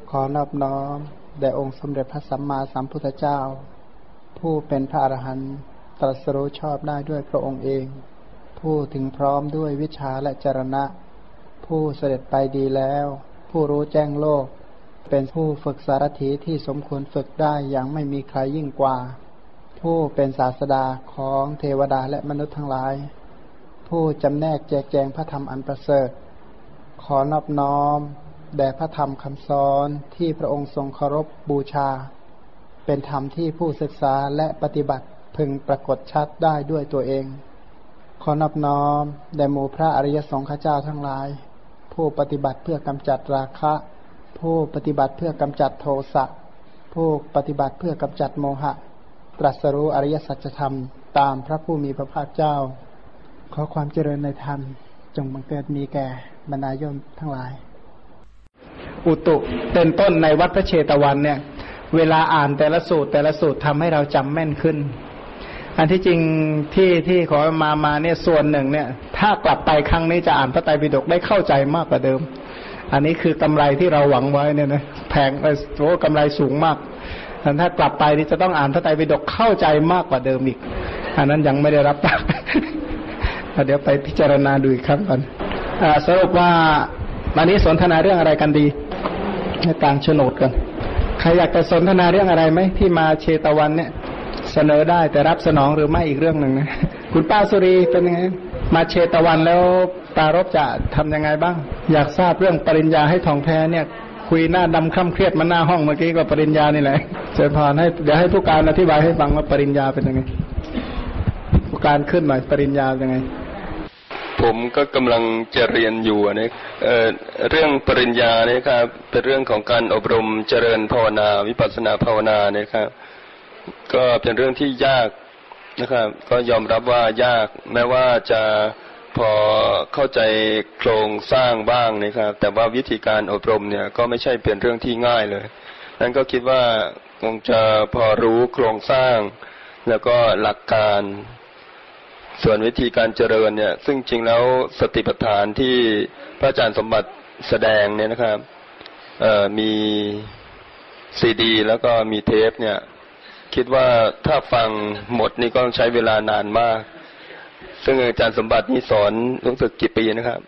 ขอนอบน้อมแด่องค์สมเด็จพระสัมมาสัมพุทธเจ้าผู้เป็นพระอรหันต์ตรัสรู้ชอบได้ด้วยพระองค์เองผู้ถึงพร้อมด้วยวิชาและจรณะผู้เสด็จไปดีแล้วผู้รู้แจ้งโลกเป็นผู้ฝึกสารถีที่สมควรฝึกได้อย่างไม่มีใครยิ่งกว่าผู้เป็นศาสดาของเทวดาและมนุษย์ทั้งหลายผู้จำแนกแจกแจงพระธรรมอันประเสริฐขอนอบน้อมแด่พระธรรมคำสอนที่พระองค์ทรงเคารพบูชาเป็นธรรมที่ผู้ศึกษาและปฏิบัติพึงปรากฏชัดได้ด้วยตัวเองขอนอบน้อมแด่หมู่พระอริยสงฆ์เจ้าทั้งหลายผู้ปฏิบัติเพื่อกำจัดราคะผู้ปฏิบัติเพื่อกำจัดโทสะผู้ปฏิบัติเพื่อกำจัดโมหะตรัสรู้อริยสัจธรรมตามพระผู้มีพระภาคเจ้าขอความเจริญในธรรมจงบังเกิดมีแก่บรรดาโยมทั้งหลายอุตุเป็นต้นในวัดพระเชตวันเนี่ยเวลาอ่านแต่ละสูตรทำให้เราจำแม่นขึ้นอันที่จริงที่ขอมาเนี่ยส่วนหนึ่งเนี่ยถ้ากลับไปครั้งนี้จะอ่านพระไตรปิฎกได้เข้าใจมากกว่าเดิมอันนี้คือกำไรที่เราหวังไว้เนี่ยนะแพงโอ้กำไรสูงมากแต่ถ้ากลับไปนี่จะต้องอ่านพระไตรปิฎกเข้าใจมากกว่าเดิมอีกอันนั้นยังไม่ได้รับปากเดี๋ยวไปพิจารณาดูอีกครั้งก่อนสรุปว่าวันนี้สนทนาเรื่องอะไรกันดีให้ต่างโฉนดกันใครอยากจะสนทนาเรื่องอะไรไหมที่มาเชตวันเนี่ยเสนอได้แต่รับสนองหรือไม่อีกเรื่องหนึ่งนะคุณป้าสุรีเป็นยังไงมาเชตวันแล้วปารภจะทำยังไงบ้างอยากทราบเรื่องปริญญาให้ท่องแท้เนี่ยคุยหน้าดำคล่ำเครียดมาหน้าห้องเมื่อกี้ก็ปริญญานี่แหละเชิญพรให้เดี๋ยวให้ผู้การอธิบายให้ฟังว่าปริญญาเป็นยังไงผู้การขึ้นหน่อยปริญญาเป็นยังไงผมก็กำลังจะเรียนอยู่นะเรื่องปริญญาเนี่ยครับเป็นเรื่องของการอบรมเจริญภาวนาวิปัสสนาภาวนาเนี่ยครับก็เป็นเรื่องที่ยากนะครับก็ยอมรับว่ายากแม้ว่าจะพอเข้าใจโครงสร้างบ้างนะครับแต่ว่าวิธีการอบรมเนี่ยก็ไม่ใช่เป็นเรื่องที่ง่ายเลยนั้นก็คิดว่าคงจะพอรู้โครงสร้างแล้วก็หลักการส่วนวิธีการเจริญเนี่ยซึ่งจริงแล้วสติปัฏฐานที่พระอาจารย์สมบัติแสดงเนี่ยนะครับมีซีดีแล้วก็มีเทปเนี่ยคิดว่าถ้าฟังหมดนี่ก็ต้องใช้เวลานานมากซึ่งอาจารย์สมบัตินี่สอนรู้สึกกี่ปีนะครับ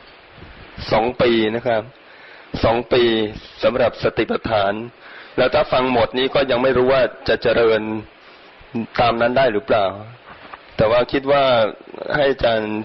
2 ปีนะครับ2 ปีสำหรับสติปัฏฐานแล้วถ้าฟังหมดนี้ก็ยังไม่รู้ว่าจะเจริญตามนั้นได้หรือเปล่าแต่ว่าคิดว่าให้อาจารย์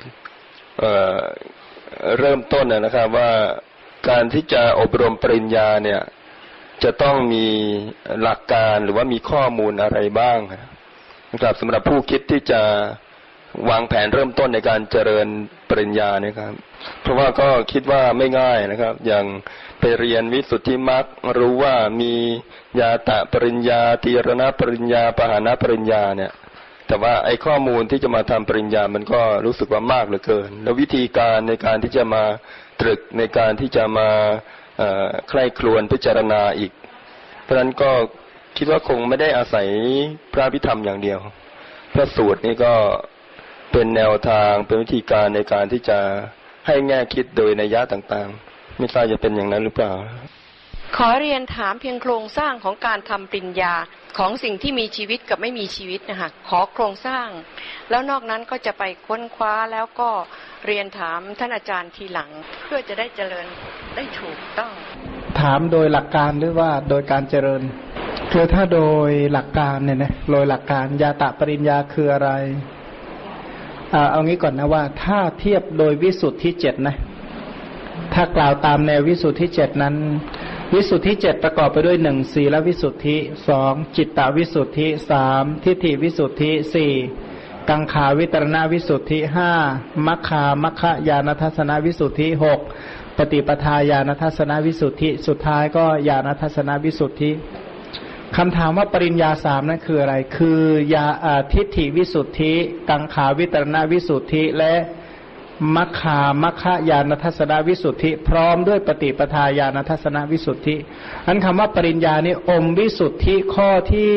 เริ่มต้นนะครับว่าการที่จะอบรมปริญญาเนี่ยจะต้องมีหลักการหรือว่ามีข้อมูลอะไรบ้างนะครับสำหรับผู้คิดที่จะวางแผนเริ่มต้นในการเจริญปริญญานะครับเพราะว่าก็คิดว่าไม่ง่ายนะครับอย่างไปเรียนวิสุทธิมรรครู้ว่ามีญาตะปริญญาตีรณปริญญาปหานปริญญาเนี่ยแต่ว่าไอ้ข้อมูลที่จะมาทำปริญญามันก็รู้สึกว่ามากเหลือเกินแล้ววิธีการในการที่จะมาตรึกในการที่จะมาใคร่ครวญพิจารณาอีกเพราะฉะนั้นก็คิดว่าคงไม่ได้อาศัยพระอภิธรรมอย่างเดียวพระสูตรนี่ก็เป็นแนวทางเป็นวิธีการในการที่จะให้แง่คิดโดยนัยยะต่างๆไม่ทราบจะเป็นอย่างนั้นหรือเปล่าขอเรียนถามเพียงโครงสร้างของการทำปริญญาของสิ่งที่มีชีวิตกับไม่มีชีวิตนะคะขอโครงสร้างแล้วนอกนั้นก็จะไปค้นคว้าแล้วก็เรียนถามท่านอาจารย์ทีหลังเพื่อจะได้เจริญได้ถูกต้องถามโดยหลักการหรือว่าโดยการเจริญคือถ้าโดยหลักการเนี่ยนะโดยหลักการญาตะปริญญาคืออะไรเอางี้ก่อนนะว่าถ้าเทียบโดยวิสุทธิ7นะถ้ากล่าวตามแนววิสุทธิ7นั้นวิสุทธิ7ประกอบไปด้วย1ศีลวิสุทธิ2จิตตวิสุทธิ3ทิฏฐิวิสุทธิ4กังขาวิตรณวิสุทธิ5มัคคญาณทัศนวิสุทธิ6ปฏิปทาญาณทัศนวิสุทธิสุดท้ายก็ญาณทัศนวิสุทธิคำถามว่าปริญญา3นั้นคืออะไรคือทิฏฐิวิสุทธิกังขาวิตรณวิสุทธิและมัคคญาณทัศนวิสุทธิพร้อมด้วยปฏิปทาญาณทัศนวิสุทธิอันคำว่าปริญญานี่อมวิสุทธิข้อที่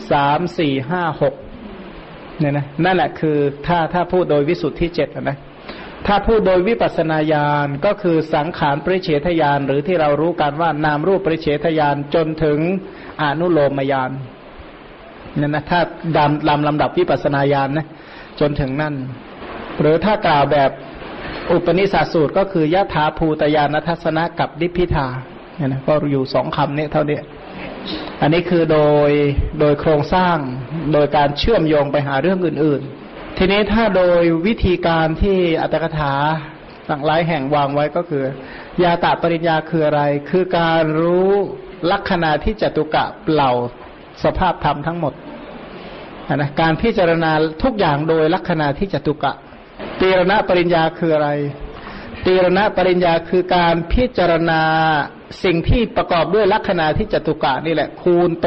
3 4 5 6เนี่ยนะนั่นแหละคือถ้าพูดโดยวิสุทธิ7นะถ้าพูดโดยวิปัสสนาญาณก็คือสังขารปริเฉทญาณหรือที่เรารู้กันว่านามรูปปริเฉทญาณจนถึงอนุโลมญาณนั่นนะถ้าลำดับวิปัสสนาญาณนะจนถึงนั่นหรือถ้ากล่าวแบบอุปนิสัสสูตรก็คือยถาภูตญาณทัสสนะกับดิพพิทาเนี่ยนะก็อยู่สองคำนี้เท่านี้อันนี้คือโดยโครงสร้างโดยการเชื่อมโยงไปหาเรื่องอื่นๆทีนี้ถ้าโดยวิธีการที่อัตถกถาต่างหลายแห่งวางไว้ก็คือยาตะปริญญาคืออะไรคือการรู้ลักขณะที่จตุกะเหล่าสภาพธรรมทั้งหมดนะการพิจารณาทุกอย่างโดยลักขณะที่จตุกะตีรณปริญญาคืออะไรตีรณปริญญาคือการพิจารณาสิ่งที่ประกอบด้วยลักขณะที่จตุกะนี่แหละคูณโต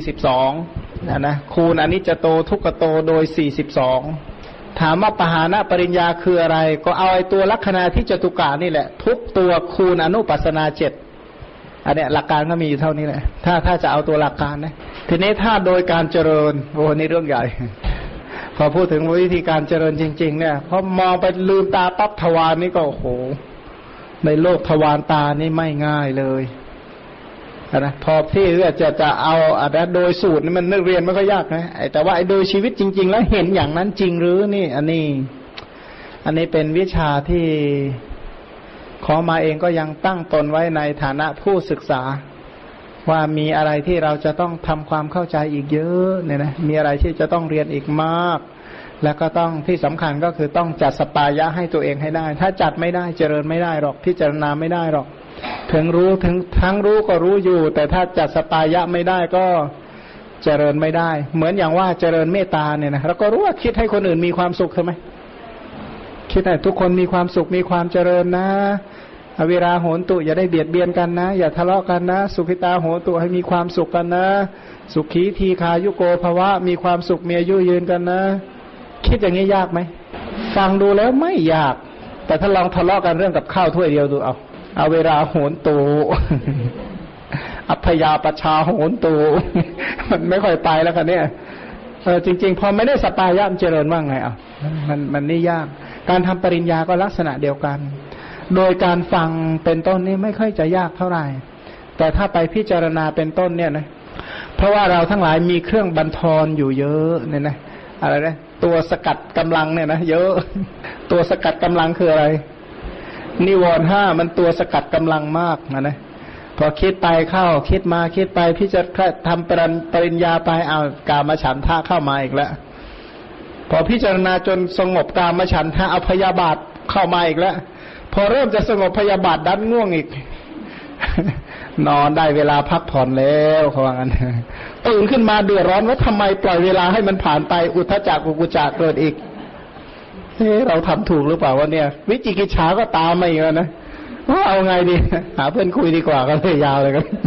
42นะคูณอนิจจโตทุกขโตโดย42ถามว่าปหานปริญญาคืออะไรก็เอาไอ้ตัวลักขณะที่จตุกะนี่แหละทุกตัวคูณอนุปัสสนา7อันเนี้ยหลักการก็มีอยู่เท่านี้แหละถ้าจะเอาตัวหลักการนะทีนี้ถ้าโดยการเจริญโอ้นี่เรื่องใหญ่พอพูดถึงวิธีการเจริญจริงๆเนี่ยพอมองไปลืมตาปั๊บทวารนี่ก็โอ้โหในโลกทวารตานี่ไม่ง่ายเลยนะพอที่จะเอาอะไรโดยสูตรนี่มันเรียนไม่ค่อยยากนะแต่ว่าโดยชีวิตจริงๆแล้วเห็นอย่างนั้นจริงหรือนี่อันนี้เป็นวิชาที่ขอมาเองก็ยังตั้งตนไว้ในฐานะผู้ศึกษาว่ามีอะไรที่เราจะต้องทำความเข้าใจอีกเยอะเนี่ยนะมีอะไรที่จะต้องเรียนอีกมากแล้วก็ต้องที่สำคัญก็คือต้องจัดสปายะให้ตัวเองให้ได้ถ้าจัดไม่ได้เจริญไม่ได้หรอกพิจารณาไม่ได้หรอกถึงรู้ทั้งรู้ก็รู้อยู่แต่ถ้าจัดสปายะไม่ได้ก็เจริญไม่ได้เหมือนอย่างว่าเจริญเมตตาเนี่ยนะเราก็รู้ว่าคิดให้คนอื่นมีความสุขใช่ไหมคิดให้ทุกคนมีความสุขมีความเจริญนะอวิราโหนตุอย่าได้เบียดเบียนกันนะอย่าทะเลาะกันนะสุขิตาโหนตุให้มีความสุขกันนะสุขีทีคายุโกภวะมีความสุขมีอายุยืนกันนะคิดอย่างนี้ยากไหมฟังดูแล้วไม่ยากแต่ถ้าลองทะเลาะกันเรื่องกับข้าวถ้วยเดียวดูเอาเวลาโหนตุอัพยาปชาโหนตุมันไม่ค่อยไปแล้วกันเนี่ยจริงๆพอไม่ได้สปายะเจริญว่าไงมันนี่ยากการทำปริญญาก็ลักษณะเดียวกันโดยการฟังเป็นต้นนี่ไม่ค่อยจะยากเท่าไหร่แต่ถ้าไปพิจารณาเป็นต้นเนี่ยนะเพราะว่าเราทั้งหลายมีเครื่องบันทอนอยู่เยอะเนี่ยนะอะไรนะตัวสกัดกำลังเนี่ยนะเยอะตัวสกัดกำลังคืออะไรนิวรณ์5มันตัวสกัดกำลังมากนะพอคิดไปเข้าคิดมาคิดไปพิจารณาทำปริญญาไปเอากามฉันทะเข้ามาอีกแล้วพอพิจารณาจนสงบกามฉันทะเอาพยาบาทเข้ามาอีกแล้วพอเริ่มจะสงบพยาบาทดันง่วงอีกนอนได้เวลาพักผ่อนแล้วเขาว่างั้นตื่นขึ้นมาเดือดร้อนว่าทำไมปล่อยเวลาให้มันผ่านไปอุทธัจจะกุกุจจะเกิดอีกเราทำถูกหรือเปล่าวะเนี่ยวิจิกิจฉาก็ตามมาอีกแล้วนะว่าเอาไงดีหาเพื่อนคุยดีกว่าก็เลยยาวเลยครับ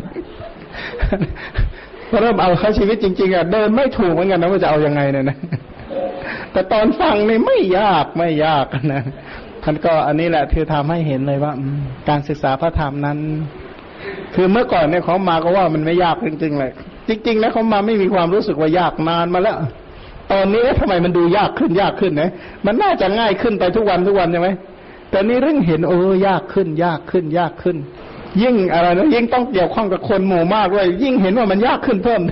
พอเริ่มเอาเข้าชีวิตจริงๆเดินไม่ถูกเหมือนกันนะว่าจะเอายังไงเนี่ยนะแต่ตอนฟังนี่ไม่ยากนะท่านก็อันนี้แหละที่ทำให้เห็นเลยว่าการศึกษาพระธรรมนั้นคือเมื่อก่อนเนี่ยเขามาก็ว่ามันไม่ยากจริงๆเลยจริงๆนะเขามาไม่มีความรู้สึกว่ายากนานมาแล้วตอนนี้ทำไมมันดูยากขึ้นนะมันน่าจะง่ายขึ้นไปทุกวันใช่ไหมแต่นี่เรื่องเห็นยากขึ้นยิ่งอะไรนะยิ่งต้องเกี่ยวข้องกับคนหมู่มากเลยยิ่งเห็นว่ามันยากขึ้นเพิ่ม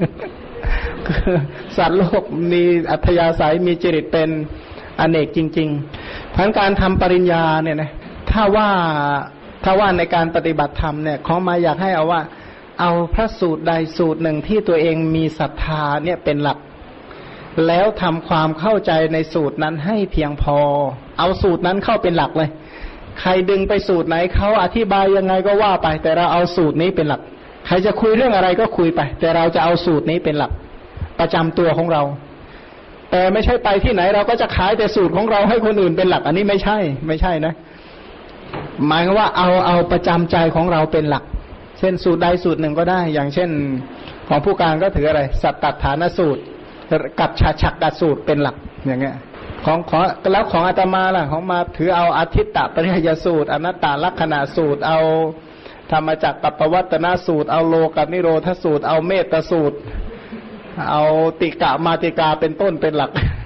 สัตว์โลกมีอัธยาศัยมีจริตเป็นอเนกจริงๆทั้งการทำปริญญาเนี่ยนะถ้าว่าในการปฏิบัติธรรมเนี่ยของมาอยากให้เอาพระสูตรใดสูตรหนึ่งที่ตัวเองมีศรัทธาเนี่ยเป็นหลักแล้วทำความเข้าใจในสูตรนั้นให้เพียงพอเอาสูตรนั้นเข้าเป็นหลักเลยใครดึงไปสูตรไหนเขาอธิบายยังไงก็ว่าไปแต่เราเอาสูตรนี้เป็นหลักใครจะคุยเรื่องอะไรก็คุยไปแต่เราจะเอาสูตรนี้เป็นหลักประจำตัวของเราแต่ไม่ใช่ไปที่ไหนเราก็จะขายแต่สูตรของเราให้คนอื่นเป็นหลักอันนี้ไม่ใช่นะหมายว่าเอาประจำใจของเราเป็นหลักเช่นสูตรใดสูตรหนึ่งก็ได้อย่างเช่นของผู้การก็ถืออะไรสัตตฐานสูตรกับฉักกสูตรเป็นหลักอย่างเงี้ยของแล้วของอาตมาล่ะของมาถือเอาอาทิตตปริยสูตรอนัตตลักขณะสูตรเอาธรรมจักรกัปปวัตตนสูตรเอาโลกนิโรธสูตรเอาเมตตสูตรเอาติกะมาติกาเป็นต้นเป็นหลัก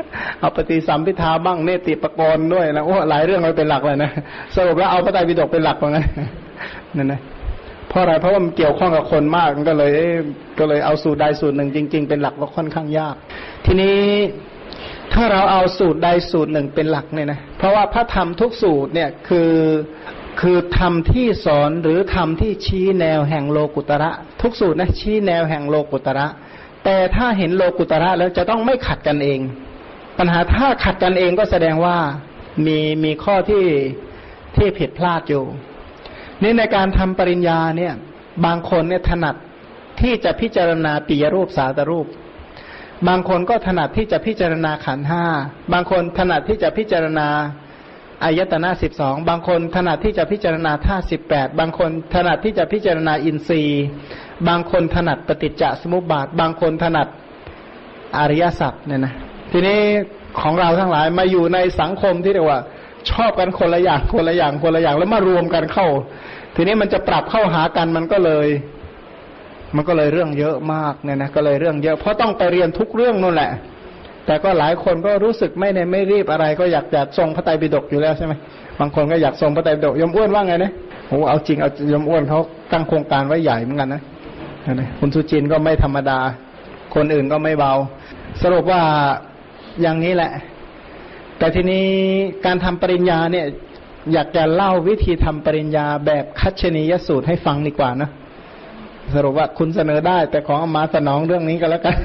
เอาปฏิสัมภิทาบ้างเนติปกรณ์ด้วยนะโอ้หลายเรื่องเลยเป็นหลักเลยนะสรุปแล้วเอาพระไตรปิฎกเป็นหลักว่างั้นนั่นนะเพราะอะไรเพราะว่ามันเกี่ยวข้องกับคนมากก็เลยเอาสูตรใดสูตรหนึ่งจริงๆเป็นหลักก็ค่อนข้างยากทีนี้ถ้าเราเอาสูตรใดสูตรหนึ่งเป็นหลักเนี่ยนะเพราะว่าพระธรรมทุกสูตรเนี่ยคือธรรมที่สอนหรือธรรมที่ชี้แนวแห่งโลกุตระทุกสูตรนะชี้แนวแห่งโลกุตระแต่ถ้าเห็นโลกุตระแล้วจะต้องไม่ขัดกันเองปัญหาถ้าขัดกันเองก็แสดงว่ามีข้อที่ผิดพลาดอยู่นี่ในการทำปริญญาเนี่ยบางคนเนี่ยถนัดที่จะพิจารณาปิยรูปสาตรูปบางคนก็ถนัดที่จะพิจารณาขันธ์ห้าบางคนถนัดที่จะพิจารณาอายตนะ12บางคนถนัดที่จะพิจารณาธาตุ18บางคนถนัดที่จะพิจารณาอินทรีย์บางคนถนัดปฏิจจสมุปบาทบางคนถนัดอริยสัจเนี่ยนะทีนี้ของเราทั้งหลายมาอยู่ในสังคมที่เรียกว่าชอบกันคนละอย่างแล้วมารวมกันเข้าทีนี้มันจะปรับเข้าหากันมันก็เลยเรื่องเยอะมากเนี่ยนะก็เลยเรื่องเยอะเพราะต้องไปเรียนทุกเรื่องนั่นแหละแต่ก็หลายคนก็รู้สึกไม่รีบอะไรก็อยากจะทรงพระไตรปิฎกอยู่แล้วใช่ไหมบางคนก็อยากทรงพระไตรปิฎกยมอ้วนว่าไงนะโอ้เอาจริงเอายมอ้วนเขาตั้งโครงการไว้ใหญ่เหมือนกันนะคุณสุจินก็ไม่ธรรมดาคนอื่นก็ไม่เบาสรุปว่าอย่างนี้แหละแต่ทีนี้การทำปริญญาเนี่ยอยากจะเล่าวิธีทำปริญญาแบบคัจฉนียสูตรให้ฟังดีกว่านะสรุปว่าคุณเสนอได้แต่ขอเอามาสนองเรื่องนี้ก็แล้วกัน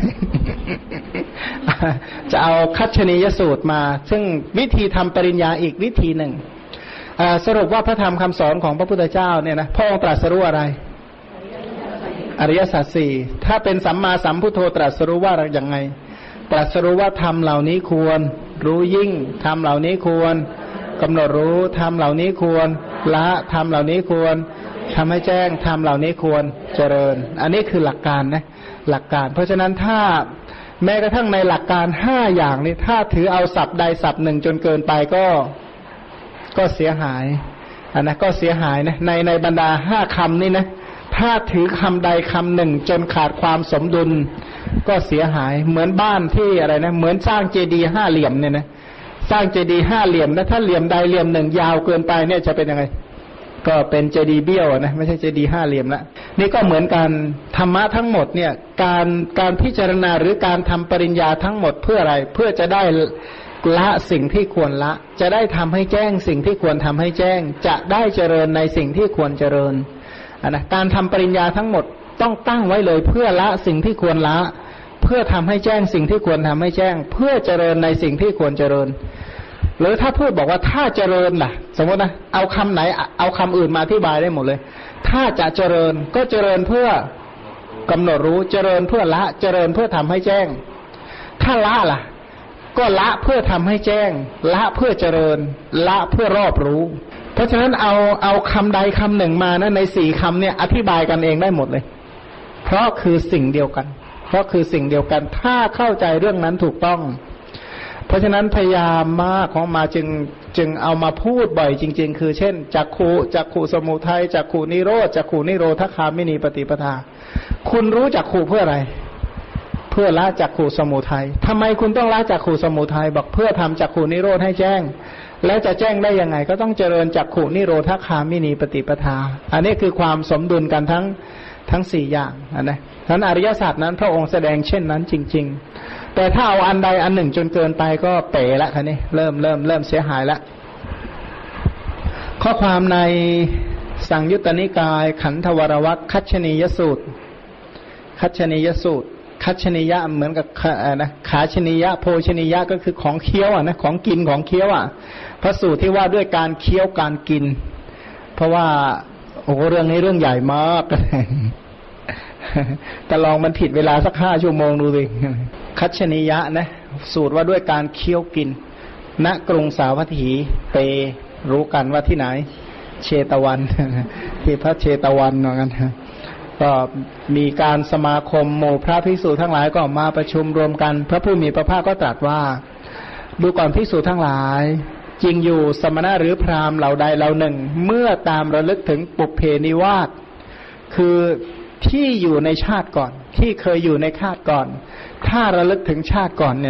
จะเอาคัจฉนียสูตรมาซึ่งวิธีทำปริญญาอีกวิธีหนึ่งสรุปว่าพระธรรมคำสอนของพระพุทธเจ้าเนี่ยนะพระองค์ตรัสรู้อะไรอริยสัจสี่ถ้าเป็นสัมมาสัมพุทโธตรัสรู้ว่าอย่างไงตรัสรู้ว่าธรรมเหล่านี้ควรรู้ยิ่งธรรมเหล่านี้ควรกำหนดรู้ธรรมเหล่านี้ควรละธรรมเหล่านี้ควรทำให้แจ้งธรรมเหล่านี้ควรเจริญอันนี้คือหลักการนะหลักการเพราะฉะนั้นถ้าแม้กระทั่งในหลักการ5อย่างนี้ถ้าถือเอาศัพท์ใดศัพท์หนึ่งจนเกินไปก็เสียหายนะก็เสียหายนะในบรรดา5คำนี้นะถ้าถือคำใดคำหนึ่งจนขาดความสมดุลก็เสียหายเหมือนบ้านที่อะไรนะเหมือนสร้างเจดีย์5เหลี่ยมเนี่ยนะสร้างเจดีย์5เหลี่ยมนะถ้าเหลี่ยมใดเหลี่ยมหนึ่งยาวเกินไปเนี่ยจะเป็นยังไงก็เป็นเจดีย์เบี้ยวนะไม่ใช่เจดีย์5เหลี่ยมละนี่ก็เหมือนกันธรรมะทั้งหมดเนี่ยการพิจารณาหรือการทำปริญญาทั้งหมดเพื่ออะไรเพื่อจะได้ละสิ่งที่ควรละจะได้ทำให้แจ้งสิ่งที่ควรทำให้แจ้งจะได้เจริญในสิ่งที่ควรเจริญนะการทำปริญญาทั้งหมดต้องตั้งไว้เลยเพื่อละสิ่งที่ควรละเพื่อทำให้แจ้งสิ่งที่ควรทำให้แจ้งเพื่อเจริญในสิ่งที่ควรเจริญหรือถ้าพูดบอกว่าถ้าเจริญล่ะสมมตินะเอาคำไหนเอาคำอื่นมาอธิบายได้หมดเลยถ้าจะเจริญก็เจริญเพื่อกำหนดรู้เจริญเพื่อละเจริญเพื่อทำให้แจ้งถ้าละล่ะก็ละเพื่อทำให้แจ้งละเพื่อเจริญละเพื่อรอบรู้เพราะฉะนั้นเอาคำใดคำหนึ่งมานะใน4คำเนี่ยอธิบายกันเองได้หมดเลยเพราะคือสิ่งเดียวกันถ้าเข้าใจเรื่องนั้นถูกต้องเพราะฉะนั้นพยายามมากของมาจึงเอามาพูดบ่อยจริงๆคือเช่นจักขุสมุทัยจักขุนิโรธจักขุนิโรธคามินีปฏิปทาคุณรู้จักขุเพื่ออะไรเพื่อละจักขุสมุทัยทำไมคุณต้องละจักขุสมุทัยบอกเพื่อทำจักขุนิโรธให้แจ้งแล้วจะแจ้งได้ยังไงก็ต้องเจริญจักขุนิโรธคามินีปฏิปทาอันนี้คือความสมดุลกันทั้ง4อย่างนะทั้งอริยสัจนั้นพระองค์แสดงเช่นนั้นจริงๆแต่ถ้าเอาอันใดอันหนึ่งจนเกินไปก็เป๋ละคันนี้เริ่มเสียหายละข้อความในสังยุตตนิกายขันธวรวรรคคัจฉนียสูตรคัจฉนียสูตรคัจฉนียะเหมือนกับนะขาชนียะโภชนียะก็คือของเคี้ยวนะของกินของเคี้ยวพระสูตรที่ว่าด้วยการเคี้ยวการกินเพราะว่าโอ้เรื่องนี้เรื่องใหญ่มากแต่ลองมันผิดเวลาสัก5 ชั่วโมงดูสิคัจฉนียะนะสูตรว่าด้วยการเคี้ยวกินณกรุงสาวัตถีเปรู้กันว่าที่ไหนเชตวันที่พระเชตวันเหมือนกันก็มีการสมาคมหมู่พระภิกษุทั้งหลายก็มาประชุมรวมกันพระผู้มีพระภาคก็ตรัสว่าดูก่อนภิกษุทั้งหลายจริงอยู่สมณะหรือพราหมณ์เหล่าใดเหล่าหนึ่งเมื่อตามระลึกถึงปุพเพนิวาสคือที่อยู่ในชาติก่อนที่เคยอยู่ในชาติก่อนถ้าระลึกถึงชาติก่อนเนี่ยนะ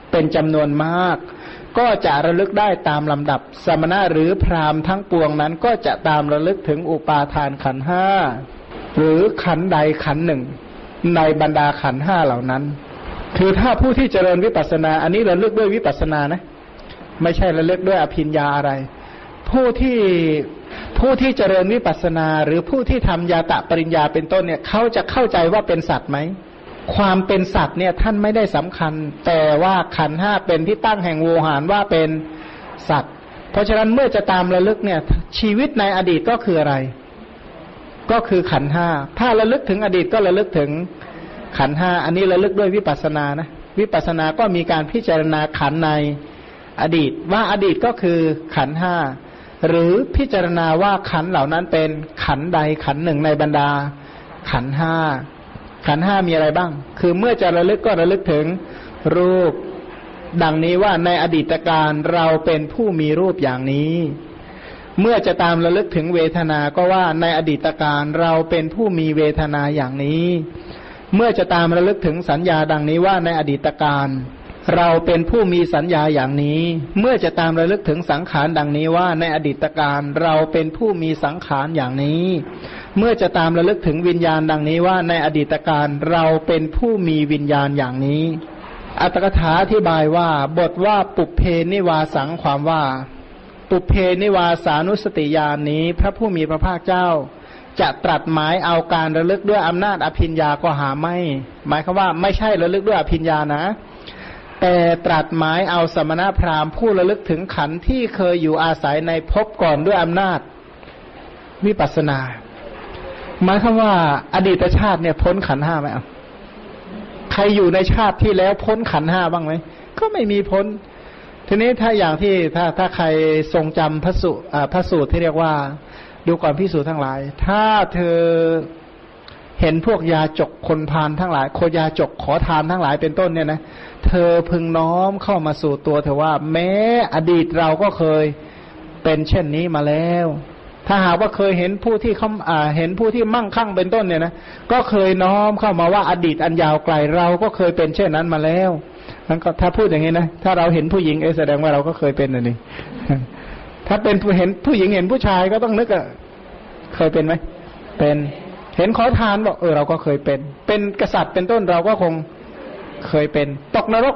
เป็นจำนวนมากก็จะระลึกได้ตามลำดับสมณะหรือพราหมณ์ทั้งปวงนั้นก็จะตามระลึกถึงอุปาทานขันธ์ห้าหรือขันธ์ใดขันธ์หนึ่งในบรรดาขันธ์ห้าเหล่านั้นคือถ้าผู้ที่เจริญวิปัสสนาอันนี้ระลึกด้วยวิปัสสนานะไม่ใช่ระลึกด้วยอภิญญาอะไรผู้ที่เจริญวิปัสสนาหรือผู้ที่ทำยาตะปริญญาเป็นต้นเนี่ยเขาจะเข้าใจว่าเป็นสัตว์ไหมความเป็นสัตว์เนี่ยท่านไม่ได้สำคัญแต่ว่าขันธ์ห้าเป็นที่ตั้งแห่งโวหารว่าเป็นสัตว์เพราะฉะนั้นเมื่อจะตามระลึกเนี่ยชีวิตในอดีตก็คืออะไรก็คือขันธ์ห้าถ้าระลึกถึงอดีตก็ระลึกถึงขันธ์ห้าอันนี้ระลึกด้วยวิปัสสนานะวิปัสสนาก็มีการพิจารณาขันธ์ในอดีตว่าอดีตก็คือขันธ์ห้าหรือพิจารณาว่าขันธ์เหล่านั้นเป็นขันธ์ใดขันธ์หนึ่งในบรรดาขันธ์ห้าขันธ์ห้ามีอะไรบ้างคือเมื่อจะระลึกก็ระลึกถึงรูปดังนี้ว่าในอดีตการเราเป็นผู้มีรูปอย่างนี้เมื่อจะตามระลึกถึงเวทนาก็ว่าในอดีตการเราเป็นผู้มีเวทนาอย่างนี้เมื่อจะตามระลึกถึงสัญญาดังนี้ว่าในอดีตการเราเป็นผู้มีสัญญาอย่างนี้เมื่อจะตามระลึกถึงสังขารดังนี้ว่าในอดีตการเราเป็นผู้มีสังขารอย่างนี้เมื่อจะตามระลึกถึงวิญญาณดังนี้ว่าในอดีตการเราเป็นผู้มีวิญญาณอย่างนี้อัตถกถาอธิบายว่าบทว่าปุพเพนิวาสังความว่าปุพเพนิวาสานุสติญาณนี้พระผู้มีพระภาคเจ้าจะตรัสหมายเอาการระลึกด้วยอำนาจอภิญญาก็หาไม่หมายความว่าไม่ใช่ระลึกด้วยอภิญญานะแต่ตรัสหมายเอาสมณพราหมณ์ผู้ระลึกถึงขันธ์ที่เคยอยู่อาศัยในภพก่อนด้วยอำนาจวิปัสสนาหมายความว่าอดีตชาติเนี่ยพ้นขันธ์ห้าไหมเอาใครอยู่ในชาติที่แล้วพ้นขันธ์ห้าบ้างไหมก็ไม่มีพ้นทีนี้ถ้าอย่างที่ถ้าใครทรงจำพระสูตรที่เรียกว่าดูก่อนภิกษุทั้งหลายถ้าเธอเห็นพวกยาจกคนพาลทั้งหลายโคยาจกขอทานทั้งหลายเป็นต้นเนี่ยนะเธอพึงน้อมเข้ามาสู่ตัวเธอว่าแม้อดีตเราก็เคยเป็นเช่นนี้มาแล้วถ้าหากว่าเคยเห็นผู้ที่เขาเห็นผู้ที่มั่งคั่งเป็นต้นเนี่ยนะก็เคยน้อมเข้ามาว่าอดีตอันยาวไกลเราก็เคยเป็นเช่นนั้นมาแล้วนั่นก็ถ้าพูดอย่างนี้นะถ้าเราเห็นผู้หญิงแสดงว่าเราก็เคยเป็นนี่ถ้าเป็นเห็นผู้หญิงเห็นผู้ชายก็ต้องนึกเคยเป็นไหมเป็นเห็นขอทานบอกเราก็เคยเป็นกษัตริย์เป็นต้นเราก็คงเคยเป็นตกนรก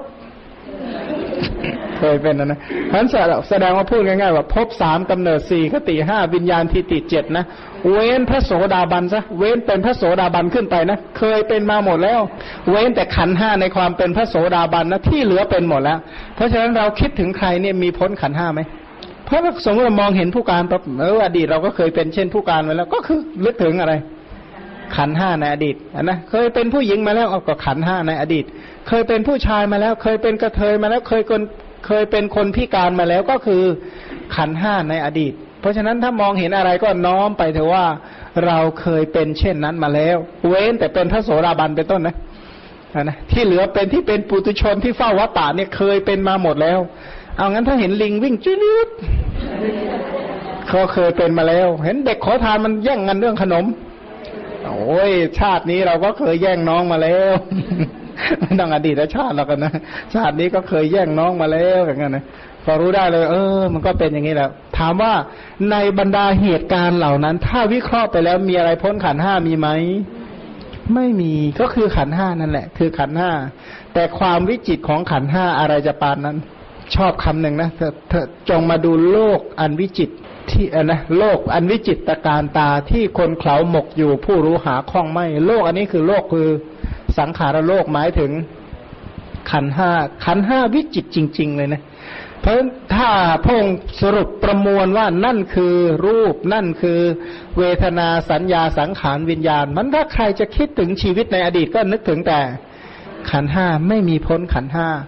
เคยเป็นนะนั้นแสดงว่าพูดง่ายๆว่าภพ3กำเนิด4คติ5วิญญาณทิฏฐิ7นะเว้นพระโสดาบันซะเว้นเป็นพระโสดาบันขึ้นไปนะเคยเป็นมาหมดแล้วเว้นแต่ขันธ์5ในความเป็นพระโสดาบันนะที่เหลือเป็นหมดแล้วเพราะฉะนั้นเราคิดถึงใครเนี่ยมีพ้นขันธ์5ไหมเพราะสมมติเรามองเห็นผู้การอดีตเราก็เคยเป็นเช่นผู้การมาแล้วก็คือนึกถึงอะไรขันธ์5ในอดีตนะเคยเป็นผู้หญิงมาแล้วก็ขันธ์5ในอดีตเคยเป็นผู้ชายมาแล้วเคยเป็นกระเทยมาแล้วเคยเป็นคนพิการมาแล้วก็คือขันธ์5ในอดีตเพราะฉะนั้นถ้ามองเห็นอะไรก็น้อมไปเถอะว่าเราเคยเป็นเช่นนั้นมาแล้วเว้นแต่เป็นพระโสดาบันเป็นต้นนะที่เหลือเป็นที่เป็นปุถุชนที่เฝ้าวัฏฏะเนี่ยเคยเป็นมาหมดแล้วเอางั้นถ้าเห็นลิงวิ่งจี๊ดเขาเคยเป็นมาแล้วเห็นเด็กขอทานมันแย่งกันเรื่องขนมโอ้ยชาตินี้เราก็เคยแย่งน้องมาแล้วไม่ต้องอดีตชาติหรอกนะชาตินี้ก็เคยแย่งน้องมาแล้วอย่างนั้นนะพอรู้ได้เลยมันก็เป็นอย่างนี้แหละถามว่าในบรรดาเหตุการณ์เหล่านั้นถ้าวิเคราะห์ไปแล้วมีอะไรพ้นขันธ์5มีไหมไม่มีก็คือขันธ์5นั่นแหละคือขันธ์5แต่ความวิจิตรของขันธ์5อะไรจะปานนั้นชอบคำหนึ่งนะเธอจงมาดูโลกอันวิจิตรที่โลกอันวิจิตรการตาที่คนเขาหมกอยู่ผู้รู้หาข้องไม่โลกอันนี้คือโลกคือสังขารโลกหมายถึงขันธ์5วิจิตรจริงๆเลยนะเพราะถ้าพงสรุปประมวลว่านั่นคือรูปนั่นคือเวทนาสัญญาสังขารวิญญาณมันถ้าใครจะคิดถึงชีวิตในอดีตก็นึกถึงแต่ขันธ์5ไม่มีพ้นขันธ์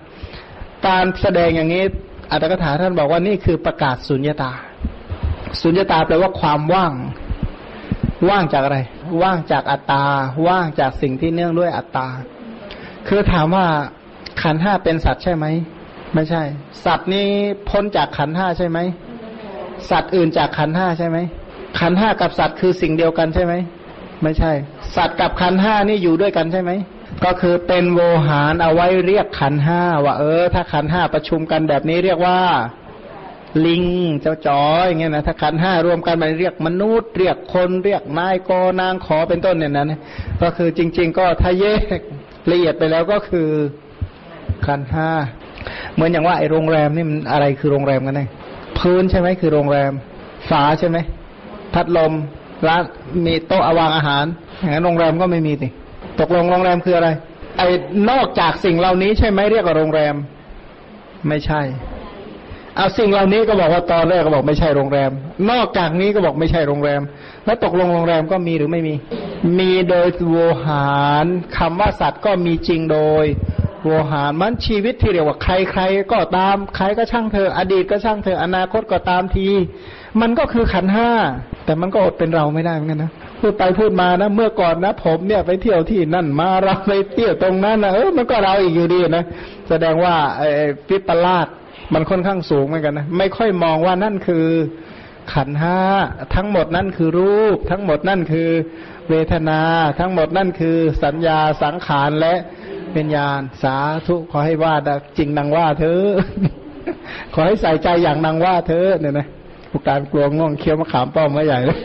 5การแสดงอย่างนี้อัตถกถาท่านบอกว่านี่คือประกาศสุญญตาสุญญตาแปลว่าความว่างจากอะไรว่างจากอัตตาว่างจากสิ่งที่เนื่องด้วยอัตตาคือถามว่าขันธ์5เป็นสัตว์ใช่ไหมไม่ใช่สัตว์นี้พ้นจากขันธ์5ใช่ไหมสัตว์อื่นจากขันธ์5ใช่ไหมขั ขันธ์ห้ากับสัตว์คือสิ่งเดียวกันใช่ไหมไม่ใช่สัตว์กับขันธ์ห้านี่อยู่ด้วยกันใช่ไหมก็คือเป็นโวหารเอาไว้เรียกขันธ์ห้าว่าถ้าขันธ์ห้าประชุมกันแบบนี้เรียกว่าลิงเจ้าจ้อยอย่างเงี้ยนะถ้าขันธ์ห้ารวมกันมันเรียกมนุษย์เรียกคนเรียกนายกนางขอเป็นต้นเนี่ยนะก็คือจริงๆก็ถ้าแยกละเอียดไปแล้วก็คือขันธ์ห้าเหมือนอย่างว่าไอ้โรงแรมนี่มันอะไรคือโรงแรมกันแน่พื้นใช่ไหมคือโรงแรมฝาใช่ไหมพัดลมร้านมีโต๊ะวางอาหารอย่างนั้นโรงแรมก็ไม่มีสิตกลงโรงแรมคืออะไรไอ้นอกจากสิ่งเหล่านี้ใช่ไหมเรียกว่าโรงแรมไม่ใช่เอาสิ่งเหล่านี้ก็บอกว่าตอนแรกก็บอกไม่ใช่โรงแรมนอกจากนี้ก็บอกไม่ใช่โรงแรมแล้วตกลงโรงแรมก็มีหรือไม่มีมีโดยโวหารคำว่าสัตว์ก็มีจริงโดยโวหารมันชีวิตที่เรียกว่าใครๆก็ตามใครก็ช่างเธออดีตก็ช่างเธออนาคตก็ตามทีมันก็คือขันธ์ห้าแต่มันก็อดเป็นเราไม่ได้เหมือนกันนะพูดไปพูดมานะเมื่อก่อนนะผมเนี่ยไปเที่ยวที่นั่นมาเราไปเที่ยวตรงนั้นนะมันก็เราอีกอยู่ดีนะแสดงว่าวิปลาสมันค่อนข้างสูงเหมือนกันนะไม่ค่อยมองว่านั่นคือขันธ์ห้าทั้งหมดนั่นคือรูปทั้งหมดนั่นคือเวทนาทั้งหมดนั่นคือสัญญาสังขารและวิญญาณสาธุขอให้ว่าจริงดังว่าเธอ ขอให้ใส่ใจอย่างดังว่าเธอเนี่ยนะผู้การกลัวง่วงเคี้ยวมะขามป้อมไว้ใหญ่เลย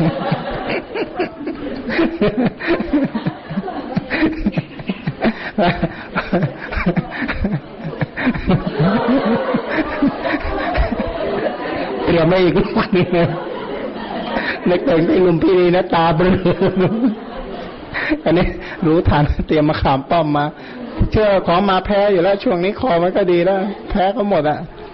เตรียมไม่อีกลูกนี่นะในเต่งไอ้ลุมพี่นี่นะตาเบลออันนี้รู้ทันเตรียมมะขามป้อมมาเชื่อของมาแพ้อยู่แล้วช่วงนี้คอมันก็ดีแล้วแพ้ก็หมดอ่ะ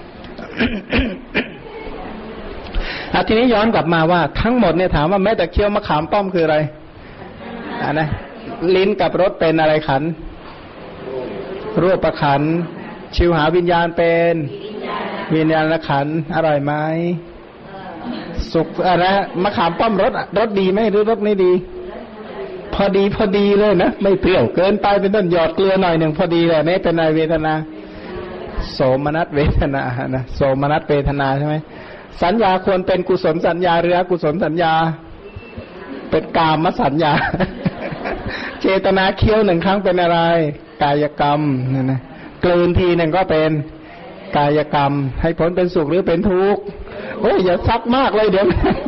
ทีนี้ย้อนกลับมาว่าทั้งหมดเนี่ยถามว่าแม้แต่เคี้ยวมะขามป้อมคืออะไรนะลิ้นกับรสเป็นอะไรขันธ์รูปขันธ์ชิวหาวิญญาณเป็นวิญญาณขันธ์อร่อยไหมสุกอะไรมะขามป้อมรสดีไหมหรือรสไม่ดีพอดีเลยนะไม่เปรี้ยวเกินไปเป็นต้นหยอดเกลือหน่อยหนึ่งพอดีเลยนี่เป็นอะไรเวทนาโสมนัสเวทนานะโสมนัสเวทนาใช่ไหมสัญญาควรเป็นกุศลสัญญาหรืออกุศลสัญญาเป็นกามสัญญา เจตนาเคี้ยวหนึ่งครั้งเป็นอะไรกายกรรมนี่นะกลืนทีหนึ่งก็เป็นกายกรรมให้ผลเป็นสุขหรือเป็นทุกข์โอ้ยอย่าซักมากเลยเดี๋ยว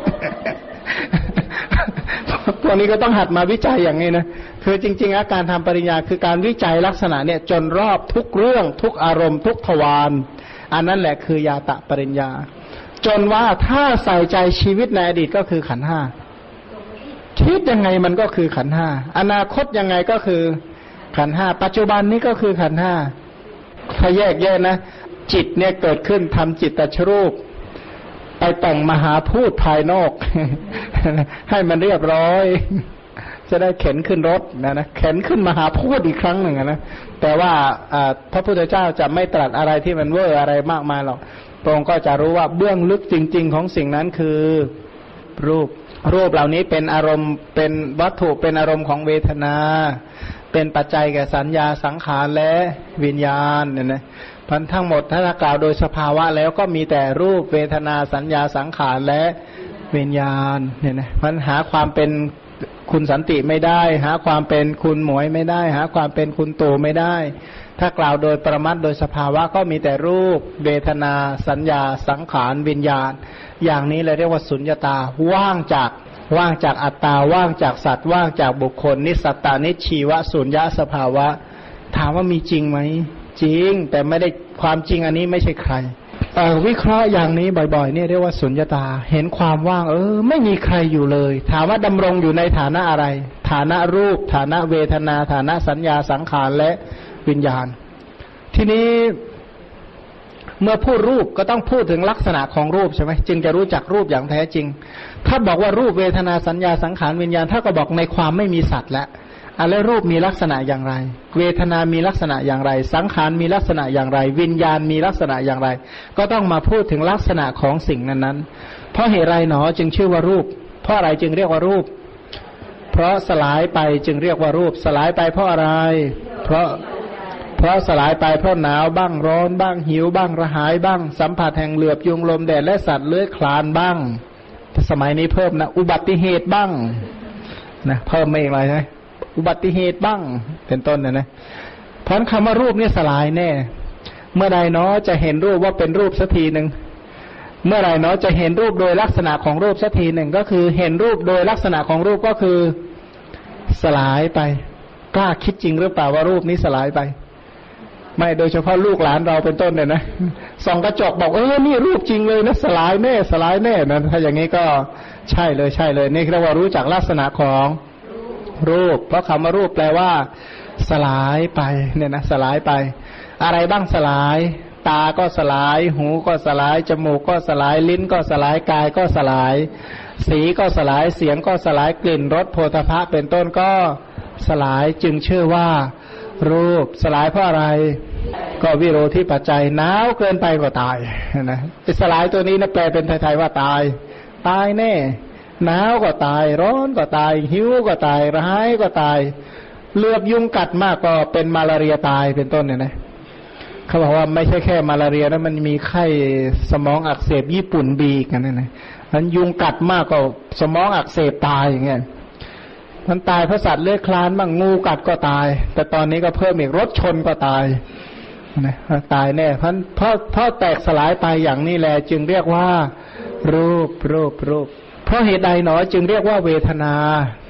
พวกนี้ก็ต้องหัดมาวิจัยอย่างนี้นะคือจริงๆอาการทำปริญญาคือการวิจัยลักษณะเนี่ยจนรอบทุกเรื่องทุกอารมณ์ทุกทวารอันนั้นแหละคือยาตะปริญญาจนว่าถ้าใส่ใจชีวิตในอดีตก็คือขันธ์ห้าคิดยังไงมันก็คือขันธ์ห้าอนาคตยังไงก็คือขันธ์ห้าปัจจุบันนี้ก็คือขันธ์ห้าถ้าแยกแยะนะจิตเนี่ยเกิดขึ้นทำจิตตชรูปไปแต่งมหาพูดภายนอก ให้มันเรียบร้อยจะได้เข็นขึ้นรถนะเข็นขึ้นมหาพูดอีกครั้งหนึ่งนะแต่ว่าพระพุทธเจ้าจะไม่ตรัสอะไรที่มันเวอร์อะไรมากมายหรอกพระองค์ก็จะรู้ว่าเบื้องลึกจริงๆของสิ่งนั้นคือรูปเหล่านี้เป็นอารมณ์เป็นวัตถุเป็นอารมณ์ของเวทนาเป็นปัจจัยแก่สัญญาสังขารและวิญญาณเนี่ยนะพันทั้งหมดถ้ากล่าวโดยสภาวะแล้วก็มีแต่รูปเวทนาสัญญาสังขารและวิญญาณเนี่ยนะพันหาความเป็นคุณสันติไม่ได้หาความเป็นคุณหมวยไม่ได้หาความเป็นคุณตู่ไม่ได้ถ้ากล่าวโดยปรมัตถ์โดยสภาวะก็มีแต่รูปเวทนาสัญญาสังขารวิญญาณอย่างนี้เลยเรียกว่าสุญญตาว่างจากอัตตาว่างจากสัตว์ว่างจากบุคคลนิสัตตานิชีวะสุญญสภาวะถามว่ามีจริงไหมจริงแต่ไม่ได้ความจริงอันนี้ไม่ใช่ใครวิเคราะห์อย่างนี้บ่อยๆเนี่ยเรียกว่าสุญญตาเห็นความว่างไม่มีใครอยู่เลยถามว่าดำรงอยู่ในฐานะอะไรฐานะรูปฐานะเวทนาฐานะสัญญาสังขารและวิญญาณทีนี้เมื่อพูดรูปก็ต้องพูดถึงลักษณะของรูปใช่ไหมจึงจะรู้จักรูปอย่างแท้จริงถ้าบอกว่ารูปเวทนาสัญญาสังขารวิญญาณถ้าก็บอกในความไม่มีสัตว์แล้วแล้วรูปมีลักษณะอย่างไรเวทนามีลักษณะอย่างไรสังขารมีลักษณะอย่างไรวิญญาณมีลักษณะอย่างไรก็ต้องมาพูดถึงลักษณะของสิ่งนั้นๆเพราะเหตุไรหนอจึงชื่อว่ารูปเพราะอะไรจึงเรียกว่ารูปเพราะสลายไปจึงเรียกว่ารูปสลายไปเพราะอะไรเพราะสลายไปเพราะหนาวบ้างร้อนบ้างหิวบ้างระหายบ้างสัมผัสแห่งเหลือบยุงลมแดดและสัตว์เลื้อยคลานบ้างสมัยนี้เพิ่มนะอุบัติเหตุบ้างนะเพิ่มไม่อีกเลยใช่อุบัติเหตุบ้างเป็นต้นนะเพราะคำว่ารูปนี่สลายแน่เมื่อใดเนาะจะเห็นรูปว่าเป็นรูปสักทีหนึ่งเมื่อไรเนาะจะเห็นรูปโดยลักษณะของรูปสักทีหนึ่งก็คือเห็นรูปโดยลักษณะของรูปก็คือสลายไปกล้าคิดจริงหรือเปล่าว่ารูปนี้สลายไปไม่โดยเฉพาะลูกหลานเราเป็นต้นเนี่ยนะส่องกระจกบอกนี่รูปจริงเลยนะสลายแน่สลายแน่นะถ้าอย่างนี้ก็ใช่เลยใช่เลยนี่เรียกว่ารู้จักลักษณะของรูปเพราะคำว่ารูปแปลว่าสลายไปเนี่ยนะสลายไปอะไรบ้างสลายตาก็สลายหูก็สลายจมูกก็สลายลิ้นก็สลายกายก็สลายสีก็สลายเสียงก็สลายกลิ่นรสโผฏฐัพพะเป็นต้นก็สลายจึงชื่อว่ารูปสลายเพราะอะไรก็วิโรธิปัจจัยหนาวเกินไปก็ตายนะสลายตัวนี้นะแปลเป็นไทยๆว่าตายตายแน่หนาวก็ตายร้อนก็ตายหิวก็ตายร้ายก็ตายเลือบยุงกัดมากก็เป็นมาลาเรียตายเป็นต้นเนี่ยนะเขาบอกว่าไม่ใช่แค่มาลาเรียนะมันมีไข้สมองอักเสบญี่ปุ่นบีกันนั่นนะมันยุงกัดมากก็สมองอักเสบตายอย่างเงี้ยมันตายเพราะสัตว์เลื้อยคลานบ้างงูกัดก็ตายแต่ตอนนี้ก็เพิ่มอีกรถชนก็ตายนะตายแน่เพราะแตกสลายไปอย่างนี้แหละจึงเรียกว่ารูปเพราะเหตุใดหนอจึงเรียกว่าเวทนา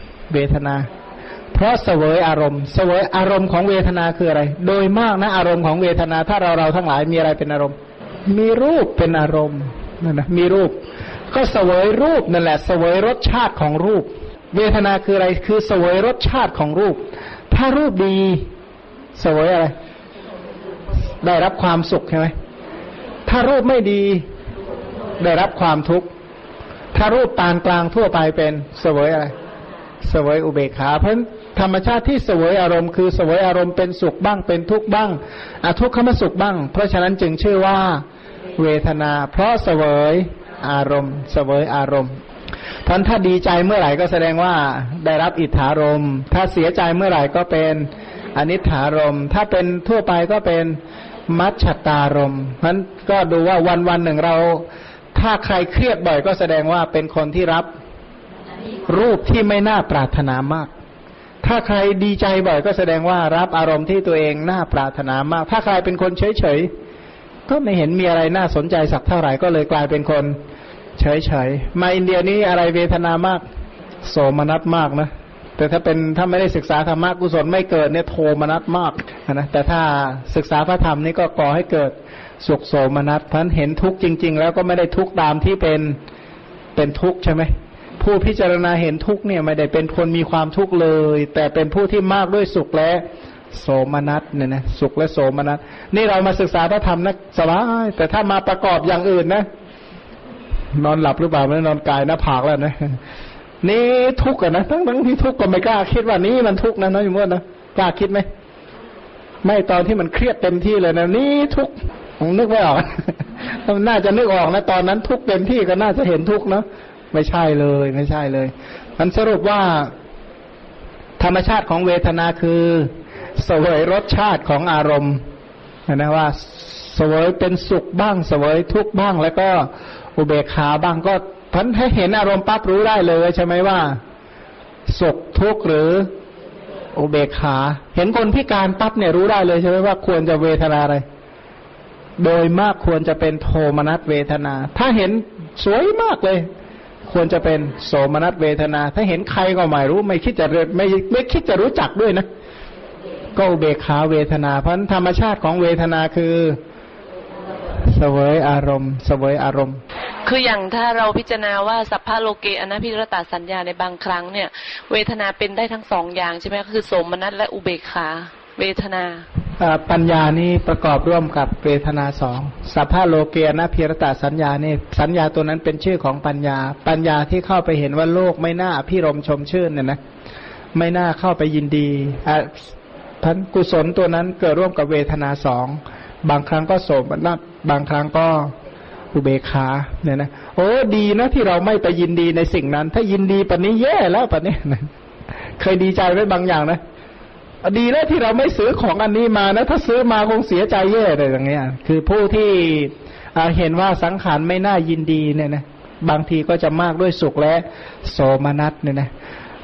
เพราะเสวยอารมณ์เสวยอารมณ์ของเวทนาคืออะไรโดยมากนะอารมณ์ของเวทนาถ้าเราทั้งหลายมีอะไรเป็นอารมณ์มีรูปเป็นอารมณ์นั่นนะมีรูปก็เสวยรูปนั่นแหละเสวยรสชาติของรูปเวทนาคืออะไรคือเสวยรสชาติของรูปถ้ารูปดีเสวยอะไรได้รับความสุขใช่ไหมถ้ารูปไม่ดีได้รับความทุกข์ถ้ารูปปานกลางทั่วไปเป็นเสวยอะไรเสวยอุเบกขาเพราะธรรมชาติที่เสวยอารมณ์คือเสวยอารมณ์เป็นสุขบ้างเป็นทุกข์บ้างทุกขมสุขบ้างเพราะฉะนั้นจึงชื่อว่าเวทนาเพราะเสวยอารมณ์เสวยอารมณ์ท่านถ้าดีใจเมื่อไหร่ก็แสดงว่าได้รับอิทธารมณ์ถ้าเสียใจเมื่อไหร่ก็เป็นอนิทธารมณ์ถ้าเป็นทั่วไปก็เป็นมัชฌตารมณ์นั้นก็ดูว่าวันๆหนึ่งเราถ้าใครเครียดบ่อยก็แสดงว่าเป็นคนที่รับรูปที่ไม่น่าปรารถนามากถ้าใครดีใจบ่อยก็แสดงว่ารับอารมณ์ที่ตัวเองน่าปรารถนามากถ้าใครเป็นคนเฉยๆก็ไม่เห็นมีอะไรน่าสนใจสักเท่าไหร่ก็เลยกลายเป็นคนเฉยๆมาอินเดียนี้อะไรเวทนามากโสมนัสมากนะแต่ถ้าไม่ได้ศึกษาธรรมะกุศลไม่เกิดเนี่ยโทมนัสมากนะแต่ถ้าศึกษาพระธรรมนี่ก็ก่อให้เกิดสุขโสมนัสเพราะเห็นทุกข์จริงๆแล้วก็ไม่ได้ทุกข์ตามที่เป็นทุกข์ใช่ไหมผู้พิจารณาเห็นทุกข์เนี่ยไม่ได้เป็นคนมีความทุกข์เลยแต่เป็นผู้ที่มากด้วยสุขและโสมนัสเนี่ยนะสุขและโสมนัสนี่เรามาศึกษาพระธรรมนะสบายแต่ถ้ามาประกอบอย่างอื่นนะนอนหลับหรือเปล่าไม่นอนกายหน้าผากแล้วนะนี่ทุกข์นะทั้งที่ทุกข์ก็ไม่กล้าคิดว่านี่มันทุกข์นะน้อยมดนะกล้าคิดไหมไม่ตอนที่มันเครียดเต็มที่เลยนะนี่ทุกข์ผมนึกไม่ออกน่าจะนึกออกนะตอนนั้นทุกข์เต็มที่ก็น่าจะเห็นทุกข์นะไม่ใช่เลยมันสรุปว่าธรรมชาติของเวทนาคือเสวยรสชาติของอารมณ์นะว่าเสวยเป็นสุขบ้างเสวยทุกข์บ้างแล้วก็อุเบกขาบ้างก็พันให้เห็นอารมณ์ปั๊บรู้ได้เลยใช่ไหมว่าสุขทุกข์หรืออุเบกขาเห็นคนพิการปั๊บเนี่ยรู้ได้เลยใช่ไหมว่าควรจะเวทนาอะไรโดยมากควรจะเป็นโทมนัสเวทนาถ้าเห็นสวยมากเลยควรจะเป็นโสมนัสเวทนาถ้าเห็นใครก็ไม่รู้ไม่คิดจะไม่คิดจะรู้จักด้วยนะก็อุเบกขาเวทนาเพราะธรรมชาติของเวทนาคือเสวยอารมณ์คืออย่างถ้าเราพิจารณาว่าสัพพะโลเกอนัพพิรตสัญญาในบางครั้งเนี่ยเวทนาเป็นได้ทั้งสองอย่างใช่ไหมคือโสมนัสและอุเบกขาเวทนาปัญญานี่ประกอบร่วมกับเวทนาสองสัพพะโลเกอนัพพิรตสัญญานี่สัญญาตัวนั้นเป็นชื่อของปัญญาที่เข้าไปเห็นว่าโลกไม่น่าอภิรมย์ชมชื่นเนี่ยนะไม่น่าเข้าไปยินดีพันกุศลตัวนั้นเกิดร่วมกับเวทนาสองบางครั้งก็โสมนัสบางครั้งก็อุเบกขาเนี่ยนะโอ้ดีนะที่เราไม่ไปยินดีในสิ่งนั้นถ้ายินดีปานนี้แย่แล้วปานนี้เคยดีใจไว้บางอย่างนะดีแล้วที่เราไม่ซื้อของอันนี้มานะถ้าซื้อมาคงเสียใจแย่เลยอย่างเงี้ยคือผู้ที่เห็นว่าสังขารไม่น่ายินดีเนี่ยนะบางทีก็จะมากด้วยสุขและโสมนัสเนี่ยนะ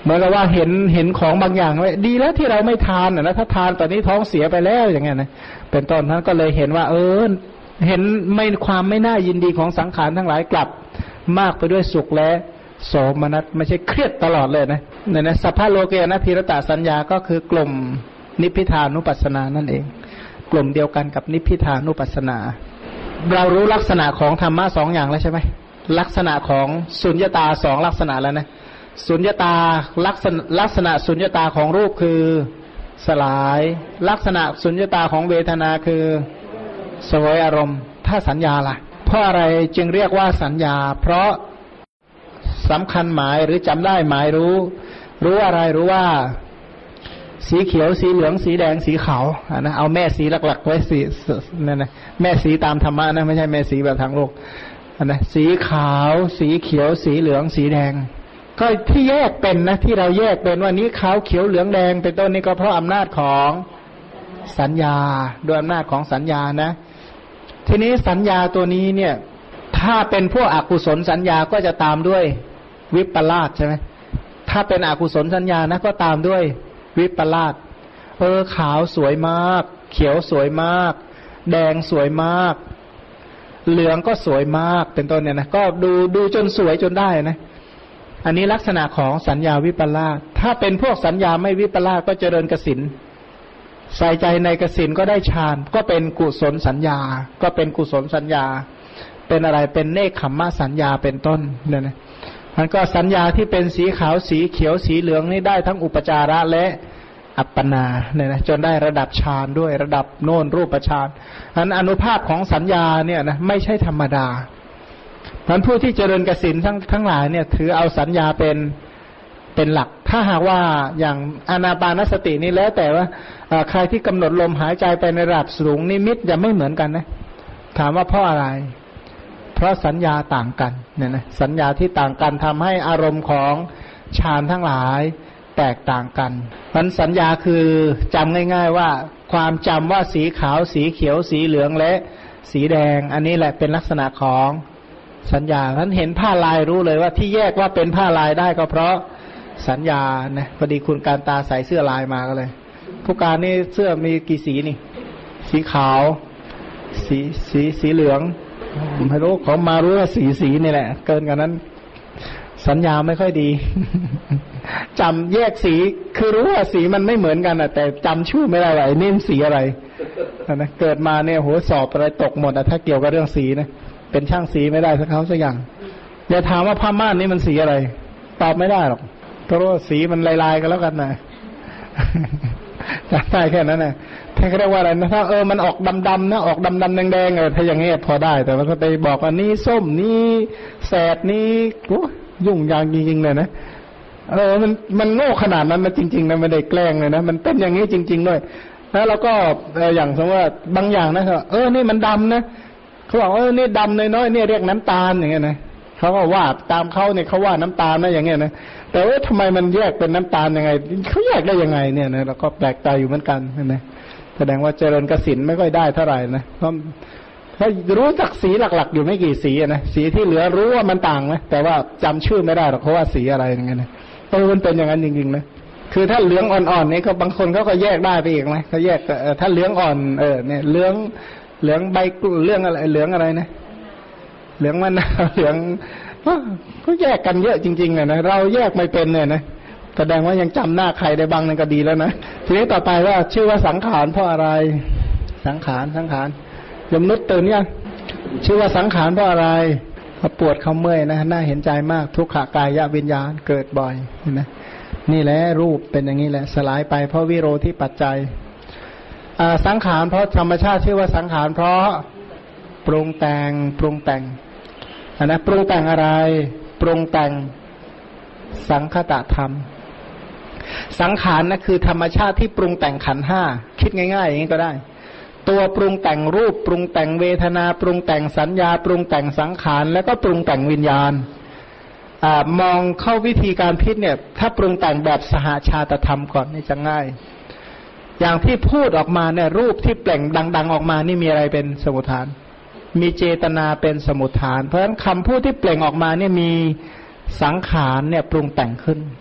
เหมือนกับว่าเห็นของบางอย่างไว้ดีแล้วที่เราไม่ทานนะถ้าทานตอนนี้ท้องเสียไปแล้วอย่างเงี้ยนะเป็นต้นนั้นก็เลยเห็นว่าเห็นไม่ความไม่น่ายินดีของสังขารทั้งหลายกลับมากไปด้วยสุขและโสมนัสไม่ใช่เครียดตลอดเลยนะเนี่ยสัพพะโลเกนะภิรตสัญญาก็คือกลุ่มนิพพิทานุปัสสนานั่นเองกลุ่มเดียวกันกับนิพพิทานุปัสสนาเรารู้ลักษณะของธรรมะสองอย่างแล้วใช่ไหมลักษณะของสุญญตาสองลักษณะแล้วนะสุญญตาลักษณะสุญญตาของรูปคือสลายลักษณะสุญญตาของเวทนาคือเสวยอารมณ์ถ้าสัญญาล่ะเพราะอะไรจึงเรียกว่าสัญญาเพราะสำคัญหมายหรือจำได้หมายรู้อะไรรู้ว่าสีเขียวสีเหลืองสีแดงสีขาวนะเอาแม่สีหลักๆไว้สีนั่นนะแม่สีตามธรรมะนะไม่ใช่แม่สีแบบทางโลกนะสีขาวสีเขียวสีเหลืองสีแดงก็ที่แยกเป็นนะที่เราแยกเป็นว่านี้ขาวเขียวเหลืองแดงเป็นต้นนี้ก็เพราะอำนาจของสัญญาด้วยอำนาจของสัญญานะทีนี้สัญญาตัวนี้เนี่ยถ้าเป็นพวกอกุศลสัญญาก็จะตามด้วยวิปลาสใช่ไหมถ้าเป็นอกุศลสัญญานะก็ตามด้วยวิปลาสขาวสวยมากเขียวสวยมากแดงสวยมากเหลืองก็สวยมากเป็นต้นเนี่ยนะก็ดูจนสวยจนได้นะอันนี้ลักษณะของสัญญาวิปลาสถ้าเป็นพวกสัญญาไม่วิปลาสก็เจริญกสินใส่ใจในกสินก็ได้ฌานก็เป็นกุศลสัญญาก็เป็นกุศลสัญญาเป็นอะไรเป็นเนกขัมมะสัญญาเป็นต้นเนี่ยนะมันก็สัญญาที่เป็นสีขาวสีเขียวสีเหลืองนี่ได้ทั้งอุปจาระและอัปปนาเนี่ยนะจนได้ระดับฌานด้วยระดับโน่นรูปฌานอันอนุภาพของสัญญาเนี่ยนะไม่ใช่ธรรมดาท่านผู้ที่เจริญกสินทั้งหลายเนี่ยถือเอาสัญญาเป็นหลักถ้าหากว่าอย่างอานาปานสตินี่แล้วแต่ว่าใครที่กำหนดลมหายใจไปในระดับสูงนิมิตจะไม่เหมือนกันนะถามว่าเพราะอะไรเพราะสัญญาต่างกันเนี่ยนะสัญญาที่ต่างกันทำให้อารมณ์ของฌานทั้งหลายแตกต่างกันมันสัญญาคือจำง่ายๆว่าความจำว่าสีขาวสีเขียวสีเหลืองและสีแดงอันนี้แหละเป็นลักษณะของสัญญาท่านเห็นผ้าลายรู้เลยว่าที่แยกว่าเป็นผ้าลายได้ก็เพราะสัญญานะพอดีคุณการตาใส่เสื้อลายมาก็เลยผู้การนี่เสื้อมีกี่สีนี่สีขาวสีเหลืองไม่รู้เขามารู้ว่าสีนี่แหละเกินกันนั้นสัญญาไม่ค่อยดีจำแยกสีคือรู้ว่าสีมันไม่เหมือนกันแต่จำชื่อไม่ได้ว่านี่สีอะไรนะเกิดมาเนี่ยโหสอบอะไรตกหมดถ้าเกี่ยวกับเรื่องสีนะเป็นช่างสีไม่ได้สักเขาสักอย่างอย่าถามว่าผ้าม่านนี่มันสีอะไรตอบไม่ได้หรอกเพราะว่าสีมันลายๆกันแล้วกันนะจำได้แค่นั้นนะถ้าเรียกว่าอะไรนะถ้ามันออกดำๆนะออกดำๆแดงๆถ้าอย่างงี้พอได้แต่ว่าถ้าไปบอกว่านี่ส้มนี่แสดนี่ยุ่งยากจริงๆเลยนะมันโง่ขนาดนั้นนะจริงๆนะไม่ได้แกล้งเลยนะมันเป็นอย่างนี้จริงๆด้วยแล้วเราก็อย่างสมมติว่าบางอย่างนะครับนี่มันดำนะเขาบอกนี่ดำน้อยๆเนี่ยเรียกน้ำตาลอย่างเงี้ยนะเขาก็ว่าตามเขาเนี่ยเขาว่าน้ำตาลนะอย่างเงี้ยนะแต่ว่าทำไมมันแยกเป็นน้ำตาลยังไงเขาแยกได้ยังไงเนี่ยนะเราก็แปลกใจอยู่เหมือนกันเห็นไหมแสดงว่าเจริญกสินไม่ค่อยได้เท่าไหร่นะเพราะถ้ารู้จักสีหลักๆอยู่ไม่กี่สีนะสีที่เหลือรู้ว่ามันต่างนะแต่ว่าจำชื่อไม่ได้หรอกเพราะว่าสีอะไรอย่างเงี้ยนะมันเป็นอย่างนั้นจริงๆนะคือถ้าเหลืองอ่อนๆนี่ก็บางคนเขาก็แยกได้ไปอีกไหมเขาแยกถ้าเหลืองอ่อนเนี่ยเหลืองใบเรื่องอะไรเหลืองอะไรนะเหลืองมะนาวเหลืองก็แยกกันเยอะจริงๆนะเราแยกไม่เป็นเนี่ยนะแสดงว่ายังจำหน้าใครได้บ้างนั่นก็ดีแล้วนะทีนี้ต่อไปว่าชื่อว่าสังขารเพราะอะไรสังขารยมนุษย์ตื่นยังชื่อว่าสังขารเพราะอะไรเขาปวดเขาเมื่อยนะน่าเห็นใจมากทุกขกายวิญญาณเกิดบ่อยเห็นไหมนี่แหละรูปเป็นอย่างนี้แหละสลายไปเพราะวิโรธิปัจจัยสังขารเพราะธรรมชาติชื่อว่าสังขารเพราะปรุงแต่งนะปรุงแต่งอะไรปรุงแต่งสังคตธรรมสังขารนะคือธรรมชาติที่ปรุงแต่งขันธ์ห้าคิดง่ายๆอย่างนี้ก็ได้ตัวปรุงแต่งรูปปรุงแต่งเวทนาปรุงแต่งสัญญาปรุงแต่งสังขารแล้วก็ปรุงแต่งวิญญาณมองเข้าวิธีการพิจเนี่ยถ้าปรุงแต่งแบบสหชาตธรรมก่อนนี่จะง่ายอย่างที่พูดออกมาเนี่ยรูปที่เปล่งดังๆออกมานี่มีอะไรเป็นสมุฏฐานมีเจตนาเป็นสมุฏฐานเพราะฉะนั้นคำพูดที่เปล่งออกมาเนี่ยมีสังขารเนี่ยปรุงแต่งขึ้น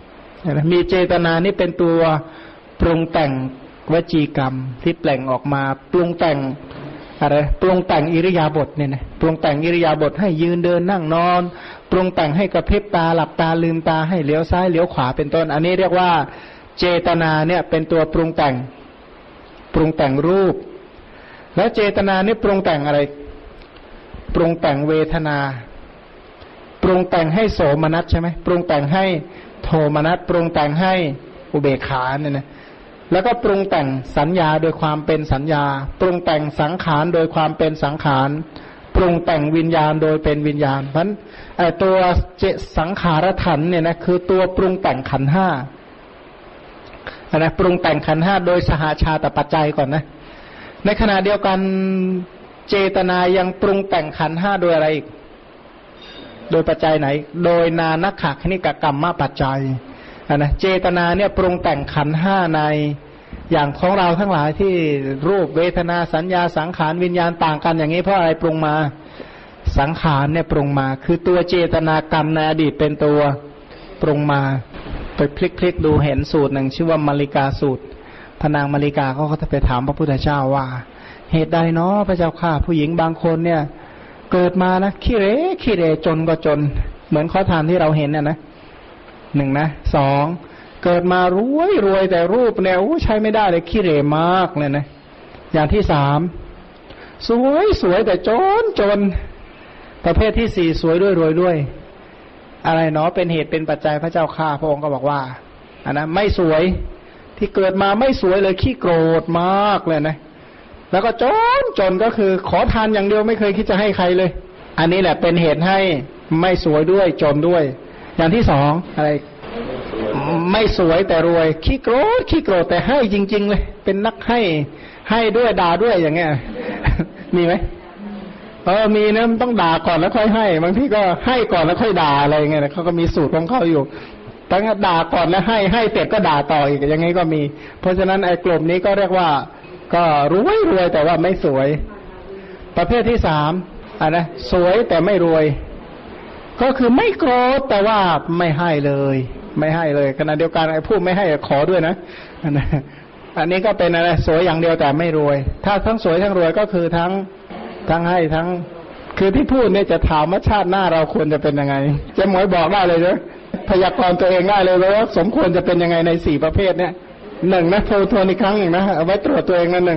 มีเจตนานี่เป็นตัวปรุงแต่งวจีกรรมที่แปลงออกมาปรุงแต่งอะไรปรุงแต่งอิริยาบถเนี่ยนะปรุงแต่งอิริยาบถให้ยืนเดินนั่งนอนปรุงแต่งให้กระพริบตาหลับตาลืมตาให้เลี้ยวซ้ายเลี้ยวขวาเป็นต้นอันนี้เรียกว่าเจตนาเนี่ยเป็นตัวปรุงแต่งรูปแล้วเจตนานี่ปรุงแต่งอะไรปรุงแต่งเวทนาปรุงแต่งให้โสมนัสใช่ไหมปรุงแต่งให้โทมนัสปรุงแต่งให้อุเบกขาเนี่ยนะแล้วก็ปรุงแต่งสัญญาโดยความเป็นสัญญาปรุงแต่งสังขารโดยความเป็นสังขารปรุงแต่งวิญญาณโดยเป็นวิญญาณเพราะฉะนั้นตัวสังขารขันธ์เนี่ยนะคือตัวปรุงแต่งขันธ์ห้านะปรุงแต่งขันธ์ห้าโดยสหชาตปัจจัยก่อนนะในขณะเดียวกันเจตนายังปรุงแต่งขันธ์ห้าโดยอะไรอีกโดยปัจจัยไหนโดยนานักขคณิกกรรมปัจจัยนะเจตนาเนี่ยปรุงแต่งขันธ์ห้าในอย่างของเราทั้งหลายที่รูปเวทนาสัญญาสังขารวิญญาณต่างกันอย่างนี้เพราะอะไรปรุงมาสังขารเนี่ยปรุงมาคือตัวเจตนากรรมในอดีตเป็นตัวปรุงมาไปพลิกดูเห็นสูตรหนึ่งชื่อว่ามาริกาสูตรพนางมาริกาเขาก็ไปถามพระพุทธเจ้าว่าเหตุใดเนาะพระเจ้าข้าผู้หญิงบางคนเนี่ยเกิดมานะขี้เรจนก็จนเหมือนข้อทานที่เราเห็นนะหนึ่งนะสองเกิดมารวยแต่รูปเนี่ยใช้ไม่ได้เลยขี้เรมากเลยนะอย่างที่สามสวยแต่จนประเภทที่สี่สวยด้วยรวยด้วยอะไรเนาะเป็นเหตุเป็นปัจจัยพระเจ้าข้าพระองค์ก็บอกว่าอันนะไม่สวยที่เกิดมาไม่สวยเลยขี้โกรธมากเลยนะแล้วก็จนก็คือขอทานอย่างเดียวไม่เคยคิดจะให้ใครเลยอันนี้แหละเป็นเหตุให้ไม่สวยด้วยจนด้วยอย่างที่สองอะไรไม่สวยแต่รวยขี้โกรธแต่ให้จริงๆเลยเป็นนักให้ด้วยด่าด้วยอย่างเงี้ยมีไหมมีนะต้องด่าก่อนแล้วค่อยให้บางทีก็ให้ก่อนแล้วค่อยด่าอะไรอย่างเงี้ยเขาก็มีสูตรของเขาอยู่ตั้งแต่ด่าก่อนแล้วให้เสร็จก็ด่าต่ออีกอย่างงี้ก็มีเพราะฉะนั้นไอ้กลุ่มนี้ก็เรียกว่าก็รวยแต่ว่าไม่สวยประเภทที่สามนะสวยแต่ไม่รวยก็คือไม่โกรธแต่ว่าไม่ให้เลยขณะเดียวกันไอ้ผู้ไม่ให้ขอด้วยนะอันนี้ก็เป็นอะไรสวยอย่างเดียวแต่ไม่รวยถ้าทั้งสวยทั้งรวยก็คือทั้งให้ทั้งคือที่พูดเนี่ยจะถามว่าชาติหน้าเราควรจะเป็นยังไงจะหมวยบอกได้เลยนะพยากรณ์ตัวเองได้เลยว่าสมควรจะเป็นยังไงในสี่ประเภทเนี่ยหนึ่งนะทวนอีกครั้งหนึ่งนะเอาไว้ตรวจตัวเองนะหนึ่ง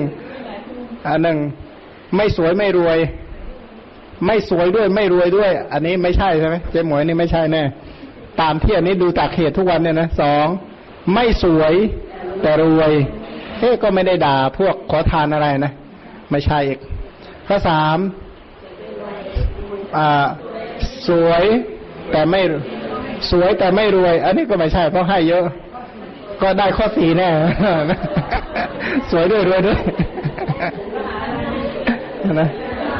ไม่สวยไม่รวยไม่สวยด้วยไม่รวยด้วยอันนี้ไม่ใช่ใช่ไหมเจ๊หมวยนี่ไม่ใช่แน่ตามที่อันนี้ดูจากเหตุทุกวันเนี่ยนะสองไม่สวยแต่รวยก็ไม่ได้ด่าพวกขอทานอะไรนะไม่ใช่อีกข้อสามสวยแต่ไม่รวยอันนี้ก็ไม่ใช่เพราะให้เยอะก็ได้ข้อสี่แน่สวยด้วยรวยด้วยนะ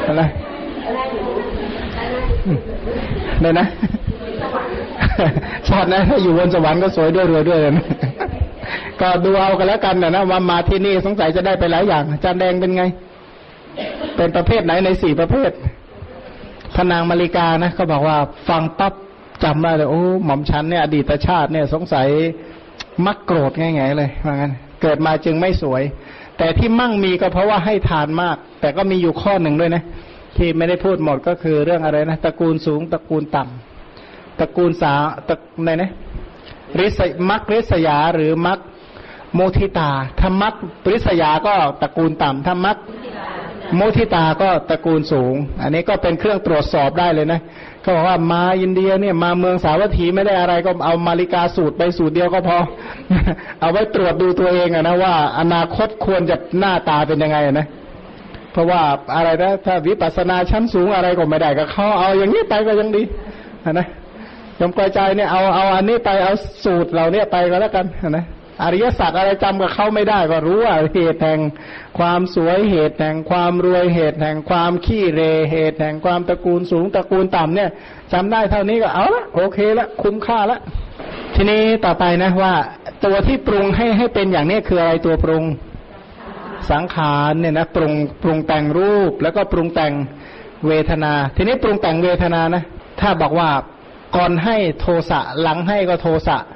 เนี่ยนะชาตินะถ้าอยู่บนสวรรค์ก็สวยด้วยรวยด้วยนะก็ดูเอากันแล้วกันนะว่ามาที่นี่สงสัยจะได้ไปหลายอย่างอาจารย์แดงเป็นไงเป็นประเภทไหนในสี่ประเภทพนางมาริกานะก็บอกว่าฟังปั๊บจำได้เลยโอ้หม่อมฉันเนี่ยอดีตชาติเนี่ยสงสัยมักโกรธง่ายๆเลยว่างั้นเกิดมาจึงไม่สวยแต่ที่มั่งมีก็เพราะว่าให้ทานมากแต่ก็มีอยู่ข้อหนึ่งด้วยนะที่ไม่ได้พูดหมดก็คือเรื่องอะไรนะตระกูลสูงตระกูลต่ำตระกูลไหนนะมักริษยาหรือมักโมทิตาถ้ามักริษยาก็ตระกูลต่ำถ้ามักโมทิตาก็ตระกูลสูงอันนี้ก็เป็นเครื่องตรวจสอบได้เลยนะเขาบอกว่ามาอินเดียเนี่ยมาเมืองสาวัตถีไม่ได้อะไรก็เอามาริกาสูตรไปสูตรเดียวก็พอ เอาไว้ตรวจดูตัวเองนะว่าอนาคตควรจะหน้าตาเป็นยังไงนะเพราะว่าอะไรนะถ้าวิปัสสนาชั้นสูงอะไรก็ไม่ได้ก็เขาเอาอย่างนี้ไปก็ยังดีนะยมกระจายเนี่ยเอาอันนี้ไปเอาสูตรเราเนี่ยไปก็แล้วกันนะอริยสัจอะไรจำกับเขาไม่ได้ก็รู้ว่าเหตุแห่งความสวยเหตุแห่งความรวยเหตุแห่งความขี้เรเหตุแห่งความตระกูลสูงตระกูลต่ำเนี่ยจำได้เท่านี้ก็เอาละโอเคละคุ้มค่าละทีนี้ต่อไปนะว่าตัวที่ปรุงให้เป็นอย่างนี้คืออะไรตัวปรุงสังขารเนี่ยนะปรุงแต่งรูปแล้วก็ปรุงแต่งเวทนาทีนี้ปรุงแต่งเวทนานะถ้าบอกว่าก่อนให้โทสะหลังให้ก็โทสะ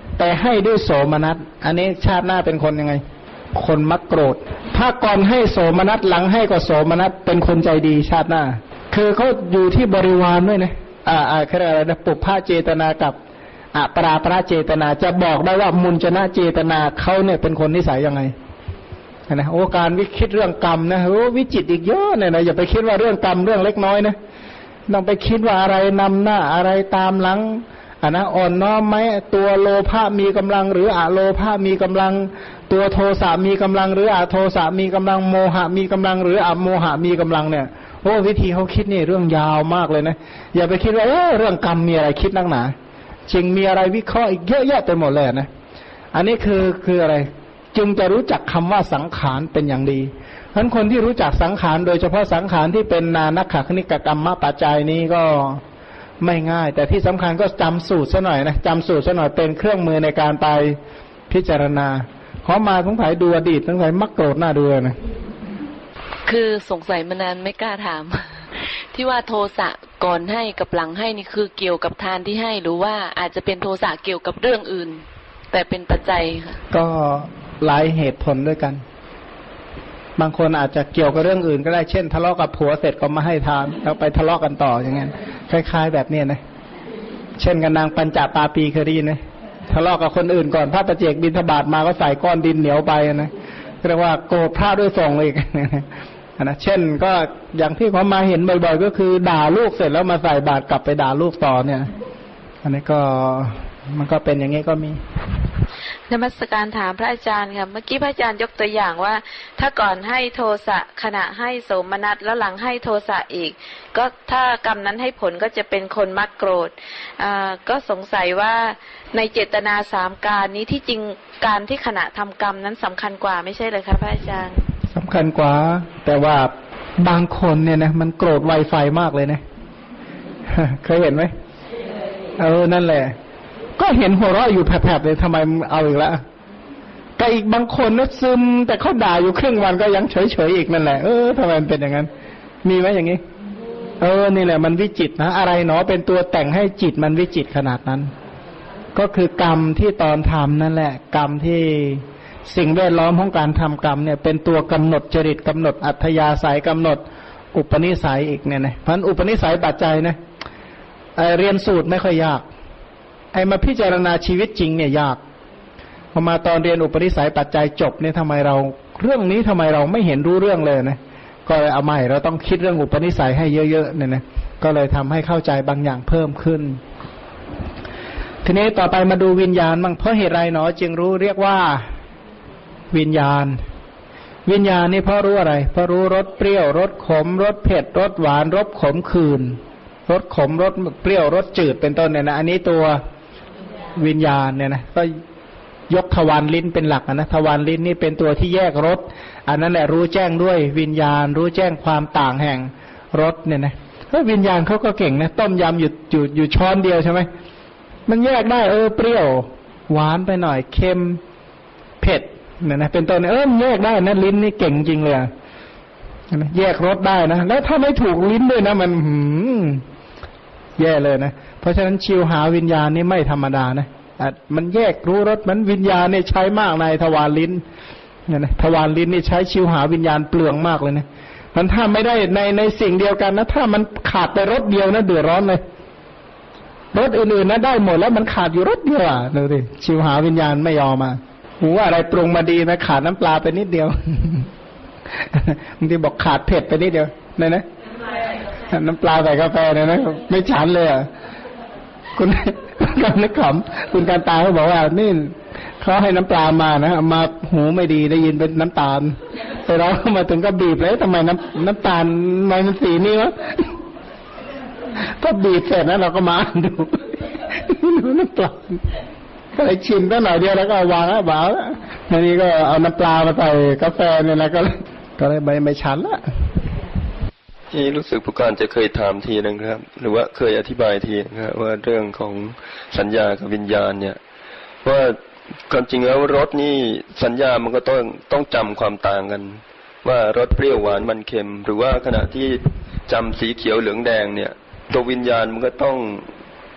แต่ให้ด้วยโสมนัสอันนี้ชาติหน้าเป็นคนยังไงคนมักโกรธถ้าก่อนให้โสมนัสหลังให้ก็โสมนัสเป็นคนใจดีชาติหน้าคือเขาอยู่ที่บริวารด้วยนะคืออะไรนะปุพพะเจตนากับปราประเจตนาจะบอกได้ว่ามุญจนะเจตนาเขาเนี่ยเป็นคนนิสัยยังไงนะโอ้การวิคิดเรื่องกรรมนะโอ้วิจิตรอีกเยอะเนี่ยนะอย่าไปคิดว่าเรื่องกรรมเรื่องเล็กน้อยนะต้องไปคิดว่าอะไรนำหน้าอะไรตามหลังนะอ่อนน้อมไหมตัวโลภะมีกำลังหรืออโลภะมีกำลังตัวโทสะมีกำลังหรืออโทสะมีกำลังโมหะมีกำลังหรืออโมหะมีกำลังเนี่ยโอ้วิธีเขาคิดนี่เรื่องยาวมากเลยนะอย่าไปคิดว่าเรื่องกรรมมีอะไรคิดนักหนาจริงมีอะไรวิเคราะห์อีกเยอะแยะไปหมดเลยนะอันนี้คืออะไรจึงจะรู้จักคำว่าสังขารเป็นอย่างดีเพราะฉะนั้นคนที่รู้จักสังขารโดยเฉพาะสังขารที่เป็นนานักขคณิกกรรมปัจจัยนี้ก็ไม่ง่ายแต่ที่สำคัญก็จำสูตรซะหน่อยนะจำสูตรซะหน่อยเป็นเครื่องมือในการไปพิจารณาขอมาสงสัยดูอดีตสงสัยมักโกรธหน้าดูนะคือสงสัยมานานไม่กล้าถามที่ว่าโทสะก่อนให้กับหลังให้นี่คือเกี่ยวกับทานที่ให้หรือว่าอาจจะเป็นโทสะเกี่ยวกับเรื่องอื่นแต่เป็นปัจจัยค่ะก็หลายเหตุผลด้วยกันบางคนอาจจะเกี่ยวกับเรื่องอื่นก็ได้เช่นทะเลาะกับผัวเสร็จก็มาให้ทานแล้วไปทะเลาะกันต่ออย่างเงี้ยคล้ายๆแบบนี้นะเช่นกันนางปัญจปาปีเคยได้ยินไหมทะเลาะกับคนอื่นก่อนพระประเจกบิณฑบาตมาก็ใส่ก้อนดินเหนียวไปนะเรียกว่าโกรธพระด้วยส่งอีกนะเช่นก็อย่างที่เขามาเห็นบ่อยๆก็คือด่าลูกเสร็จแล้วมาใส่บาตรกลับไปด่าลูกต่อเนี่ยอันนี้ก็มันก็เป็นอย่างนี้ก็มีนมัสการถามพระอาจารย์ค่ะเมื่อกี้พระอาจารย์ยกตัวอย่างว่าถ้าก่อนให้โทสะขณะให้โสมนัสแล้วหลังให้โทสะอีกก็ถ้ากรรมนั้นให้ผลก็จะเป็นคนมักโกรธก็สงสัยว่าในเจตนาสามการนี้ที่จริงการที่ขณะทำกรรมนั้นสำคัญกว่าไม่ใช่เลยคะพระอาจารย์สำคัญกว่าแต่ว่าบางคนเนี่ยนะมันโกรธไวไฟมากเลยนะเคยเห็นไหมนั่นแหละก็เห็นหัวเราะอยู่แผลบๆเลยทำไมเอาอีกแล้วแต่อีกบางคนนะซึมแต่เขาด่าอยู่ครึ่งวันก็ยังเฉยๆอีกนั่นแหละทำไมมันเป็นอย่างนั้นมีไหมอย่างนี้นี่แหละมันวิจิตรนะอะไรเนาะเป็นตัวแต่งให้จิตมันวิจิตรขนาดนั้นก็คือกรรมที่ตอนทำนั่นแหละกรรมที่สิ่งแวดล้อมของการทำกรรมเนี่ยเป็นตัวกำหนดจริตกำหนดอัธยาศัยกำหนดอุปนิสัยอีกเนี่ยนะเพราะอุปนิสัยปัจจัยนะเรียนสูตรไม่ค่อยยากมาพิจารณาชีวิตจริงเนี่ยยากพอมาตอนเรียนอุปนิสัยปัจจัยจบเนี่ยทำไมเราเรื่องนี้ทำไมเราไม่เห็นรู้เรื่องเลยนะก็เลยเอาใหม่เราต้องคิดเรื่องอุปนิสัยให้เยอะๆเนี่ยนะก็เลยทำให้เข้าใจบางอย่างเพิ่มขึ้นทีนี้ต่อไปมาดูวิญญาณบ้างเพราะเหตุไรเนาะจึงรู้เรียกว่าวิญญาณนี่เพราะรู้อะไรเพราะรู้รสเปรี้ยวรสขมรสเผ็ดรสหวานรสขมขื่นรสขมรสเปรี้ยวรสจืดเป็นต้นเนี่ยนะอันนี้ตัววิญญาณเนี่ยนะก็ยกทวารลิ้นเป็นหลักนะทวารลิ้นนี่เป็นตัวที่แยกรสอันนั้นแหละรู้แจ้งด้วยวิญญาณรู้แจ้งความต่างแห่งรสเนี่ยนะก็วิญญาณเขาก็เก่งนะต้มยำอยู่ช้อนเดียวใช่ไหมมันแยกได้เปรี้ยวหวานไปหน่อยเค็มเผ็ดเนี่ยนะเป็นต้นแยกได้นะลิ้นนี่เก่งจริงเลยแยกรสได้นะแล้วถ้าไม่ถูกลิ้นด้วยนะมันแย่เลยนะเพราะฉะนั้นชิวหาวิญญาณนี่ไม่ธรรมดานะมันแยกรู้รสมันวิญญาณนี่ใช้มากในทวารลิ้นเนี่ยนะทวารลิ้นนี่ใช้ชิวหาวิญญาณเปลืองมากเลยนะมันถ้าไม่ได้ในสิ่งเดียวกันนะถ้ามันขาดไปรสเดียวนะเดือดร้อนเลยรสอื่นๆนะได้หมดแล้วมันขาดอยู่รสเดียวดูดิชิวหาวิญญาณไม่ยอมมาหูอะไรปรุงมาดีนะขาดน้ำปลาไปนิดเดียวบางทีบอกขาดเผ็ดไปนิดเดียวนะน้ำปลาใส่กาแฟเนี่ยนะไม่ฉันเลยคุณการนึกขำคุณการตาเขาบอกว่านี่เขาให้น้ำปลามานะมาหูไม่ดีได้ยินเป็นน้ำตาลไปร้องมาถึงก็บีบเลยทำไมน้ำตาลมันสีนี้วะพอบีบเสร็จนะเราก็มาดูน้ำปลาก็เลยชิมแค่หน่อยเดียวแล้วก็วางแล้วบ่าวแล้วทีนี้ก็เอาน้ำปลามาใส่กาแฟเนี่ยนะก็เลยไม่ฉันละที่รู้สึกผู้การจะเคยถามทีนึงครับหรือว่าเคยอธิบายทีนะครับว่าเรื่องของสัญญากับวิญญาณเนี่ยว่าความจริงแล้วรสนี่สัญญามันก็ต้องจำความต่างกันว่ารสเปรี้ยวหวานมันเค็มหรือว่าขณะที่จำสีเขียวเหลืองแดงเนี่ยตัววิญญาณมันก็ต้อง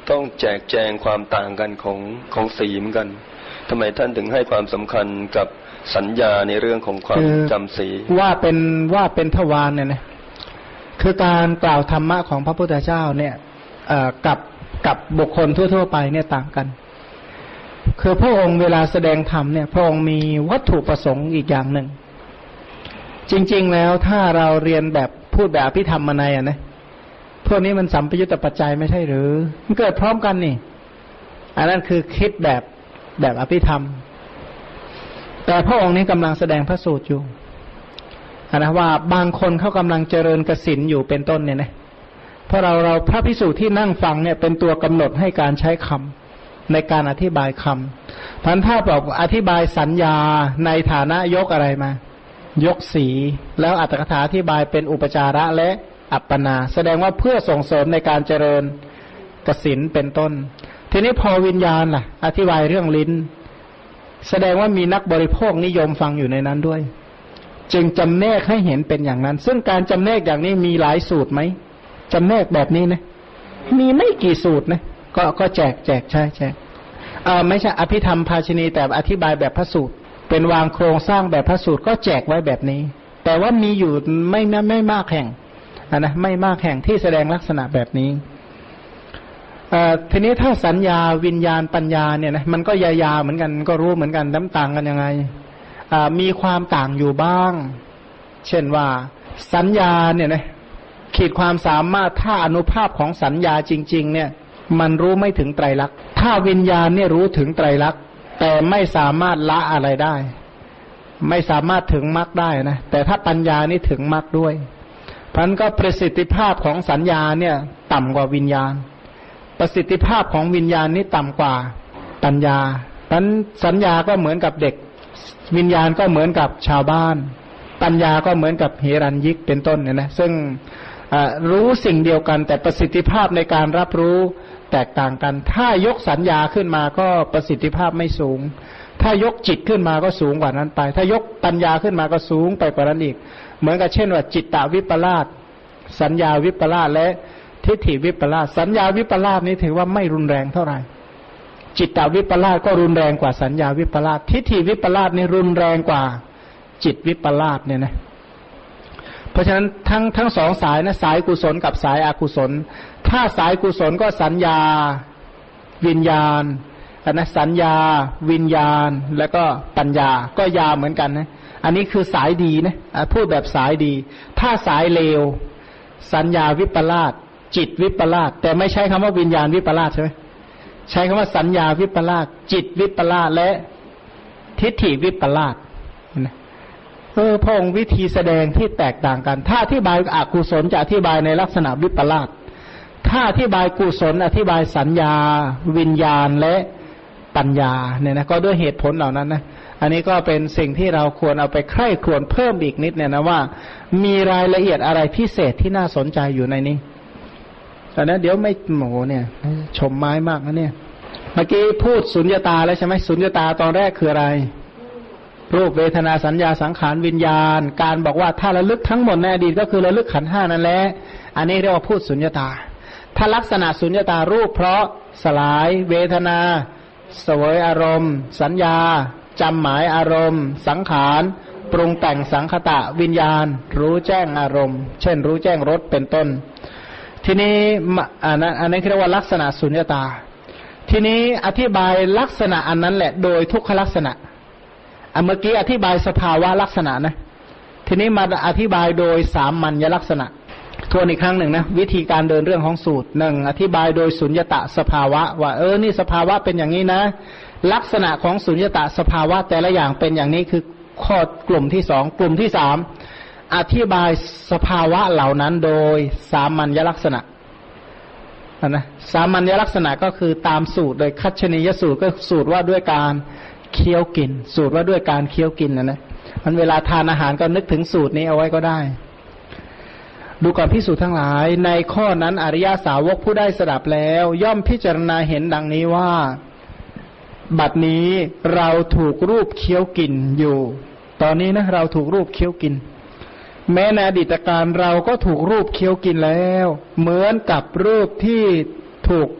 ต้องแจกแจงความต่างกันของสีเหมือนกันทำไมท่านถึงให้ความสำคัญกับสัญญาในเรื่องของความจำสีว่าเป็นทวารเนี่ยนะคือการกล่าวธรรมะของพระพุทธเจ้าเนี่ยกับบุคคลทั่วๆไปเนี่ยต่างกันคือพระองค์เวลาแสดงธรรมเนี่ยพระองค์มีวัตถุประสงค์อีกอย่างหนึ่งจริงๆแล้วถ้าเราเรียนแบบพูดแบบอภิธรรมมาในนะพวกนี้มันสัมปยุตตปัจจัยไม่ใช่หรือมันเกิดพร้อมกันนี่อันนั้นคือคิดแบบอภิธรรมแต่พระองค์นี้กำลังแสดงพระสูตรอยู่นะว่าบางคนเขากำลังเจริญกสิณอยู่เป็นต้นเนี่ยนะเพราะเราพระภิกษุที่นั่งฟังเนี่ยเป็นตัวกำหนดให้การใช้คำในการอธิบายคำพันถ้าบอกอธิบายสัญญาในฐานะยกอะไรมายกสีแล้วอรรถกถาอธิบายเป็นอุปจาระและอัปปนาแสดงว่าเพื่อส่งเสริมในการเจริญกสิณเป็นต้นทีนี้พอวิญญาณล่ะอธิบายเรื่องลิ้นแสดงว่ามีนักบริโภคนิยมฟังอยู่ในนั้นด้วยจึงจำแนกให้เห็นเป็นอย่างนั้นซึ่งการจำแนกอย่างนี้มีหลายสูตรไหมจำแนกแบบนี้นะมีไม่กี่สูตรนะก็แจกใช่ไม่ใช่อภิธรรมภาชนีแต่อธิบายแบบพระสูตรเป็นวางโครงสร้างแบบพระสูตรก็แจกไว้แบบนี้แต่ว่ามีอยู่ไม่มากแห่งนะไม่มากแห่งที่แสดงลักษณะแบบนี้ทีนี้ถ้าสัญญาวิญญาณปัญญาเนี่ยนะมันก็ยาวๆเหมือนกันก็รู้เหมือนกันน้ำต่างกันยังไงมีความต่างอยู่บ้างเช่นว่าสัญญาเนี่ยนะขีดความสามารถถ้าอนุภาพของสัญญาจริงๆเนี่ยมันรู้ไม่ถึงไตรลักษณ์ถ้าวิญญาณเนี่ยรู้ถึงไตรลักษณ์แต่ไม่สามารถละอะไรได้ไม่สามารถถึงมรรคได้นะแต่ถ้าปัญญานี่ถึงมรรคด้วยเพราะนั้นก็ประสิทธิภาพของสัญญาเนี่ยต่ำกว่าวิญญาณประสิทธิภาพของวิญญาณนี่ต่ำกว่าปัญญาเพราะนั้นสัญญาก็เหมือนกับเด็กวิญญาณก็เหมือนกับชาวบ้านปัญญาก็เหมือนกับเฮรัญญิกเป็นต้นเนี่ยนะซึ่งรู้สิ่งเดียวกันแต่ประสิทธิภาพในการรับรู้แตกต่างกันถ้ายกสัญญาขึ้นมาก็ประสิทธิภาพไม่สูงถ้ายกจิตขึ้นมาก็สูงกว่านั้นไปถ้ายกปัญญาขึ้นมาก็สูงไปกว่านั้นอีกเหมือนกับเช่นว่าจิตตวิปลาสสัญญาวิปลาสและทิฏฐิวิปลาสสัญญาวิปลาสนี้ถือว่าไม่รุนแรงเท่าไหร่จิตตวิปลาสก็รุนแรงกว่าสัญญาวิปลาสทิฏฐิวิปลาสนี่รุนแรงกว่าจิตวิปลาสเนี่ยนะเพราะฉะนั้นทั้งสองสายนะสายกุศลกับสายอกุศลถ้าสายกุศลก็สัญญาวิญญาณนะสัญญาวิญญาณแล้วก็ปัญญาก็ยาเหมือนกันนะอันนี้คือสายดีนะพูดแบบสายดีถ้าสายเลวสัญญาวิปลาสจิตวิปลาสแต่ไม่ใช้คำว่าวิญญาณวิปลาสใช่ไหมใช้คำว่าสัญญาวิปลาสจิตวิปลาสและทิฏฐิวิปลาสนะพระองค์วิธีแสดงที่แตกต่างกันถ้าอธิบายอกุศลจะอธิบายในลักษณะวิปลาสถ้าอธิบายกุศลอธิบายสัญญาวิญญาณและปัญญาเนี่ยนะก็ด้วยเหตุผลเหล่านั้นนะอันนี้ก็เป็นสิ่งที่เราควรเอาไปใคร่ครวญเพิ่มอีกนิดเนี่ยนะว่ามีรายละเอียดอะไรพิเศษที่น่าสนใจอยู่ในนี้แต่นะเดี๋ยวไม่โหเนี่ยชมไม้มากนะเนี่ยเมื่อกี้พูดสุญญตาแล้วใช่ไหมสุญญตาตอนแรกคืออะไรรูปเวทนาสัญญาสังขารวิญญาณการบอกว่าถ้าระลึกทั้งหมดในอดีตก็คือระลึกขันธ์5นั่นแหละอันนี้เรียกว่าพูดสุญญตาถ้าลักษณะสุญญตารูปเพราะสลายเวทนาเสวยอารมณ์สัญญาจำหมายอารมณ์สังขารปรุงแต่งสังคตะวิญญาณรู้แจ้งอารมณ์เช่นรู้แจ้งรสเป็นต้นทีนี้อันนั้นเรียกว่าลักษณะสุญญตาทีนี้อธิบายลักษณะอันนั้นแหละโดยทุกขลักษณะเมื่อกี้อธิบายสภาวะลักษณะนะทีนี้มาอธิบายโดยสามัญลักษณะทวนอีกครั้งหนึ่งนะวิธีการเดินเรื่องของสูตรหนึ่งอธิบายโดยสุญญตสภาวะว่านี่สภาวะเป็นอย่างนี้นะลักษณะของสุญญตสภาวะแต่ละอย่างเป็นอย่างนี้คือข้อกลุ่มที่สองกลุ่มที่สามอธิบายสภาวะเหล่านั้นโดยสามัญลักษณะนะสามัญลักษณะก็คือตามสูตรโดยคัจฉนียสูตรก็สูตรว่าด้วยการเคี้ยวกินสูตรว่าด้วยการเคี้ยวกินนะมันเวลาทานอาหารก็นึกถึงสูตรนี้เอาไว้ก็ได้ดูก่อนภิกษุทั้งหลายในข้อนั้นอริยสาวกผู้ได้สดับแล้วย่อมพิจารณาเห็นดังนี้ว่าบัดนี้เราถูกรูปเคี้ยวกินอยู่ตอนนี้นะเราถูกรูปเคี้ยวกินแม้ในอดีตการเราก็ถูกรูปเคี้ยวกินแล้วเหมือนกับรูปที่ถูก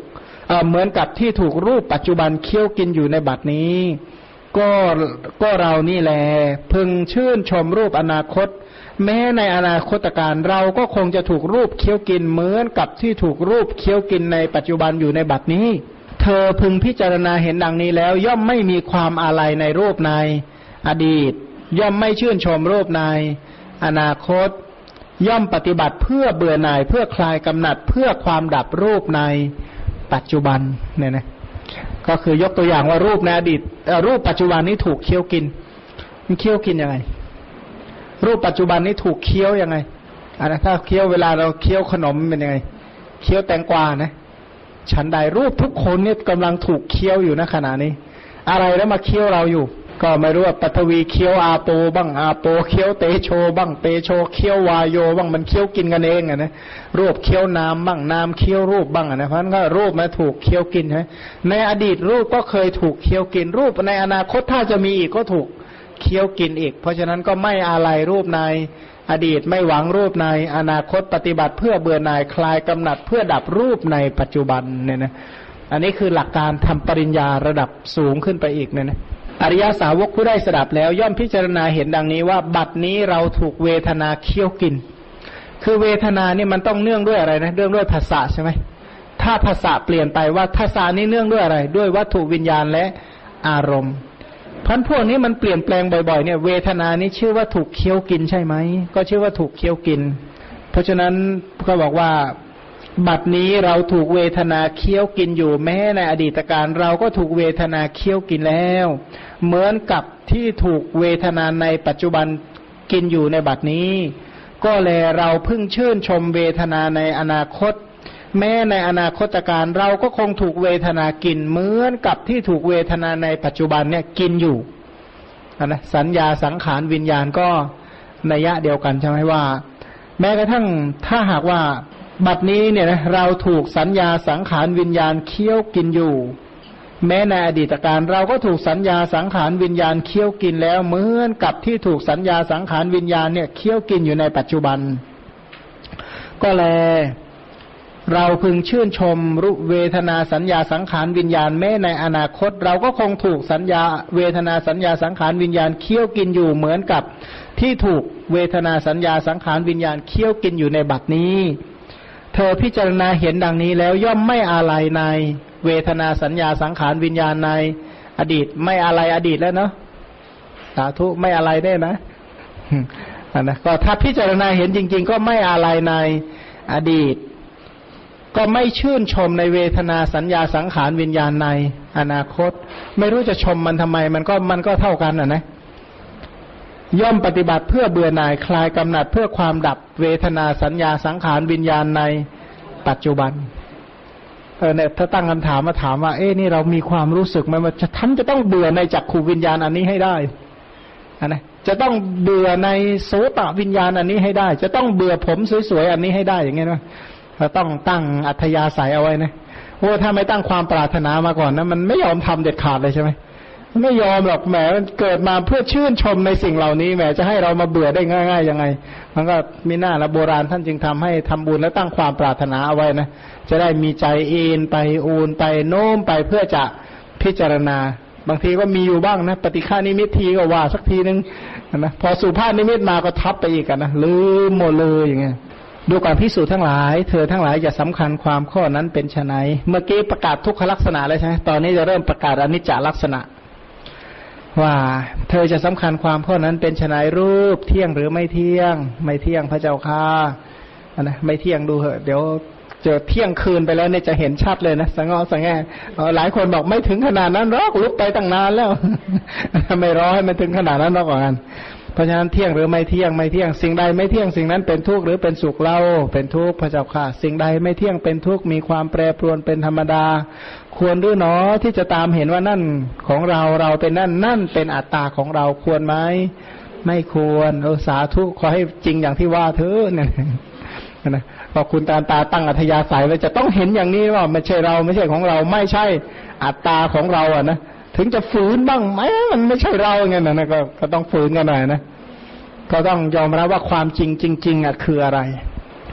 เหมือนกับที่ถูกรูปปัจจุบันเคี้ยวกินอยู่ในบัดนี้ก็เรานี่แหละพึงชื่นชมรูปอนาคตแม้ในอนาคตการเราก็คงจะถูกรูปเคี้ยวกินเหมือนกับที่ถูกรูปเคี้ยวกินในปัจจุบันอยู่ในบัดนี้เธอพึงพิจารณาเห็นดังนี้แล้วย่อมไม่มีความอาลัยในรูปในอดีตย่อมไม่ชื่นชมรูปในอนาคตย่อมปฏิบัติเพื่อเบื่อหน่ายเพื่อคลายกำหนัดเพื่อความดับรูปในปัจจุบันเนี่ยนะก็คือยกตัวอย่างว่ารูปในอดีตรูปปัจจุบันนี้ถูกเคี้ยวกินมันเคี้ยวกินยังไงรูปปัจจุบันนี้ถูกเคี้ยวยังไงถ้าเคี้ยวเวลาเราเคี้ยวขนมเป็นยังไงเคี้ยวแตงกวานะฉันใดรูปทุกคนเนี่ยกำลังถูกเคี้ยวอยู่ณขณะนี้อะไรแล้วมาเคี้ยวเราอยู่ก็ไม่รู้ว่าปฐวีเคี้ยวอาโปบ้างอาโปเคี้ยวเตโชบ้างเตโชเคี้ยววายโยบ้างมันเคี้ยวกินกันเองอ่ะนะรูปเคี้ยวน้ำบ้างน้ำเคี้ยวรูปบ้างอ่ะนะเพราะฉะนั้นก็รูปมาถูกเคี้ยวกินใช่ไหมในอดีตรูปก็เคยถูกเคี้ยวกินรูปในอนาคตถ้าจะมีอีกก็ถูกเคี้ยวกินอีกเพราะฉะนั้นก็ไม่อาลัยรูปในอดีตไม่หวังรูปในอนาคตปฏิบัติเพื่อเบื่อหน่ายคลายกำหนัดเพื่อดับรูปในปัจจุบันเนี่ยนะอันนี้คือหลักการทำปริญญาระดับสูงขึ้นไปอีกเนี่ยนะอริยสาวกผู้ได้สดับแล้วย่อมพิจารณาเห็นดังนี้ว่าบัดนี้เราถูกเวทนาเคี้ยวกินคือเวทนานี่มันต้องเนื่องด้วยอะไรนะเนื่องด้วยภาษาใช่ไหมถ้าภาษาเปลี่ยนไปว่าภาษานี้เนื่องด้วยอะไรด้วยวัตถุวิญญาณและอารมณ์พันพวกนี้มันเปลี่ยนแปลงบ่อยๆเนี่ยเวทนานี้ชื่อว่าถูกเคี้ยวกินใช่ไหมก็ชื่อว่าถูกเคี้ยวกินเพราะฉะนั้นก็บอกว่าบัดนี้เราถูกเวทนาเคี้ยวกินอยู่แม้ในอดีตการเราก็ถูกเวทนาเคี้ยวกินแล้วเหมือนกับที่ถูกเวทนาในปัจจุบันกินอยู่ในบัดนี้ก็แลเราพึ่งชื่นชมเวทนาในอนาคตแม้ในอนาคตการเราก็คงถูกเวทนากินเหมือนกับที่ถูกเวทนาในปัจจุบันเนี่ยกินอยู่นะสัญญาสังขารวิญญาณก็นัยยะเดียวกันใช่ไหมว่าแม้กระทั่งถ้าหากว่าบัดนี้เนี่ยนะเราถูกสัญญาสังขารวิญญาณเคี้ยวกินอยู่แม้ในอดีตการเราก็ถูกสัญญาสังขารวิญญาณเคี้ยวกินแล้วเหมือนกับที่ถูกสัญญาสังขารวิญญาณเนี่ยเคี้ยวกินอยู่ในปัจจุบันก็แลเราพึงชื่นชมรูปเวทนาสัญญาสังขารวิญญาณแม้ในอนาคตเราก็คงถูกสัญญาเวทนาสัญญาสังขารวิญญาณเคี้ยวกินอยู่เหมือนกับที่ถูกเวทนาสัญญาสังขารวิญญาณเคี้ยวกินอยู่ในบัดนี้เธอพิจารณาเห็นดังนี้แล้วย่อมไม่อาลัยในเวทนาสัญญาสังขารวิญญาณในอดีตไม่อาลัยอดีตแล้วเนาะสาธุไม่อาลัยได้นะนะก็ถ้าพิจารณาเห็นจริงๆก็ไม่อาลัยในอดีตก็ไม่ชื่นชมในเวทนาสัญญาสังขารวิญญาณในอนาคตไม่รู้จะชมมันทำไมมันก็เท่ากันนะย่อมปฏิบัติเพื่อเบื่อหน่ายคลายกำหนัดเพื่อความดับเวทนาสัญญาสังขารวิญญาณในปัจจุบันเนี่ยถ้าตั้งคำถามมาถามว่านี่เรามีความรู้สึกไหมว่าท่านจะต้องเบื่อในจักขูวิญญาณอันนี้ให้ได้นะจะต้องเบื่อในโสตวิญญาณอันนี้ให้ได้จะต้องเบื่อผมสวยๆอันนี้ให้ได้อย่างเงี้ยนะเราต้องตั้งอัธยาศัยเอาไว้นะโอ้ถ้าไม่ตั้งความปรารถนามาก่อนนะมันไม่ยอมทำเด็ดขาดเลยใช่ไหมไม่ยอมหรอกแหมมันเกิดมาเพื่อชื่นชมในสิ่งเหล่านี้แหมจะให้เรามาเบื่อได้ง่ายๆยังไงมันก็มีหน้าละโบราณท่านจึงทำให้ทำบุญและตั้งความปรารถนาเอาไว้นะจะได้มีใจเอ็นไปอูนไปโน้มไปเพื่อจะพิจารณาบางทีก็มีอยู่บ้างนะปฏิฆานิมิตทีก็ว่าสักทีนึงนะพอสุภาพนิมิตมาก็ทับไปอีกนะลืมหมดเลยอย่างเงี้ยดูก่อนภิกษุทั้งหลายเธอทั้งหลายอย่าสำคัญความข้อนั้นเป็นไฉนเมื่อกี้ประกาศทุกขลักษณะแล้วใช่ไหมตอนนี้จะเริ่มประกาศอนิจจลักษณะว่าเธอจะสำคัญความข้อนั้นเป็นไฉนรูปเที่ยงหรือไม่เที่ยงไม่เที่ยงพระเจ้าค่ะนะไม่เที่ยงดูเหอะเดี๋ยวเจอเที่ยงคืนไปแล้วเนี่ยจะเห็นชัดเลยนะสังแง่หลายคนบอกไม่ถึงขนาดนั้นหรอกลุกไปตั้งนานแล้ว ไม่รอให้มันถึงขนาดนั้นหรอกกันเพราะฉะนั้นเที่ยงหรือไม่เที่ยงไม่เที่ยงสิ่งใดไม่เที่ยงสิ่งนั้นเป็นทุกข์หรือเป็นสุขเล่าเป็นทุกข์พระเจ้าค่ะสิ่งใดไม่เที่ยงเป็นทุกข์มีความแปรปรวนเป็นธรรมดาควรหรือหนอที่จะตามเห็นว่านั่นของเราเราเป็นนั่นเป็นอัตตาของเราควรไหมไม่ควรสาธุขอให้จริงอย่างที่ว่าเถอะเนี่ยนะพอคุณตาตั้งอัธยาศัยไว้จะต้องเห็นอย่างนี้ว่าไม่ใช่เราไม่ใช่ของเราไม่ใช่อัตตาของเราอ่ะนะถึงจะฝืนบ้างไหมมันไม่ใช่เราไงนะก็ต้องฝืนกันหน่อยนะก็ต้องยอมรับว่าความจริงจริงๆอ่ะคืออะไร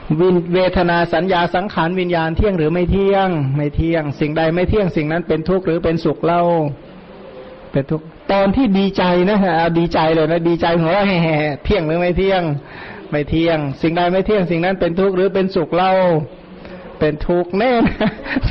เวทนาสัญญาสังขารวิญญาณเที่ยงหรือไม่เที่ยงไม่เที่ยงสิ่งใดไม่เที่ยงสิ่งนั้นเป็นทุกข์หรือเป็นสุขเล่าเป็นทุกข์ตอนที่ดีใจนะฮะดีใจเลยนะดีใจหัวเราะแห่เที่ยงหรือไม่เที่ยงไม่เที่ยงสิ่งใดไม่เที่ยงสิ่งนั้นเป็นทุกข์หรือเป็นสุขเล่าเป็นทุกข์แน่นะ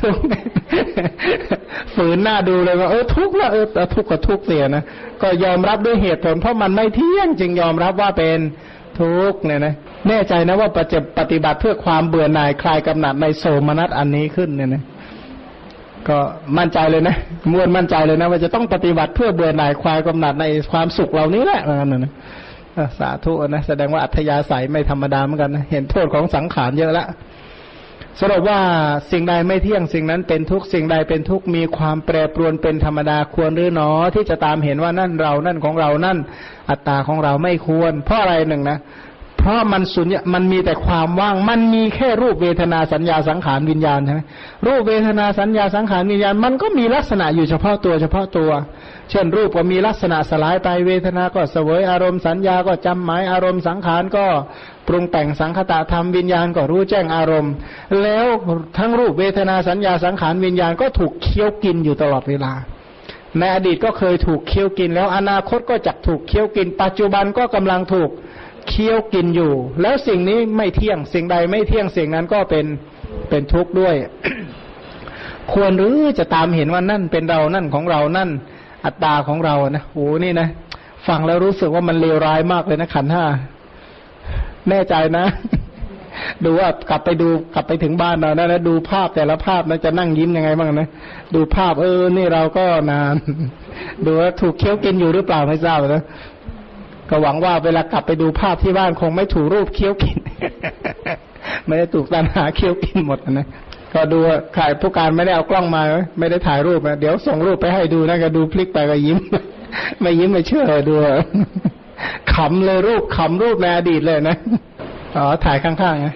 ฝืนหน้าดูเลยว่าทุกข์ละทุกข์กับทุกข์เสียนะก็ยอมรับด้วยเหตุผลเพราะมันไม่เที่ยงจึงยอมรับว่าเป็นทุกข์เนี่ยนะแน่ใจนะว่าจะปฏิบัติเพื่อความเบื่อหน่ายคลายกำหนัดในโสมนัสอันนี้ขึ้นเนี่ยนะก็มั่นใจเลยนะม้วนมั่นใจเลยนะว่าจะต้องปฏิบัติเพื่อเบื่อหน่ายคลายกำหนัดในความสุขเหล่านี้แหละนะสาธุนะแสดงว่าอัธยาศัยไม่ธรรมดาเหมือนกันนะเห็นโทษของสังขารเยอะแล้วสรุปว่าสิ่งใดไม่เที่ยงสิ่งนั้นเป็นทุกข์สิ่งใดเป็นทุกข์มีความแปรปรวนเป็นธรรมดาควรหรือหนอที่จะตามเห็นว่านั่นเรานั่นของเรานั่นอัตตาของเราไม่ควรเพราะอะไรหนึ่งนะเพราะมันสุญญะมันมีแต่ความว่างมันมีแค่รูปเวทนาสัญญาสังขารวิญญาณใช่ไหมรูปเวทนาสัญญาสังขารวิญญาณมันก็มีลักษณะอยู่เฉพาะตัวเช่นรูปก็มีลักษณะสลายไปเวทนาก็เสวยอารมณ์สัญญาก็จำหมายอารมณ์สังขารก็ปรุงแต่งสังคตธรรมวิญญาณก็รู้แจ้งอารมณ์แล้วทั้งรูปเวทนาสัญญาสังขารวิญญาณก็ถูกเคี้ยวกินอยู่ตลอดเวลาในอดีตก็เคยถูกเคี้ยวกินแล้วอนาคตก็จะถูกเคี้ยวกินปัจจุบันก็กำลังถูกเคี้ยวกินอยู่แล้วสิ่งนี้ไม่เที่ยงสิ่งใดไม่เที่ยงสิ่งนั้นก็เป็นทุกข์ด้วย ควรหรือจะตามเห็นว่านั่นเป็นเรานั่นของเรานั่นอัตตาของเรานะโอ้นี่นะฟังแล้วรู้สึกว่ามันเลวร้ายมากเลยนะขันธ์ห้าแน่ใจนะ ดูว่ากลับไปถึงบ้านเรานะดูภาพแต่ละภาพนะจะนั่งยิ้มยังไงบ้างนะดูภาพนี่เราก็นาน ดูว่าถูกเคี้ยวกินอยู่หรือเปล่าไม่ทราบนะก็หวังว่าเวลากลับไปดูภาพที่บ้านคงไม่ถูกรูปเคี้ยวกิน ไม่ได้ถูกตัณหาเคี้ยวกินหมดนะก็ดูใครผู้การไม่ได้เอากล้องมาไม่ได้ถ่ายรูปนะเดี๋ยวส่งรูปไปให้ดูนะก็ดูพลิกไปก็ยิ้ม ไม่ยิ้มไม่เชื่อดูขำเลยขำรูปในอดีตเลยนะอ๋อถ่ายข้างๆไง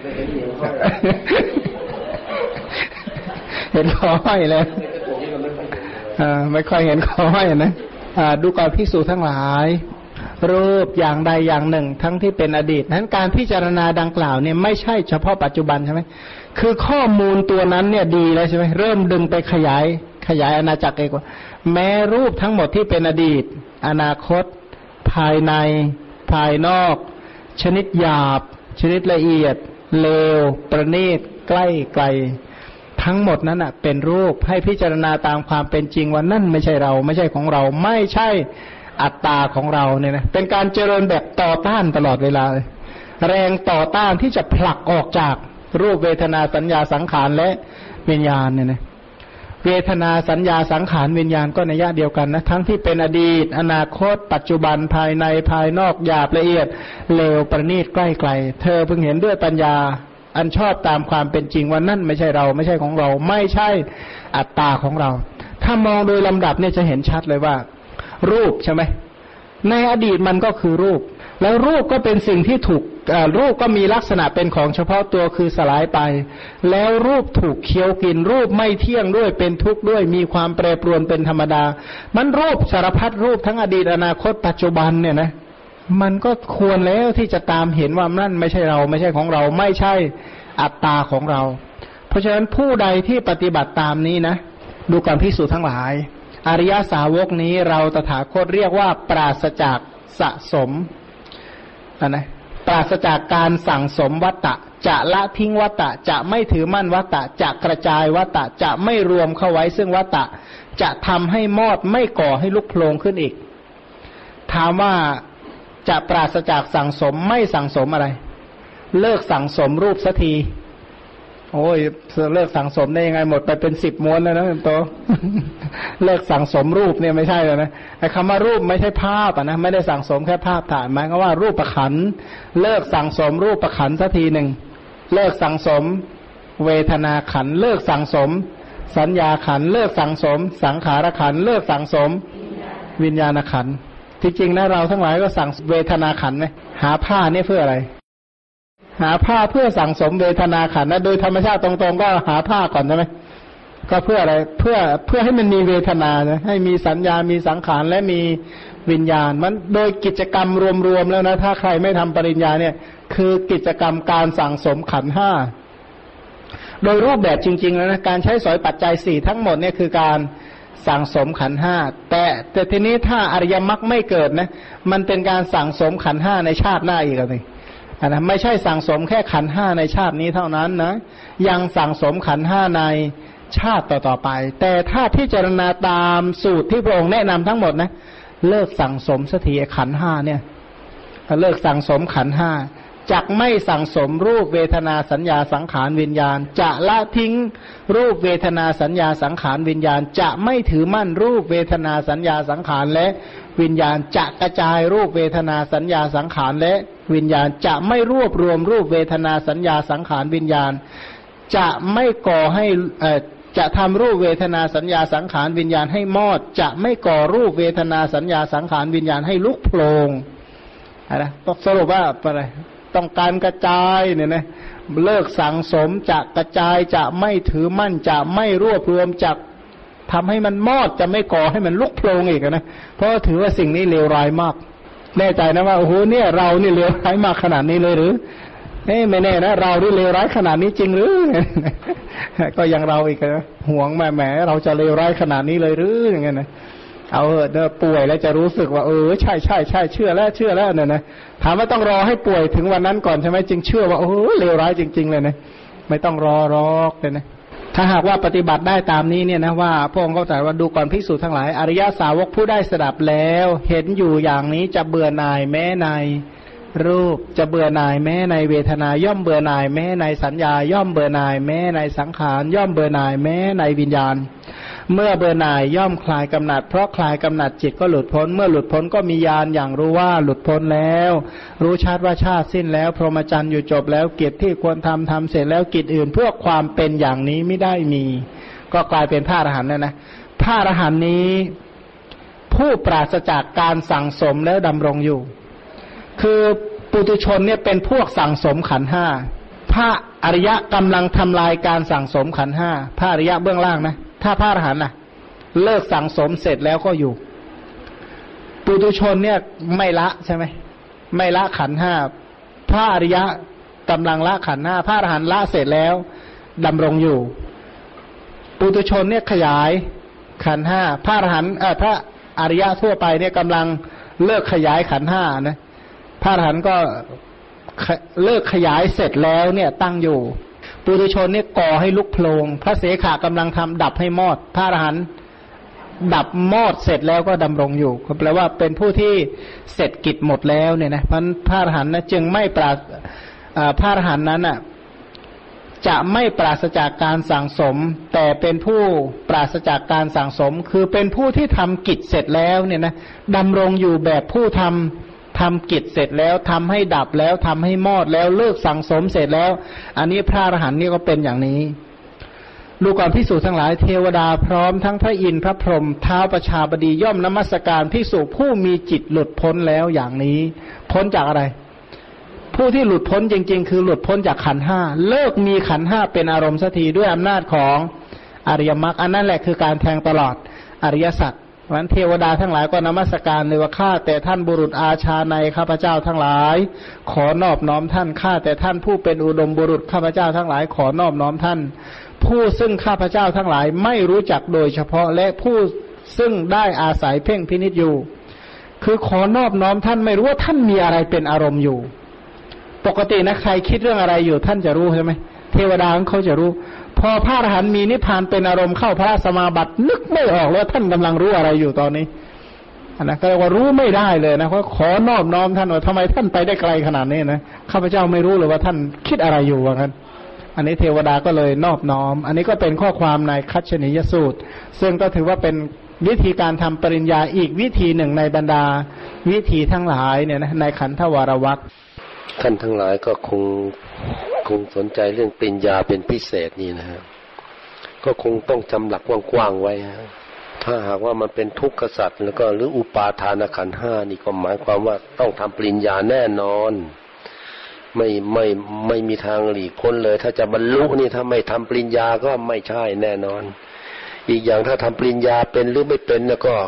เห็นคอห้อยเลยไม่ค่อยเห็นคอห้อยนะดูก่อนภิกษุทั้งหลายรูปอย่างใดอย่างหนึ่งทั้งที่เป็นอดีตนั้นการพิจารณาดังกล่าวเนี่ยไม่ใช่เฉพาะปัจจุบันใช่ไหมคือข้อมูลตัวนั้นเนี่ยดีแล้วใช่ไหมเริ่มดึงไปขยายอาณาจักรเองว่าแม้รูปทั้งหมดที่เป็นอดีตอนาคตภายในภายนอกชนิดหยาบชนิดละเอียดเลวประณีตใกล้ไกลทั้งหมดนั้นอ่ะเป็นรูปให้พิจารณาตามความเป็นจริงว่านั่นไม่ใช่เราไม่ใช่ของเราไม่ใช่อัตตาของเราเนี่ยนะเป็นการเจริญแบบต่อต้านตลอดเวลาเลยแรงต่อต้านที่จะผลักออกจากรูปเวทนาสัญญาสังขารและวิญญาณเนี่ยนะเวทนาสัญญาสังขารวิญญาณก็ในยะเดียวกันนะทั้งที่เป็นอดีตอนาคตปัจจุบันภายในภายนอกหยาบละเอียดเลวประณีตใกล้ไกลเธอเพิ่งเห็นด้วยปัญญาอันชอบตามความเป็นจริงว่านั่นไม่ใช่เราไม่ใช่ของเราไม่ใช่อัตตาของเราถ้ามองโดยลำดับเนี่ยจะเห็นชัดเลยว่ารูปใช่ไหมในอดีตมันก็คือรูปแล้วรูปก็เป็นสิ่งที่ถูกรูปก็มีลักษณะเป็นของเฉพาะตัวคือสลายไปแล้วรูปถูกเคี้ยวกินรูปไม่เที่ยงด้วยเป็นทุกข์ด้วยมีความแปรปรวนเป็นธรรมดามันรูปสารพัดรูปทั้งอดีตอนาคตปัจจุบันเนี่ยนะมันก็ควรแล้วที่จะตามเห็นว่านั่นไม่ใช่เราไม่ใช่ของเราไม่ใช่อัตตาของเราเพราะฉะนั้นผู้ใดที่ปฏิบัติตามนี้นะดูก่อนภิกษุทั้งหลายอริยสาวกนี้เราตถาคตเรียกว่าปราศจากสะสมนะปราศจากการสั่งสมวัตตะจะละทิ้งวัตตะจะไม่ถือมั่นวัตตะจะกระจายวัตตะจะไม่รวมเข้าไว้ซึ่งวัตตะจะทำให้มอดไม่ก่อให้ลุกโผล่ขึ้นอีกถามว่าจะปราศจากสั่งสมไม่สั่งสมอะไรเลิกสั่งสมรูปสักทีโอ้ยเลิกสั่งสมได้ยังไงหมดไปเป็น10 ม้วนแล้วนะโต เลิกสั่งสมรูปเนี่ยไม่ใช่แล้วนะไอ้คำว่ารูปไม่ใช่ภาพนะไม่ได้สั่งสมแค่ภาพถ่ายหมายก็ว่ารูปประขันเลิกสั่งสมรูปประขันสักทีหนึ่งเลิกสั่งสมเวทนาขันเลิกสั่งสมสัญญาขันเลิกสั่งสมสังขารขันเลิกสั่งสมวิญญาณขันที่จริงนะเราทั้งหลายก็สั่งเวทนาขันไหมหาผ้านี่เพื่ออะไรหาผ้าเพื่อสั่งสมเวทนาขันนะโดยธรรมชาติตรงๆก็หาผ้าก่อนใช่ไหมก็เพื่ออะไรเพื่อให้มันมีเวทนานะให้มีสัญญามีสังขารและมีวิญญาณมันโดยกิจกรรมรวมๆแล้วนะถ้าใครไม่ทำปริญญาเนี่ยคือกิจกรรมการสั่งสมขันธ์ห้าโดยรูปแบบจริงๆแล้วนะการใช้สอยปัจจัย4ทั้งหมดเนี่ยคือการสั่งสมขันธ์ห้าแต่ทีนี้ถ้าอริยมรรคไม่เกิดนะมันเป็นการสั่งสมขันธ์ห้าในชาติหน้าอีกเลยนะไม่ใช่สั่งสมแค่ขันธ์ห้าในชาตินี้เท่านั้นนะยังสั่งสมขันธ์ห้าในชาติต่อๆไปแต่ถ้าพิจารณาตามสูตรที่พระองค์แนะนำทั้งหมดนะเลิกสั่งสมสักทีขันธ์ห้าเนี่ยเลิกสั่งสมขันธ์ห้าจักไม่สั่งสมรูปเวทนาสัญญาสังขารวิญญาณจะละทิ้งรูปเวทนาสัญญาสังขารวิญญาณจะไม่ถือมั่นรูปเวทนาสัญญาสังขารและวิญญาณจะกระจายรูปเวทนาสัญญาสังขารและวิญญาณจะไม่รวบรวมรูปเวทนาสัญญาสังขารวิญญาณจะไม่ก่อให้จะทำรูปเวทนาสัญญาสังขารวิญญาณให้มอดจะไม่ก่อรูปเวทนาสัญญาสังขารวิญญาณให้ลุกโผล่นะต้องสรุปว่าอะไรต้องการกระจายเนี่ยนะเลิกสั่งสมจะกระจายจะไม่ถือมั่นจะไม่รวบรวมจะทำให้มันมอดจะไม่ก่อให้มันลุกโผล่อีกนะเพราะถือว่าสิ่งนี้เลวร้ายมากแน่ใจนะว่าโอ้โหเนี่ยเรานี่เลวร้ายมากขนาดนี้เลยหรือไม่แน่นะเราที่เลวร้ายขนาดนี้จริงหรือ ก็ยังเราอีกนะห่วงแหมเราจะเลวร้ายขนาดนี้เลยหรืออย่างเงี้ยนะเอาเด้อป่วยแล้วจะรู้สึกว่าใช่เชื่อแล้วเนี่ยนะถามว่าต้องรอให้ป่วยถึงวันนั้นก่อนใช่ไหมจึงเชื่อว่าเลวร้ายจริงๆเลยนะไม่ต้องรอกเลยนะถ้าหากว่าปฏิบัติได้ตามนี้เนี่ยนะว่าพระองค์ก็ตรัสว่าดูก่อนภิกษุทั้งหลายอริยสาวกผู้ได้สดับแล้วเห็นอยู่อย่างนี้จะเบื่อหน่ายแม้ในรูปจะเบื่อหน่ายแม้ในเวทนาย่อมเบื่อหน่ายแม้ในสัญญาย่อมเบื่อหน่ายแม้ในสังขารย่อมเบื่อหน่ายแม้ในวิญญาณเมื่อเบื่อหน่ายย่อมคลายกำหนัดเพราะคลายกำหนัดจิตก็หลุดพ้นเมื่อหลุดพ้นก็มีญาณอย่างรู้ว่าหลุดพ้นแล้วรู้ชัดว่าชาติสิ้นแล้วพรหมจรรย์อยู่จบแล้วกิจที่ควรทำเสร็จแล้วกิจอื่นเพื่อความเป็นอย่างนี้ไม่ได้มีก็กลายเป็นพระอรหันต์แล้วนะพระอรหันต์นี้ผู้ปราศจากการสั่งสมแล้วดำรงอยู่คือปุถุชนเนี่ยเป็นพวกสั่งสมขันธ์ห้าพระอริยะกำลังทำลายการสั่งสมขันธ์ห้าพระอริยะเบื้องล่างนะถ้าพระอรหันต์น่ะเลิกสั่งสมเสร็จแล้วก็อยู่ปุถุชนเนี่ยไม่ละใช่ไหมไม่ละขันธ์ห้าพระอริยะกำลังละขันธ์ห้าพระอรหันต์ละเสร็จแล้วดำรงอยู่ปุถุชนเนี่ยขยายขันธ์ห้าพระอรหันต์พระอริยะทั่วไปเนี่ยกำลังเลิกขยายขันธ์ห้านะพระอรหันต์ก็เลิกขยายเสร็จแล้วเนี่ยตั้งอยู่ปุถุชนเนี่ยก่อให้ลุกโผล่พระเสขากำลังทำดับให้มอดพระอรหันต์ดับมอดเสร็จแล้วก็ดำรงอยู่ก็แปลว่าเป็นผู้ที่เสร็จกิจหมดแล้วเนี่ยนะมันพระอรหันต์นะจึงไม่พระอรหันต์นั้นอ่ะจะไม่ปราศจากการสั่งสมแต่เป็นผู้ปราศจากการสั่งสมคือเป็นผู้ที่ทำกิจเสร็จแล้วเนี่ยนะดำรงอยู่แบบผู้ทำกิจเสร็จแล้วทำให้ดับแล้วทำให้มอดแล้วเลิกสั่งสมเสร็จแล้วอันนี้พระอรหันต์นี่ก็เป็นอย่างนี้ดูก่อนภิกษุทั้งหลายเทวดาพร้อมทั้งพระอินทร์พระพรหมท้าวประชาบดีย่อมนมัสการภิกษุผู้มีจิตหลุดพ้นแล้วอย่างนี้พ้นจากอะไรผู้ที่หลุดพ้นจริงๆคือหลุดพ้นจากขันธ์ห้าเลิกมีขันธ์ห้าเป็นอารมณ์สักทีด้วยอำนาจของอริยมรรคอันนั้นแหละคือการแทงตลอดอริยสัจวันเทวดาทั้งหลายก็นมัสการเลยว่าข้าแต่ท่านบุรุษอาชาในข้าพเจ้าทั้งหลายขอนอบน้อมท่านข้าแต่ท่านผู้เป็นอุดมบุรุษข้าพเจ้าทั้งหลายขอนอบน้อมท่านผู้ซึ่งข้าพเจ้าทั้งหลายไม่รู้จักโดยเฉพาะและผู้ซึ่งได้อาศัยเพ่งพินิจอยู่คือขอนอบน้อมท่านไม่รู้ว่าท่านมีอะไรเป็นอารมณ์อยู่ปกตินะใครคิดเรื่องอะไรอยู่ท่านจะรู้ใช่ไหมเทวดาเขาจะรู้พอพระอรหันต์มีนิพพานเป็นอารมณ์เข้าพระสมาบัตินึกไม่ออกแล้วท่านกำลังรู้อะไรอยู่ตอนนี้นะก็เรียกว่ารู้ไม่ได้เลยนะเพราะขอนอบน้อมท่านว่าทำไมท่านไปได้ไกลขนาดนี้นะข้าพเจ้าไม่รู้เลยว่าท่านคิดอะไรอยู่ว่างั้นอันนี้เทวดาก็เลยนอบน้อมอันนี้ก็เป็นข้อความในคัจฉนิยสูตรซึ่งก็ถือว่าเป็นวิธีการทำปริญญาอีกวิธีหนึ่งในบรรดาวิธีทั้งหลายเนี่ยนะในขันธวรวรรคท่านทั้งหลายก็คงสนใจเรื่องปริญญาเป็นพิเศษนี่นะฮะก็คงต้องจำหลักกว้างๆไว้ฮะถ้าหากว่ามันเป็นทุกขสัจแล้วก็หรืออุปาทานขันธ์ห้านี่ก็หมายความว่าต้องทำปริญญาแน่นอนไม่มีทางหลีกพ้นเลยถ้าจะบรรลุนี่ถ้าไม่ทำปริญญาก็ไม่ใช่แน่นอนอีกอย่างถ้าทำปริญญาเป็นหรือไม่เป็นแล้วก็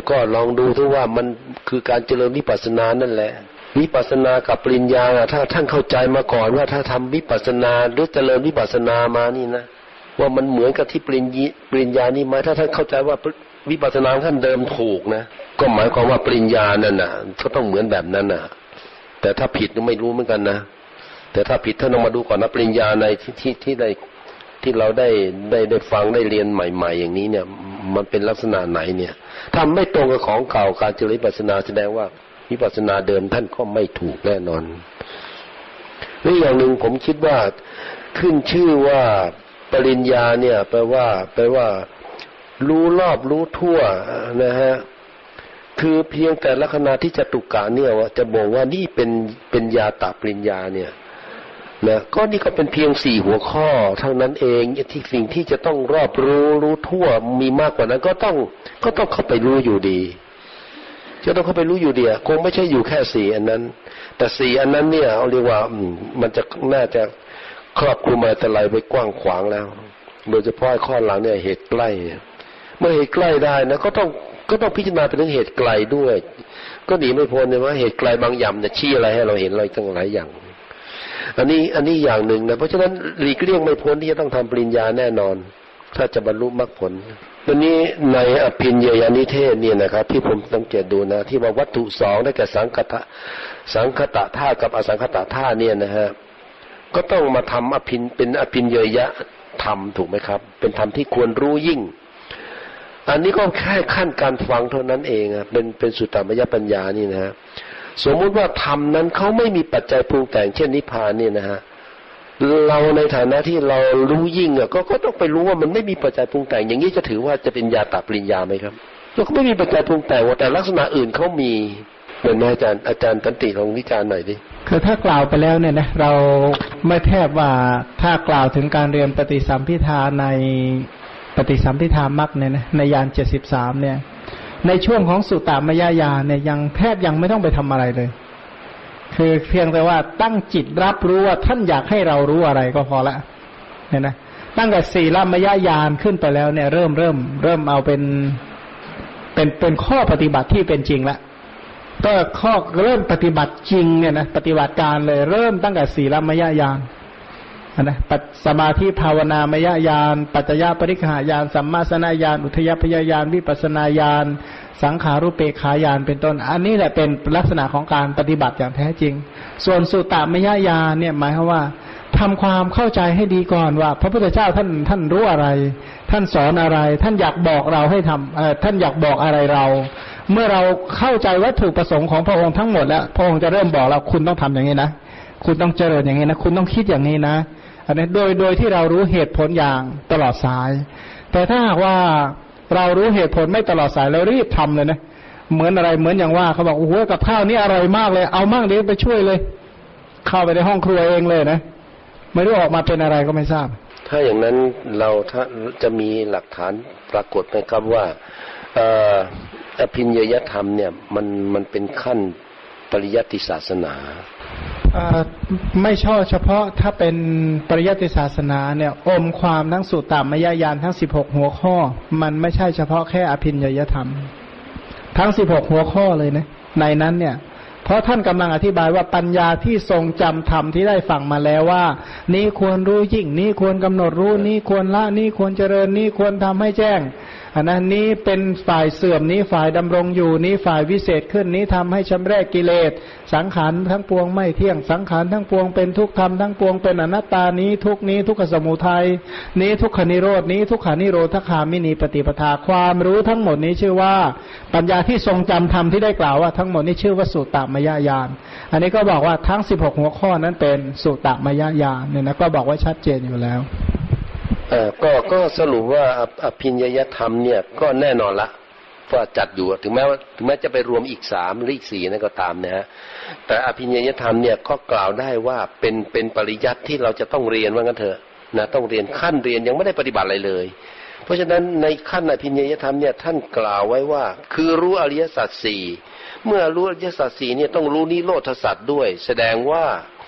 ก็ลองดูทุกว่ามันคือการเจริญวิปัสสนานั่นแหละวิปัสสนากับปริญญาถ้าท่านเข้าใจมาก่อนว่าถ้าทำวิปัสสนาหรือเจริญวิปัสสนามานี่นะว่ามันเหมือนกับที่ปริญญานี่ไหมถ้าท่านเข้าใจว่าวิปัสสนาท่านเดิมถูกนะก็หมายความว่าปริญญานั่นน่ะก็ต้องเหมือนแบบนั้นน่ะแต่ถ้าผิดก็ไม่รู้เหมือนกันนะแต่ถ้าผิดท่านต้องมาดูก่อนนะปริญญาในที่ได้ที่เราได้ฟังได้เรียนใหม่ๆอย่างนี้เนี่ยมันเป็นลักษณะไหนเนี่ยถ้าไม่ตรงกับของเก่าการเจริญวิปัสสนาแสดงว่าวิปัสสนาเดิมท่านก็ไม่ถูกแน่นอนและอย่างหนึ่งผมคิดว่าขึ้นชื่อว่าปริญญาเนี่ยแปลว่ารู้รอบรู้ทั่วนะฮะคือเพียงแต่ลักษณะที่จตุกะเนี่ยว่าจะบอกว่านี่เป็นญาตปริญญาเนี่ยนะก็นี่ก็เป็นเพียง4หัวข้อเท่านั้นเองที่สิ่งที่จะต้องรอบรู้ทั่วมีมากกว่านั้นก็ต้องเข้าไปรู้อยู่ดีจะต้องเข้าไปรู้อยู่ดีคงไม่ใช่อยู่แค่4อันนั้นแต่4อันนั้นเนี่ยเอาเรียกว่ามันจะน่าจะครอบคลุมอะไรไปกว้างขวางแล้วโดยเฉพาะข้อหลังเนี่ยเหตุใกล้เมื่อเหตุใกล้ได้นะก็ต้องพิจารณาไปถึงเหตุไกลด้วยก็หนีไม่พ้นเลยว่าเหตุไกลบางอย่างจะชี้อะไรให้เราเห็นอะไรตั้งหลายอย่างอันนี้อย่างหนึ่งนะเพราะฉะนั้นหลีกเลี่ยงไม่พ้นที่จะต้องทำปริญญาแน่นอนถ้าจะบรรลุมรรคผลวันนี้ในอภิญญานิเทศเนี่ยนะครับที่ผมสังเกตดูนะที่ว่าวัตถุ2ได้แก่สังคตะธาตุกับอสังคตะธาตุเนี่ยนะฮะก็ต้องมาทำเป็นอภิญญาธรรมถูกไหมครับเป็นธรรมที่ควรรู้ยิ่งอันนี้ก็แค่ขั้นการฟังเท่านั้นเองเป็นสุตตมยปัญญานี่นะฮะสมมุติว่าธรรมนั้นเขาไม่มีปัจจัยปรุงแต่งเช่นนิพพานเนี่ยนะฮะเราในฐานะที่เรารู้ยิ่งก็ต้องไปรู้ว่ามันไม่มีปัจจัยปรุงแต่งอย่างนี้จะถือว่าจะเป็นญาตปริญญาไหมครับเราก็ไม่มีปัจจัยปรุงแต่งแต่ลักษณะอื่นเขามีเป็นไหมอาจารย์ตันติลองวิจารณ์หน่อยดิคือถ้ากล่าวไปแล้วเนี่ยนะเราไม่แทบว่าถ้ากล่าวถึงการเรียนปฏิสัมภิทาในปฏิสัมภิทามรรคเนี่ยนะในญาณ73เนี่ยในช่วงของสุตตมยญาณเนี่ยยังแทบยังไม่ต้องไปทำอะไรเลยคือเพียงแต่ว่าตั้งจิตรับรู้ว่าท่านอยากให้เรารู้อะไรก็พอละเนี่ยนะตั้งแต่ศีลมยญาณขึ้นไปแล้วเนี่ยเริ่มเอาเป็นข้อปฏิบัติที่เป็นจริงละก็ข้อเริ่มปฏิบัติจริงเนี่ยนะปฏิบัติการเลยเริ่มตั้งแต่ศีลมยญาณนะสมาธิภาวนามยญาณปัจจยปริฆหญาณสัมมาสนญาณอุทยพยญาณวิปัสสนาญาณสังขารุปเปขญาณเป็นต้นอันนี้แหละเป็นลักษณะของการปฏิบัติอย่างแท้จริงส่วนสุตตมยญาณเนี่ยหมายความว่าทำความเข้าใจให้ดีก่อนว่าพระพุทธเจ้าท่านรู้อะไรท่านสอนอะไรท่านอยากบอกเราให้ทำท่านอยากบอกอะไรเราเมื่อเราเข้าใจวัตถุประสงค์ของพระองค์ทั้งหมดแล้วพระองค์จะเริ่มบอกเราคุณต้องทำอย่างนี้นะคุณต้องเจริญอย่างนี้นะคุณต้องคิดอย่างนี้นะอันนี้โดยที่เรารู้เหตุผลอย่างตลอดสายแต่ถ้าหากว่าเรารู้เหตุผลไม่ตลอดสายแล้วรีบทำเลยนะเหมือนอะไรเหมือนอย่างว่าเขาบอกโอ้โหกับข้าวนี่อร่อยมากเลยเอามั่งเดี๋ยวไปช่วยเลยเข้าไปในห้องครัวเองเลยนะไม่รู้ออกมาเป็นอะไรก็ไม่ทราบถ้าอย่างนั้นเราถ้าจะมีหลักฐานปรากฏไหมครับว่าอภิญญธรรมเนี่ยมันเป็นขั้นปริยัติศาสนาไม่ชอบเฉพาะถ้าเป็นปริยัติศาสนาเนี่ยอมความทั้งสุตตมยญาณทั้ง16หัวข้อมันไม่ใช่เฉพาะแค่อภิญญธรรมทั้ง16หัวข้อเลยนะในนั้นเนี่ยเพราะท่านกำลังอธิบายว่าปัญญาที่ทรงจำธรรมที่ได้ฟังมาแล้วว่านี้ควรรู้ยิ่งนี้ควรกำหนดรู้นี้ควรละนี้ควรเจริญนี้ควรทำให้แจ้งอันนั้นนี้เป็นฝ่ายเสื่อมนี้ฝ่ายดำรงอยู่นี้ฝ่ายวิเศษขึ้นนี้ทำให้ชำระกิเลสสังขารทั้งปวงไม่เที่ยงสังขารทั้งปวงเป็นทุกข์ธรรมทั้งปวงเป็นอนัตตานี้ทุกนี้ทุกขสมุทัยนี้ทุกขนิโรธนี้ทุกขานิโรธคามินีปฏิปทาความรู้ทั้งหมดนี้ชื่อว่าปัญญาที่ทรงจำธรรมที่ได้กล่าวว่าทั้งหมดนี้ชื่อว่าสุตตมยญาณอันนี้ก็บอกว่าทั้ง16หัวข้อนั้นเป็นสุตตมยญาณเนี่ยนะก็บอกไว้ชัดเจนอยู่แล้วก็สรุปว่าอภิญญธรรมเนี่ยก็แน่นอนละว่าจัดอยู่ถึงแม้จะไปรวมอีก3หรืออีก4นั่นก็ตามนะฮะแต่อภิญญธรรมเนี่ยก็กล่าวได้ว่าเป็นปริยัติที่เราจะต้องเรียนว่างั้นเถอะนะต้องเรียนขั้นเรียนยังไม่ได้ปฏิบัติอะไรเลยเพราะฉะนั้นในขั้นอภิญญธรรมเนี่ยท่านกล่าวไว้ว่าคือรู้อริยสัจ4เมื่อรู้อริยสัจ4เนี่ยต้องรู้นิโรธสัจด้วยแสดงว่า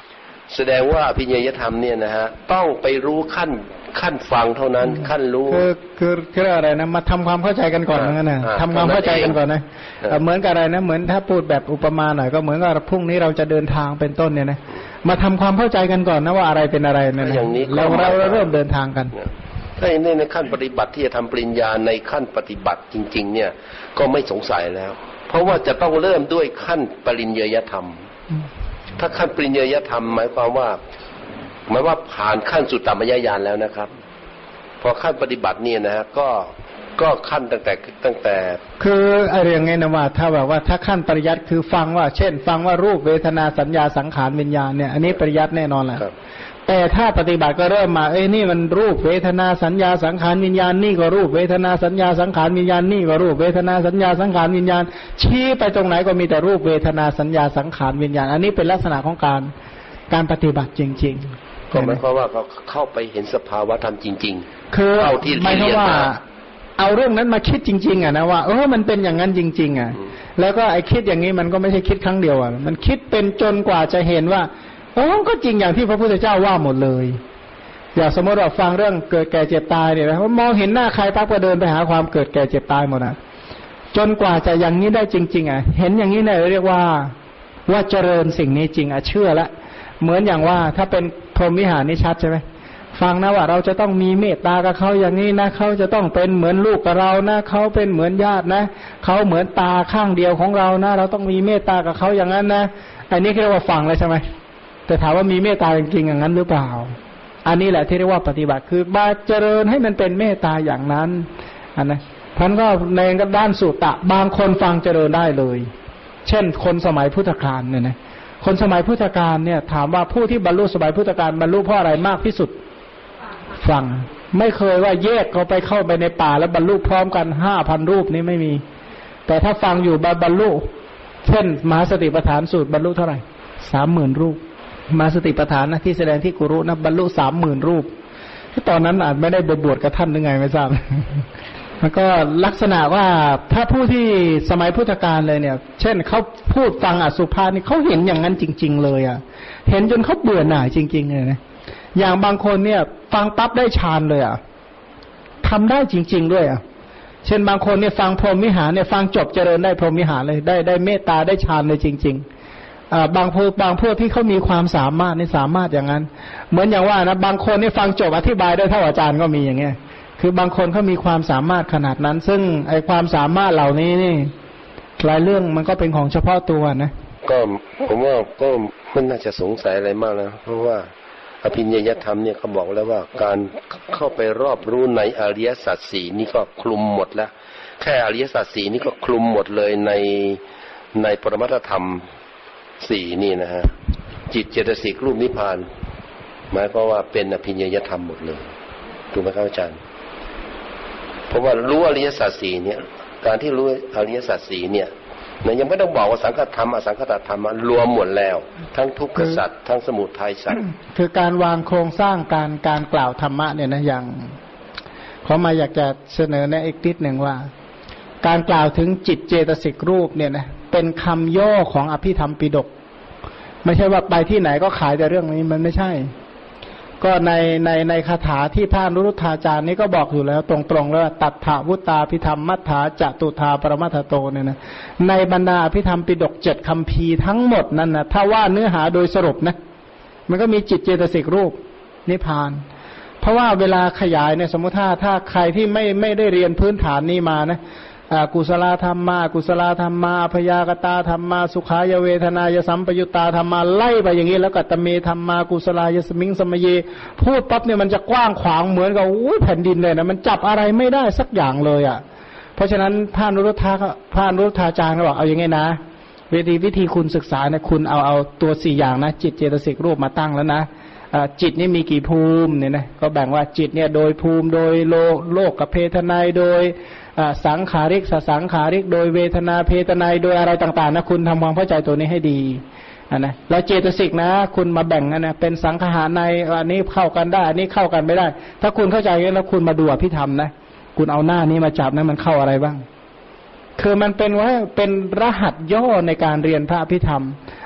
แสดงว่าอภิญญยธรรมเนี่ยนะฮะต้องไปรู้ขั้นฟังเท่านั้นขั้นรู้คืออะไรนะมาทำความเข้าใจกันก่อนนั่นนะทำความเข้าใจกันก่อนนะเหมือนกับอะไรนะเหมือนถ้าพูดแบบอุปมาหน่อยก็เหมือนกับพรุ่งนี้เราจะเดินทางเป็นต้นเนี่ยนะมาทำความเข้าใจกันก่อนนะว่าอะไรเป็นอะไรเนี่ยนะแล้วเราเริ่มเดินทางกันถ้าในขั้นปฏิบัติที่จะทำปริญญาในขั้นปฏิบัติจริงๆเนี่ยก็ไม่สงสัยแล้วเพราะว่าจะต้องเริ่มด้วยขั้นปริญญยธรรมถ้าขั้นปริญญยธรรมหมายความว่าผ่านขั้นสุตตมยญาณแล้วนะครับพอขั้นปฏิบัติเนี่ยนะฮะก็ขั้นตั้งแต่คืออะไรอย่างเงี้ยนะว่าถ้าแบบว่าถ้าขั้นปริยัติคือฟังว่าเช่นฟังว่ารูปเวทนาสัญญาสังขารวิญญาณเนี่ยอันนี้ปริยัติแน่นอนแหละแต่ถ้าปฏิบัติก็เริ่มมานี่มันรูปเวทนาสัญญาสังขารวิญญาณนี่ก็รูปเวทนาสัญญาสังขารวิญญาณนี่ก็รูปเวทนาสัญญาสังขารวิญญาณชี้ไปตรงไหนก็มีแต่รูปเวทนาสัญญาสังขารวิญญาณอันนี้เป็นลักษณะของการปฏิบัติจริงๆก็หมายความว่าเขาเข้าไปเห็นสภาวะธรรมจริงๆคือเอาที่เรียนมาเอาเรื่องนั้นมาคิดจริงๆนะว่ามันเป็นอย่างนั้นจริงๆแล้วก็ไอ้คิดอย่างนี้มันก็ไม่ใช่คิดครั้งเดียวมันคิดเป็นจนกว่าจะเห็นว่าก็จริงอย่างที่พระพุทธเจ้าว่าหมดเลยอย่างสมมติเราฟังเรื่องเกิดแก่เจ็บตายเนี่ยนะมองเห็นหน้าใครปั๊บก็เดินไปหาความเกิดแก่เจ็บตายหมดจนกว่าจะอย่างนี้ได้จริงๆเห็นอย่างนี้เนี่ยเรียกว่าเจริญสิ่งนี้จริงเชื่อละเหมือนอย่างว่าถ้าเป็นพรหมวิหารนี่ชัดใช่ไหมฟังนะว่าเราจะต้องมีเมตตากับเขาอย่างนี้นะเขาจะต้องเป็นเหมือนลูกกับเรานะเขาเป็นเหมือนญาตินะเขาเหมือนตาข้างเดียวของเรานะเราต้องมีเมตตากับเขาอย่างนั้นนะอันนี้เรียกว่าฟังเลยใช่ไหมแต่ถามว่ามีเมตตาจริงๆอย่างนั้นหรือเปล่าอันนี้แหละที่เรียกว่าปฏิบัติคือมาเจริญให้มันเป็นเมตตาอย่างนั้นนะท่านก็ในด้านสุตตะบางคนฟังเจริญได้เลยเช่นคนสมัยพุทธกาลเนี่ยนะคนสมัยพุทธกาลเนี่ยถามว่าผู้ที่บรรลุสมัยพุทธกาลบรรลุเพราะอะไรมากที่สุดฟังไม่เคยว่าแยกเขาไปเข้าไปในป่าแล้วบรรลุพร้อมกัน 5,000 รูปนี้ไม่มีแต่ถ้าฟังอยู่บรรลุเช่นมหาสติปัฏฐานสูตรบรรลุเท่าไหร่ 30,000 รูปมหาสติปัฏฐานนะที่แสดงที่กุรุนะบรรลุ 30,000 รูปตอนนั้นอาจไม่ได้บวชกับท่านหรือไงไม่ทราบแล้วก็ลักษณะว่าถ้าผู้ที่สมัยพุทธกาลเลยเนี่ยเช่นเขาพูดฟังอสุภะนี่เขาเห็นอย่างนั้นจริงๆเลยเห็นจนเขาเบื่อหน่ายจริงๆเลยนะอย่างบางคนเนี่ยฟังปั๊บได้ฌานเลยทำได้จริงๆด้วยเช่นบางคนเนี่ยฟังพรหมวิหารเนี่ยฟังจบเจริญได้พรหมวิหารเลยได้เมตตาได้ฌานเลยจริงๆบางพวกที่เขามีความสามารถนี่สามารถอย่างนั้นเหมือนอย่างว่านะบางคนนี่ฟังจบอธิบายได้เท่าอาจารย์ก็มีอย่างเงี้ยคือบางคนเขามีความสามารถขนาดนั้นซึ่งไอความสามารถเหล่านี้นี่หลายเรื่องมันก็เป็นของเฉพาะตัวนะก็ผมว่าก็ไม่น่าจะสงสัยอะไรมากนะเพราะว่าอภิญญยธรรมเนี่ยเขาบอกแล้วว่าการเข้าไปรอบรู้ในอริยสัจสี่นี่ก็คลุมหมดแล้วแค่อริยสัจสี่นี่ก็คลุมหมดเลยในปรมัตถธรรมสี่นี่นะฮะจิตเจตสิกรูปนิพพานหมายความว่าเป็นอภิญญยธรรมหมดเลยถูกไหมครับอาจารย์เพราะว่ารู้อริยสัจสี่เนี่ยการที่รู้อริยสัจสี่เนี่ยยังไม่ต้องบอกว่าสังคตธรรมอสังคตธรรมรวมหมดแล้วทั้งทุกขสัจทั้งสมุทัยสัจคือการวางโครงสร้างการกล่าวธรรมะเนี่ยนะอย่างเขามาอยากจะเสนอในอีกนิดหนึ่งว่าการกล่าวถึงจิตเจตสิกรูปเนี่ยนะเป็นคำย่อของอภิธรรมปิฎกไม่ใช่ว่าไปที่ไหนก็ขายแต่เรื่องนี้มันไม่ใช่ก็ในคาถาที่พระอนุรุทธาจารย์นี้ก็บอกอยู่แล้วตรงๆแล้วตัทธวุตตาภิธรรมมัฏฐาจตุธาปรมัตถโตเนี่ยนะในบรรดาอภิธรรมปิฎก7คัมภีร์ทั้งหมดนั้นนะถ้าว่าเนื้อหาโดยสรุปนะมันก็มีจิตเจตสิกรูปนิพพานเพราะว่าเวลาขยายเนี่ยสมมติถ้าใครที่ไม่ได้เรียนพื้นฐานนี้มานะกุศลธรรมมากุศลธรรมมาพยากตาธรรมมาสุขายเวทนายสัมปยุตตาธรรมมาไล่ไปอย่างนี้แล้วก็ตเมธรรมมากุศลายสมิงสมเยพูดปั๊บเนี่ยมันจะกว้างขวางเหมือนกับแผ่นดินเลยนะมันจับอะไรไม่ได้สักอย่างเลยเพราะฉะนั้นพระอนุรุทธาจารย์ก็บอกเอาอย่างงี้นะวิธีคุณศึกษาเนี่ยคุณเอาตัว4อย่างนะจิตเจตสิกรูปมาตั้งแล้วนะจิตนี่มีกี่ภูมิเนี่ยนะก็แบ่งว่าจิตเนี่ยโดยภูมิโดยโลกกับเพทนายโดยสังขาริกสังขาริกโดยเวทนาเพทนายโดยอะไรต่างๆนะคุณทำความเข้าใจตัวนี้ให้ดีนะแล้วเจตสิกนะคุณมาแบ่งนะเป็นสังขารในอันนี้เข้ากันได้อันนี้เข้ากันไม่ได้ถ้าคุณเข้าใจแล้วคุณมาดูอภิธรรมนะคุณเอาหน้านี้มาจับนะมันเข้าอะไรบ้างคือมันเป็นว่าเป็นรหัสย่อในการเรียนพระอภิธรรม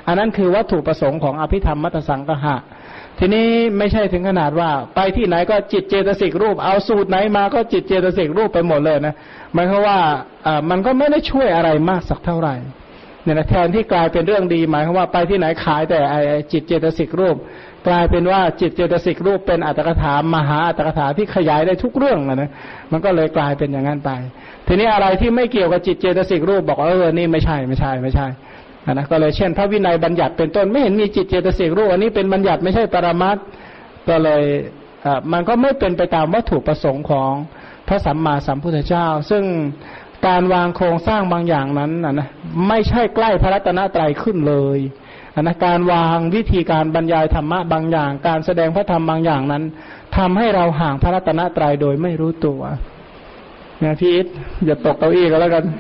อันนั้นคือวัตถุประสงค์ของอภิธรรมมัตสังคหะทีนี้ไม่ใช่ถึงขนาดว่าไปที่ไหนก็จิตเจตสิกรูปเอาสูตรไหนมาก็จิตเจตสิกรูปไปหมดเลยนะหมายความว่ามันก็ไม่ได้ช่วยอะไรมากสักเท่าไหร่เนี่ยนะแทนที่กลายเป็นเรื่องดีหมายความว่าไปที่ไหนขายแต่จิตเจตสิกรูปกลายเป็นว่าจิตเจตสิกรูปเป็นอัตถกถามหาอัตถกถาที่ขยายได้ทุกเรื่องนะมันก็เลยกลายเป็นอย่างนั้นไปทีนี้อะไรที่ไม่เกี่ยวกับจิตเจตสิกรูปบอกนี่ไม่ใช่นะก็เลยเช่นพระวินัยบัญญัติเป็นต้นไม่เห็นมีจิตเจตสิกรูปอันนี้เป็นบัญญัติไม่ใช่ปรมัตถ์ก็เลยมันก็ไม่เป็นไปตามวัตถุประสงค์ของพระสัมมาสัมพุทธเจ้าซึ่งการวางโครงสร้างบางอย่างนั้นนะไม่ใช่ใกล้พระรัตนตรัยขึ้นเลยนะการวางวิธีการบรรยายธรรมะบางอย่างการแสดงพระธรรมบางอย่างนั้นทำให้เราห่างพระรัตนตรัยโดยไม่รู้ตัวเนี่ยพี่อิทอย่าตกเก้าอี้ก็แล้วกัน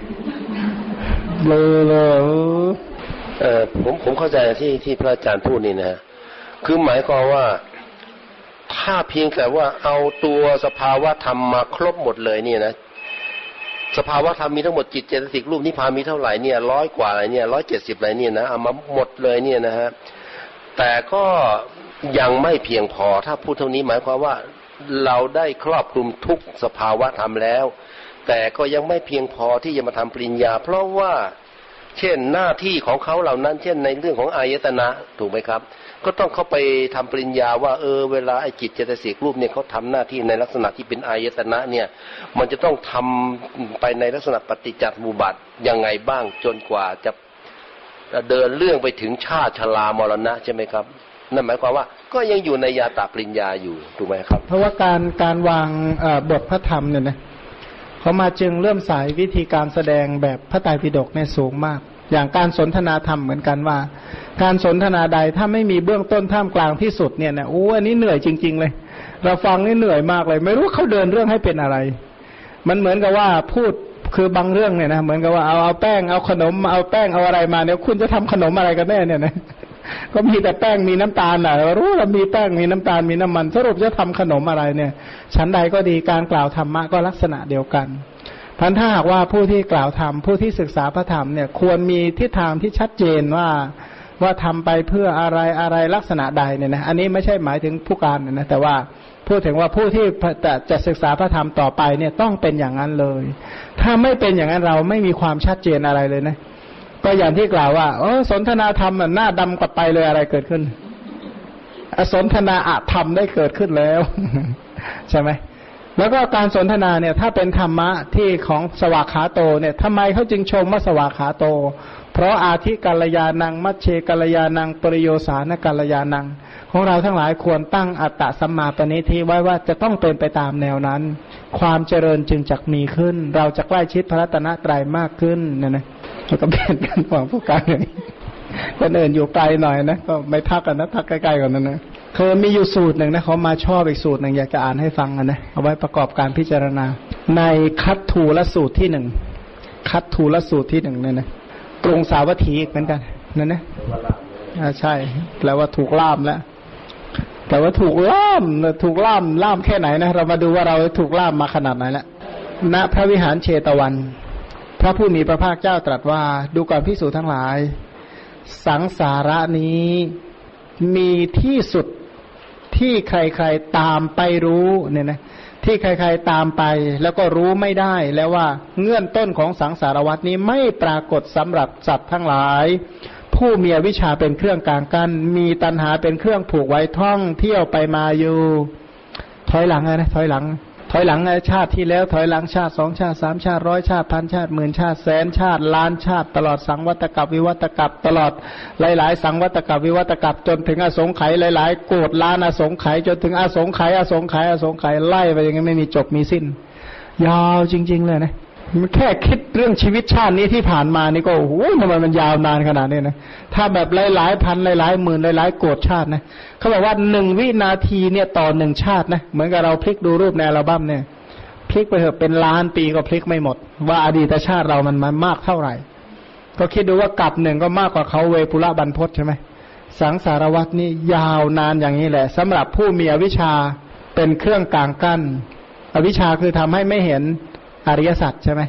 ผมเข้าใจที่พระอาจารย์พูดนี่นะคือหมายความว่าถ้าเพียงแต่ว่าเอาตัวสภาวะธรรมมาครบหมดเลยเนี่ยนะสภาวะธรรมมีทั้งหมดจิตเจตสิกรูปนิพพานมีเท่าไหร่เนี่ย100 กว่าอะไรเนี่ย170อะไรเนี่ยนะเอามาหมดเลยเนี่ยนะฮะแต่ก็ยังไม่เพียงพอถ้าพูดเท่านี้หมายความว่าเราได้ครอบคลุมทุกสภาวะธรรมแล้วแต่ก็ยังไม่เพียงพอที่จะมาทำปริญญาเพราะว่าเช่นหน้าที่ของเขาเหล่านั้นเช่นในเรื่องของอายตนะถูกไหมครับก็ต้องเข้าไปทำปริญญาว่าเวลาไอ้จิตเจตสิกรูปเนี่ยเขาทำหน้าที่ในลักษณะที่เป็นอายตนะเนี่ยมันจะต้องทำไปในลักษณะปฏิจจสมุปบาทยังไงบ้างจนกว่าจะเดินเรื่องไปถึงชาติชรามรณะใช่ไหมครับนั่นหมายความว่าก็ยังอยู่ในยาตาปริญญาอยู่ถูกไหมครับเพราะว่าการวางบทพระธรรมเนี่ยนะเขามาจึงเริ่มสายวิธีการแสดงแบบพระไตรปิฎกเนี่ยสูงมากอย่างการสนทนาธรรมเหมือนกันว่าการสนทนาใดถ้าไม่มีเบื้องต้นท่ามกลางที่สุดเนี่ยนะอันนี้เหนื่อยจริงๆเลยเราฟังนี่เหนื่อยมากเลยไม่รู้เขาเดินเรื่องให้เป็นอะไรมันเหมือนกับว่าพูดคือบางเรื่องเนี่ยนะเหมือนกับว่าเอาแป้งเอาขนมเอาแป้งเอาอะไรมาเนี่ยคุณจะทำขนมอะไรกันแน่เนี่ยนะก็มีแต่แป้งมีน้ำตาลน่ะรู้เรามีแป้งมีน้ำตาลมีน้ำมันสรุปจะทำขนมอะไรเนี่ยชั้นใดก็ดีการกล่าวธรรมะก็ลักษณะเดียวกันพันถ้าหากว่าผู้ที่กล่าวธรรมผู้ที่ศึกษาพระธรรมเนี่ยควรมีทิศทางที่ชัดเจนว่าทำไปเพื่ออะไรลักษณะใดเนี่ยนะอันนี้ไม่ใช่หมายถึงผู้การนะแต่ว่าพูดถึงว่าผู้ที่จะศึกษาพระธรรมต่อไปเนี่ยต้องเป็นอย่างนั้นเลยถ้าไม่เป็นอย่างนั้นเราไม่มีความชัดเจนอะไรเลยนะก็อย่างที่กล่าวว่าสนทนาธรรมหน้าดำกว่าไปเลยอะไรเกิดขึ้นสนทนาอธรรมได้เกิดขึ้นแล้วใช่ไหมแล้วก็การสนทนาเนี่ยถ้าเป็นธรรมะที่ของสวากขาโตเนี่ยทำไมเขาจึงชมว่าสวากขาโตเพราะอาทิกัลยานังมัชเชกัลยานังปริโยสานกัลยานังของเราทั้งหลายควรตั้งอัตตสัมมาปณิธิไว้ว่าจะต้องเป็นไปตามแนวนั้นความเจริญจึงจักมีขึ้นเราจะใกล้ชิดพระรัตนตรัยมากขึ้นนะแล้วก็เป็นกันหวังผู้การอย่างนี้คนอื่นอยู่ไกลหน่อยนะก็ไม่ทักกันนะทักใกล้ๆกันนะคือมีอยู่สูตรหนึ่งนะเขามาชอบอีกสูตรหนึ่งอยากจะอ่านให้ฟังนะเอาไว้ประกอบการพิจารณาในคัตถูลสูตรที่หนึ่งคัตถูลสูตรที่หนึ่งเนี่ยนะกรุงสาวัตถีเหมือนกันนั่นนะใช่แปลว่าถูกล่ามแล้วแต่ว่าถูกล่ามแค่ไหนนะเรามาดูว่าเราถูกล่ามมาขนาดไหนแล้วณพระวิหารเชตวันพระผู้มีพระภาคเจ้าตรัสว่าดูก่อนภิกษุทั้งหลายสังสาระนี้มีที่สุดที่ใครๆตามไปรู้เนี่ยนะที่ใครๆตามไปแล้วก็รู้ไม่ได้แล้วว่าเงื่อนต้นของสังสารวัฏนี้ไม่ปรากฏสำหรับสัตว์ทั้งหลายผู้มีอวิชชาเป็นเครื่องกางกั้นมีตัณหาเป็นเครื่องผูกไว้ท่องเที่ยวไปมาอยู่ถอยหลังนะถอยหลังชาติที่แล้วถอยหลังชาติ2ชาติ3ชาติ100ชาติพันชาติหมื่นชาติแสนชาติล้านชาติตลอดสังวัตกับวิวัตกับตลอดหลายๆสังวัตกับวิวัตกับจนถึงอสงไขยหลายๆโกฏล้านอสงไขยจนถึงอสงไขยไล่ไปอย่างนี้ไม่มีจบมีสิ้นยาวจริงๆเลยนะมันแค่คิดเรื่องชีวิตชาตินี้ที่ผ่านมานี่ก็โอ้โหทำไมมันยาวนานขนาดนี้นะถ้าแบบหลายๆพันหลายๆหมื่นหลายๆโกฏชาตินะเขาบอกว่า1วินาทีเนี่ยต่อ1ชาตินะเหมือนกับเราพลิกดูรูปในอัลบั้มเนี่ยพลิกไปเถอะเป็นล้านปีก็พลิกไม่หมดว่าอดีตชาติเรามันมากเท่าไหร่ก็คิดดูว่ากับหนึ่งก็มากกว่าเขาเวปุระบรรพตใช่ไหมสังสารวัฏนี่ยาวนานอย่างนี้แหละสำหรับผู้มีอวิชชาเป็นเครื่องกางกั้นอวิชชาคือทำให้ไม่เห็นอริยสัจใช่ไหม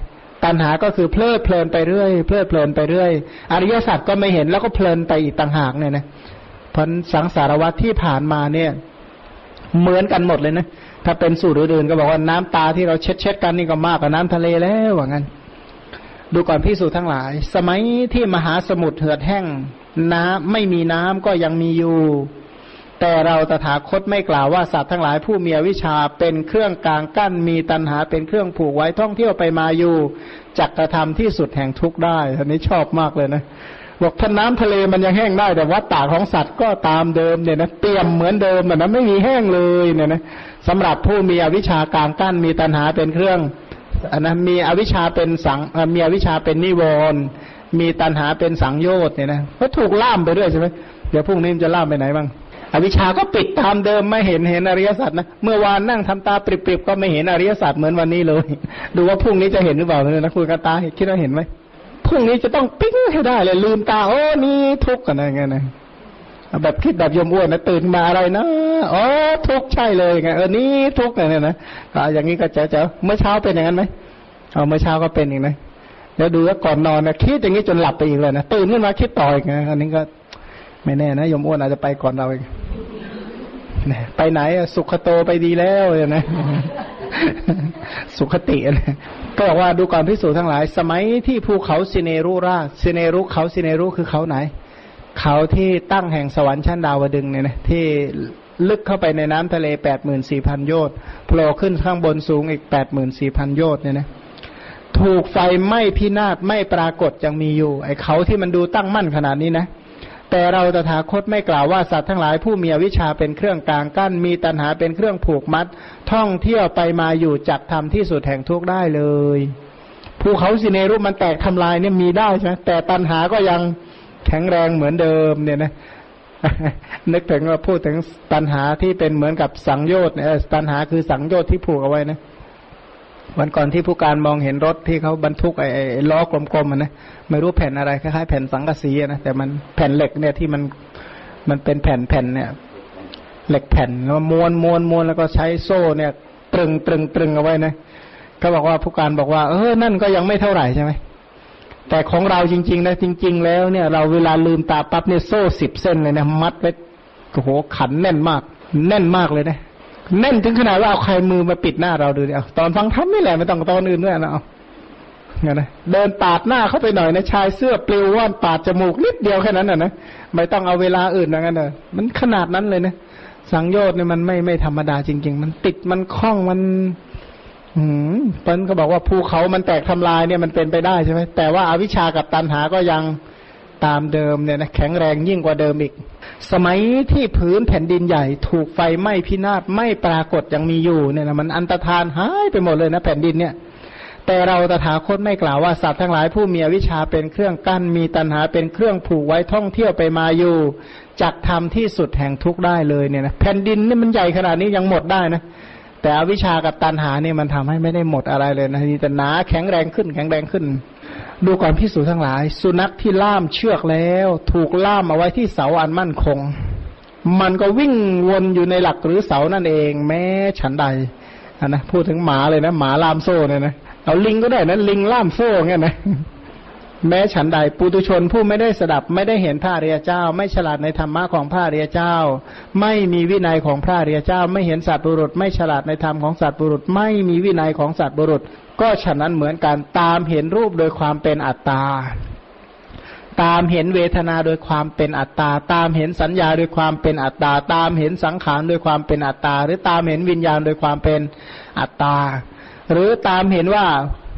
ตัณหาก็คือเพลิดเพลินไปเรื่อยเพลิดเพลินไปเรื่อยอริยสัจก็ไม่เห็นแล้วก็เพลินไปอีกต่างหากเนี่ยนะเพราะสังสารวัฏที่ผ่านมาเนี่ยเหมือนกันหมดเลยนะถ้าเป็นสูตรอื่นๆก็บอกว่าน้ำตาที่เราเช็ดกันนี่ก็มากกว่าน้ำทะเลแล้วว่างั้นดูก่อนภิกษุทั้งหลายสมัยที่มหาสมุทรเหือดแห้งน้ำไม่มีน้ำก็ยังมีอยู่แต่เราตถาคตไม่กล่าวว่าสัตว์ทั้งหลายผู้มีอวิชชาเป็นเครื่องกลางกั้นมีตัณหาเป็นเครื่องผูกไว้ท่องเที่ยวไปมาอยู่จักกระทำที่สุดแห่งทุกข์ได้อันนี้ชอบมากเลยนะบอกถ้าน้ำทะเลมันยังแห้งได้แต่วัฏฏะของสัตว์ก็ตามเดิมเนี่ยนะเปี่ยมเหมือนเดิมนะไม่มีแห้งเลยเนี่ยนะสำหรับผู้มีอวิชชากลางกั้นมีตัณหาเป็นเครื่องอันนั้นมีอวิชชาเป็นมีอวิชชาเป็นนิวรณ์มีตัณหาเป็นสังโยชน์เนี่ยนะก็ถูกล่ามไปด้วยใช่ไหมเดี๋ยวพรุ่งนี้จะล่ามไปไหนบ้างอวิชชาก็ปิดตามเดิมไม่เห็นอริยสัจนะเมื่อวานนั่งทำตาปริบๆก็ไม่เห็นอริยสัจเหมือนวันนี้เลยดูว่าพรุ่งนี้จะเห็นหรือเปล่าเนี่ยนะคุยกับตาคิดว่าเห็นไหมพรุ่งนี้จะต้องปิ๊งให้ได้เลยลืมตาโอ้นี่ทุกข์กันอะไรเงี้ยนะแบบคิดแบบยมอ้วนนะตื่นมาอะไรนะอ๋อทุกข์ใช่เลยไงนี่ทุกข์เนี่ยนะอย่างนี้ก็เจ๋อเมื่อเช้าเป็นอย่างนั้นไหมเมื่อเช้าก็เป็นอย่างนั้นแล้วดูว่าก่อนนอนนะคิดอย่างนี้จนหลับไปอีกเลยนะตื่นขึ้นมาคิดต่ออีกนะอันนี้ก็ไม่แน่นะยมอ้วนอาจจะไปก่อนเราอีกไปไหนสุขโตไปดีแล้วเลยนะสุขตินะก็บอกว่าดูก่อนภิกษุทั้งหลายสมัยที่ภูเขาสิเนรุราชสิเนรุเขาสิเนรุคือเขาไหนเขาที่ตั้งแห่งสวรรค์ชั้นดาวดึงเนี่ยนะที่ลึกเข้าไปในน้ำทะเล 84,000 โยชน์โผล่ขึ้นข้างบนสูงอีก 84,000 โยชน์เนี่ยนะถูกไฟไหม้พินาศไม่ปรากฏยังมีอยู่ไอ้เขาที่มันดูตั้งมั่นขนาดนี้นะแต่เราตถาคตไม่กล่าวว่าสัตว์ทั้งหลายผู้มีอวิชชาเป็นเครื่องกลางกั้นมีตัณหาเป็นเครื่องผูกมัดท่องเที่ยวไปมาอยู่จักทำที่สุดแห่งทุกข์ได้เลยภูเขาสิเนรุมันแตกทำลายเนี่ยมีได้ใช่ไหมแต่ตัณหาก็ยังแข็งแรงเหมือนเดิมเนี่ยนะ นึกถึงว่าพูดถึงตัณหาที่เป็นเหมือนกับสังโยชน์ตัณหาคือสังโยชน์ที่ผูกเอาไว้นะวันก่อนที่ผู้การมองเห็นรถที่เขาบรรทุกไอ้ล้อกลมๆนะไม่รู้แผ่นอะไรคล้ายๆแผ่นสังกะสีนะแต่มันแผ่นเหล็กเนี่ยที่มันเป็นแผ่นเนี่ยเหล็กแผ่นแล้วม้วนแล้วก็ใช้โซ่เนี่ยตรึงเอาไว้นะก็บอกว่าผู้การบอกว่านั่นก็ยังไม่เท่าไหร่ใช่ไหมแต่ของเราจริงๆนะจริงๆแล้วเนี่ยเราเวลาลืมตาปั๊บเนี่ยโซ่10 เส้นเลยนะมัดไว้โอ้โหขันแน่นมากเลยนะแน่นถึงขนาดว่าเอาใครมือมาปิดหน้าเราดูดิตอนฟังธรรมนี่แหละไม่ต้องตอนอื่นด้วยนะเนี่ยนะเดินปาดหน้าเข้าไปหน่อยนะชายเสื้อปลิวว่านปาดจมูกนิดเดียวแค่นั้นนะไม่ต้องเอาเวลาอื่นนะงั้นมันขนาดนั้นเลยนะสังโยชน์เนี่ยมันไม่ธรรมดาจริงๆมันติดมันคล้องมันเปิ้ลก็บอกว่าภูเขามันแตกทำลายเนี่ยมันเป็นไปได้ใช่ไหมแต่ว่าอวิชชากับตัณหาก็ยังตามเดิมเนี่ยนะแข็งแรงยิ่งกว่าเดิมอีกสมัยที่พื้นแผ่นดินใหญ่ถูกไฟไหม้พินาศไม่ปรากฏยังมีอยู่เนี่ยนะมันอันตรธานหายไปหมดเลยนะแผ่นดินเนี่ยแต่เราตถาคตไม่กล่าวว่าสัตว์ทั้งหลายผู้มีอวิชชาเป็นเครื่องกั้นมีตัณหาเป็นเครื่องผูกไว้ท่องเที่ยวไปมาอยู่จักทำที่สุดแห่งทุกข์ได้เลยเนี่ยนะแผ่นดินนี่มันใหญ่ขนาดนี้ยังหมดได้นะแต่อวิชชากับตัณหาเนี่ยมันทำให้ไม่ได้หมดอะไรเลยนะนี่แต่หนาแข็งแรงขึ้นดูก่อนภิกษุทั้งหลายสุนัขที่ล่ามเชือกแล้วถูกล่ามเอาไว้ที่เสาอันมั่นคงมันก็วิ่งวนอยู่ในหลักหรือเสานั่นเองแม้ฉันใดนะพูดถึงหมาเลยนะหมาล่ามโซ่เนี่ยนะเอาลิงก็ได้นะลิงล่ามโซ่เงี้ยนะแม้ฉันใดปุถุชนผู้ไม่ได้สดับไม่ได้เห็นพระอริยเจ้าไม่ฉลาดในธรรมะของพระอริยเจ้าไม่มีวินัยของพระอริยเจ้าไม่เห็นสัตว์บุรุษไม่ฉลาดในธรรมของสัตว์บุรุษไม่มีวินัยของสัตว์บุรุษก็ฉะนั้นเหมือนกันตามเห็นรูปโดยความเป็นอัตตาตามเห็นเวทนาโดยความเป็นอัตตาตามเห็นสัญญาโดยความเป็นอัตตาตามเห็นสังขารโดยความเป็นอัตตาหรือตามเห็นวิญญาณโดยความเป็นอัตตาหรือตามเห็นว่า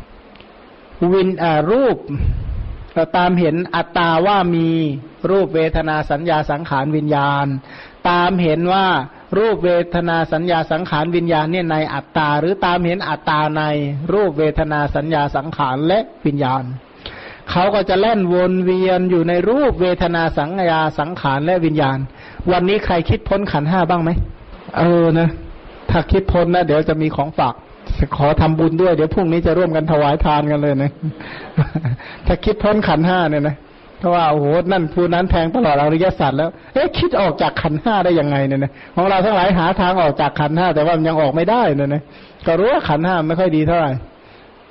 รูปตามเห็นอัตตาว่ามีรูปเวทนาสัญญาสังขารวิญญาณตามเห็นว่ารูปเวทนาสัญญาสังขารวิญญาณเนี่ยในอัตตาหรือตามเห็นอัตตาในรูปเวทนาสัญญาสังขารและวิญญาณเขาก็จะแล่นวนเวียนอยู่ในรูปเวทนาสัญญาสังขารและวิญญาณวันนี้ใครคิดพ้นขันธ์ 5บ้างไหมนะถ้าคิดพ้นนะเดี๋ยวจะมีของฝากขอทำบุญด้วยเดี๋ยวพรุ่งนี้จะร่วมกันถวายทานกันเลยนะถ้าคิดพ้นขันธ์ 5เนี่ยนะเพราะว่าโอ้โหนั่นผู้นั้นแทงตลอดอริยสัจแล้วคิดออกจากขันธ์ 5ได้ยังไงเนี่ยนะของเราทั้งหลายหาทางออกจากขันธ์ 5แต่ว่ามันยังออกไม่ได้เนี่ยนะก็รู้ว่าขันธ์ 5ไม่ค่อยดีเท่าไหร่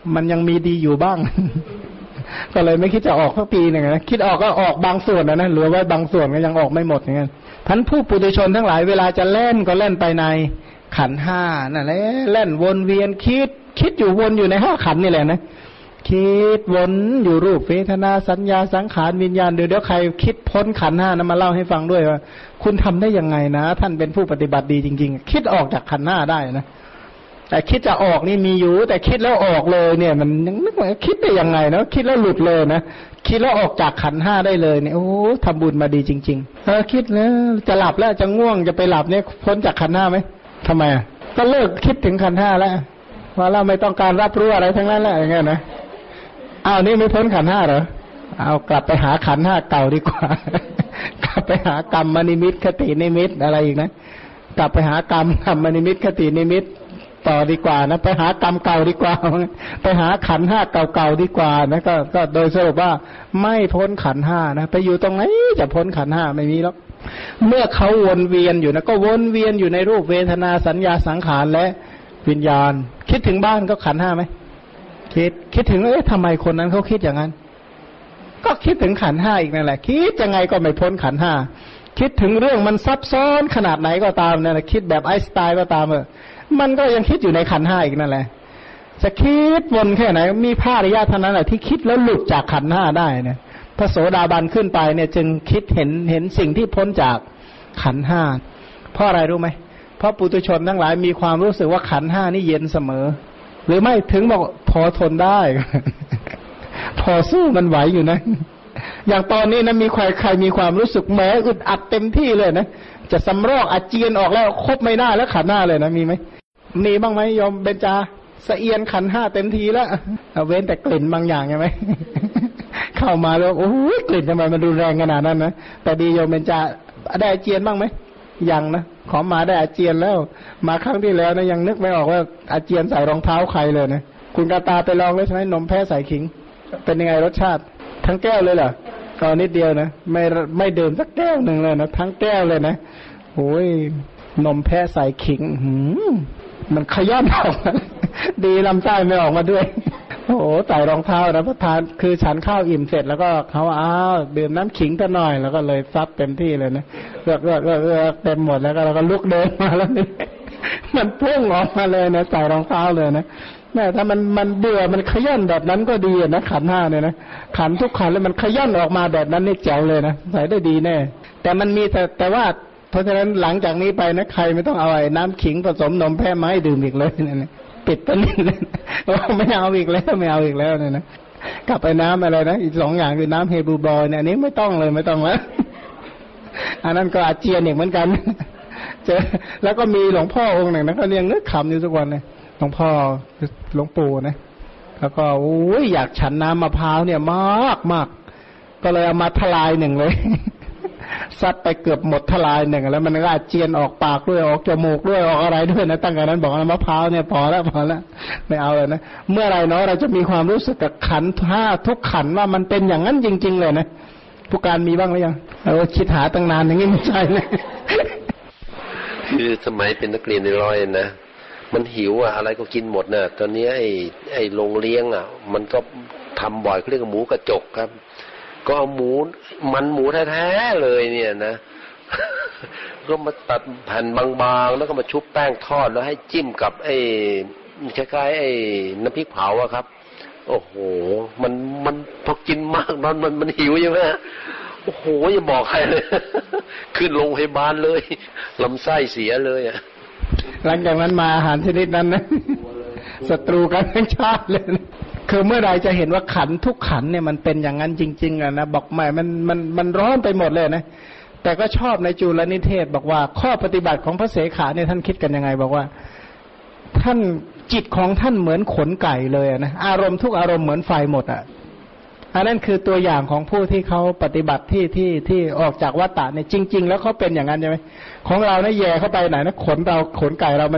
มันยังมีดีอยู่บ้าง ก็เลยไม่คิดจะออกสักปีหนึ่งนะคิดออกก็ออกบางส่วนนะเหลือไว้บางส่วนก็ยังออกไม่หมดอย่างเงี้ยท่านผู้ปุถุชนทั้งหลายเวลาจะเล่นก็เล่นไปในขันธ์ห้านั่นแหละเล่นวนเวียนคิดอยู่วนอยู่ในห้าขันธ์นี่แหละนะคิดวนอยู่รูปเวทนาสัญญาสังขารวิญญาณเดี๋ยวใครคิดพ้นขันธ์ห้านะมาเล่าให้ฟังด้วยว่าคุณทำได้ยังไงนะท่านเป็นผู้ปฏิบัติดีจริงๆคิดออกจากขันธ์ห้าได้นะแต่คิดจะออกนี่มีอยู่แต่คิดแล้วออกเลยเนี่ยมันยังนึกว่าคิดได้ยังไงเนาะคิดแล้วหลุดเลยนะคิดแล้วออกจากขันธ์ห้าได้เลยเนี่ยโอ้ทำบุญมาดีจริงๆคิดแล้วจะหลับแล้วจะง่วงจะไปหลับเนี่ยพ้นจากขันธ์ห้าไหมทำไมก็เลิกคิดถึงขันธ์ห้าแล้วว่าเราไม่ต้องการรับรู้อะไรทั้งนั้นแหละอย่างเงี้ยนะอ้าวนี่ไม่พ้นขันธ์ห้าเหรอเอากลับไปหาขันธ์ห้าเก่าดีกว่ากลับไปหากรรมนิมิตคตินิมิตอะไรอีกนะกลับไปหากรรมนิมิตคตินิมิตต่อดีกว่านะไปหากรรมเก่าดีกว่าไปหาขันธ์ห้าเก่าๆดีกว่านะก็โดยสรุปว่าไม่พ้นขันธ์ห้านะไปอยู่ตรงไหนจะพ้นขันธ์ห้าไม่มีหรอกเมื่อเขาวนเวียนอยู่นะก็วนเวียนอยู่ในรูปเวทนาสัญญาสังขารและวิญญาณคิดถึงบ้านก็ขันธ์ห้าไหมคิดถึงทำไมคนนั้นเขาคิดอย่างนั้นก็คิดถึงขันธ์ห้าอีกนั่นแหละคิดยังไงก็ไม่พ้นขันธ์ห้าคิดถึงเรื่องมันซับซ้อนขนาดไหนก็ตามนะคิดแบบไอน์สไตน์ก็ตามมันก็ยังคิดอยู่ในขันธ์ห้าอีกนั่นแหละจะคิดวนแค่ไหนมีพระอริยะเท่านั้นแหละที่คิดแล้วหลุดจากขันธ์ห้าได้นะพระโสดาบันขึ้นไปเนี่ยจึงคิดเห็นสิ่งที่พ้นจากขันธ์ห้าเพราะอะไรรู้ไหมเพราะปุถุชนทั้งหลายมีความรู้สึกว่าขันธ์ห้านี่เย็นเสมอหรือไม่ถึงบอกพอทนได้ พอสู้มันไหวอยู่นะอย่างตอนนี้นะมีใครมีความรู้สึกแหมอึดอัดเต็มที่เลยนะจะสำรอกอาเจียนออกแล้วคบไม่ได้แล้วขันธ์ห้าเลยนะมีไหมมีบ้างไหมโยมเบญจาสะเอียนขันธ์ห้าเต็มทีแล้วเว้นแต่กลิ่นบางอย่างใช่ไหม เข้ามาแล้วโอ้ยกลิ่นทำไมมันรุนแรงขนาดนั้นนะแต่ดีโยมเบญจาได้อาเจียนบ้างไหมยังนะขอมาได้อาเจียนแล้วมาครั้งที่แล้วนะยังนึกไม่ออกว่าอาเจียนใส่รองเท้าใครเลยนะคุณกาตาไปลองแล้วใช่ไหมนมแพะใส่ขิงเป็นยังไงรสชาติทั้งแก้วเลยเหรอก็นิดเดียวนะไม่ดื่มสักแก้วหนึ่งเลยนะทั้งแก้วเลยนะโอ้ยนมแพะใส่ขิงมันขย้อนออกมาดีลำไส้ไม่ออกมาด้วยโอ้โหใส่รองเท้านะประธานคือฉันข้าวอิ่มเสร็จแล้วก็เขาดื่มน้ำขิงกันหน่อยแล้วก็เลยซัดเต็มที่เลยนะเลือกเต็มหมดแล้วก็เราก็ลุกเดินมาแล้วนี่มันพุ่งออกมาเลยนะใส่รองเท้าเลยนะแม่ถ้ามันเบื่อมันขย้อนแบบนั้นก็ดีนะขันธ์ห้าเนี่ยนะขันธ์ทุกขันธ์แล้วมันขย้อนออกมาแบบนั้นนี่แจ๋วเลยนะใส่ได้ดีแน่แต่มันมีแต่ว่าเพราะฉะนั้นหลังจากนี้ไปนะใครไม่ต้องเอาไอ้น้ำขิงผสมนมแพะมาให้ดื่มอีกเลยนะปิดตัวนี้เลยว่าไม่เอาอีกแล้วเนี่ยนะกลับไปน้ำอะไรนะอีกสองอย่างคือน้ำเฮบูบอยเนี่ยอันนี้ไม่ต้องเลยไม่ต้องแล้วอันนั้นก็อาเจียนอีกเหมือนกันเจอแล้วก็มีหลวงพ่อองค์หนึ่งนะเขาเรียงนึกขำอยู่ทุกวันเลยหลวงพ่อหลวงปู่นะแล้วก็โอ้ยอยากฉันน้ำมะพร้าวเนี่ยมากก็เลยเอามาทลายหนึ่งเลยซัดไปเกือบหมดทลายหนึ่งแล้วมันก็อาเจียนออกปากด้วยออกจมูกด้วยออกอะไรด้วยนะตั้งแต่นั้นบอกว่ามะพร้าวเนี่ยพอแล้วไม่เอาเลยนะเมื่อไรเนาะเราจะมีความรู้สึกกับขันธ์ห้าทุกขันธ์ว่ามันเป็นอย่างนั้นจริงๆเลยนะผู้การมีบ้างหรือยังคิดหาตั้งนานอย่างนี้ไม่ใช่เลยคือสมัยเป็นนักเรียนในร้อยนะมันหิวอะไรก็กินหมดนะตอนนี้ไอ้โรงเลี้ยงมันก็ทำบ่อยเขาเรียกว่าหมูกระจกครับก็เอาหมูแท้ๆเลยเนี่ยนะก็มาตัดแผ่นบางๆแล้วก็มาชุบแป้งทอดแล้วให้จิ้มกับไอ้คล้ายๆไอ้น้ำพริกเผาครับ โอ้โหมันพอกินมากมันหิวใช่ไหมโอ้โหอย่าบอกใครเลยขึ้นโรงพยาบาลเลยลำไส้เสียเลยหลังจากนั้นมาอาหารชนิดนั้นนะศัตรูกันทั้งชาติเลยคือเมื่อใดจะเห็นว่าขันทุกขันเนี่ยมันเป็นอย่างนั้นจริงๆนะบอกใหม่มันร้อนไปหมดเลยนะแต่ก็ชอบในจุลนิเทศบอกว่าข้อปฏิบัติของพระเสขะเนี่ยท่านคิดกันยังไงบอกว่าท่านจิตของท่านเหมือนขนไก่เลยนะอารมณ์ทุกอารมณ์เหมือนไฟหมดอันนั้นคือตัวอย่างของผู้ที่เขาปฏิบัติที่ออกจากวัฏฏะเนี่ยจริงๆแล้วเขาเป็นอย่างนั้นใช่ไหมของเราเนี่ยแย่เข้าไปไหนนะขนไก่เรามัน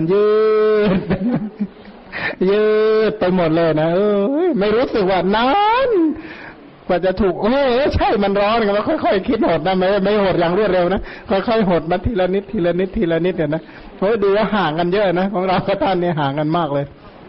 ยืดไปหมดเลยนะไม่รู้สึกว่านานกว่าจะถูกใช่มันร้อนกันแล้วค่อยๆคิดหดนะไม่หดอย่างรวดเร็วนะค่อยๆหดมาทีละนิดเนี่ยนะเพราะดูว่าห่างกันเยอะนะของเรากับท่านเนี่ยห่างกันมากเลย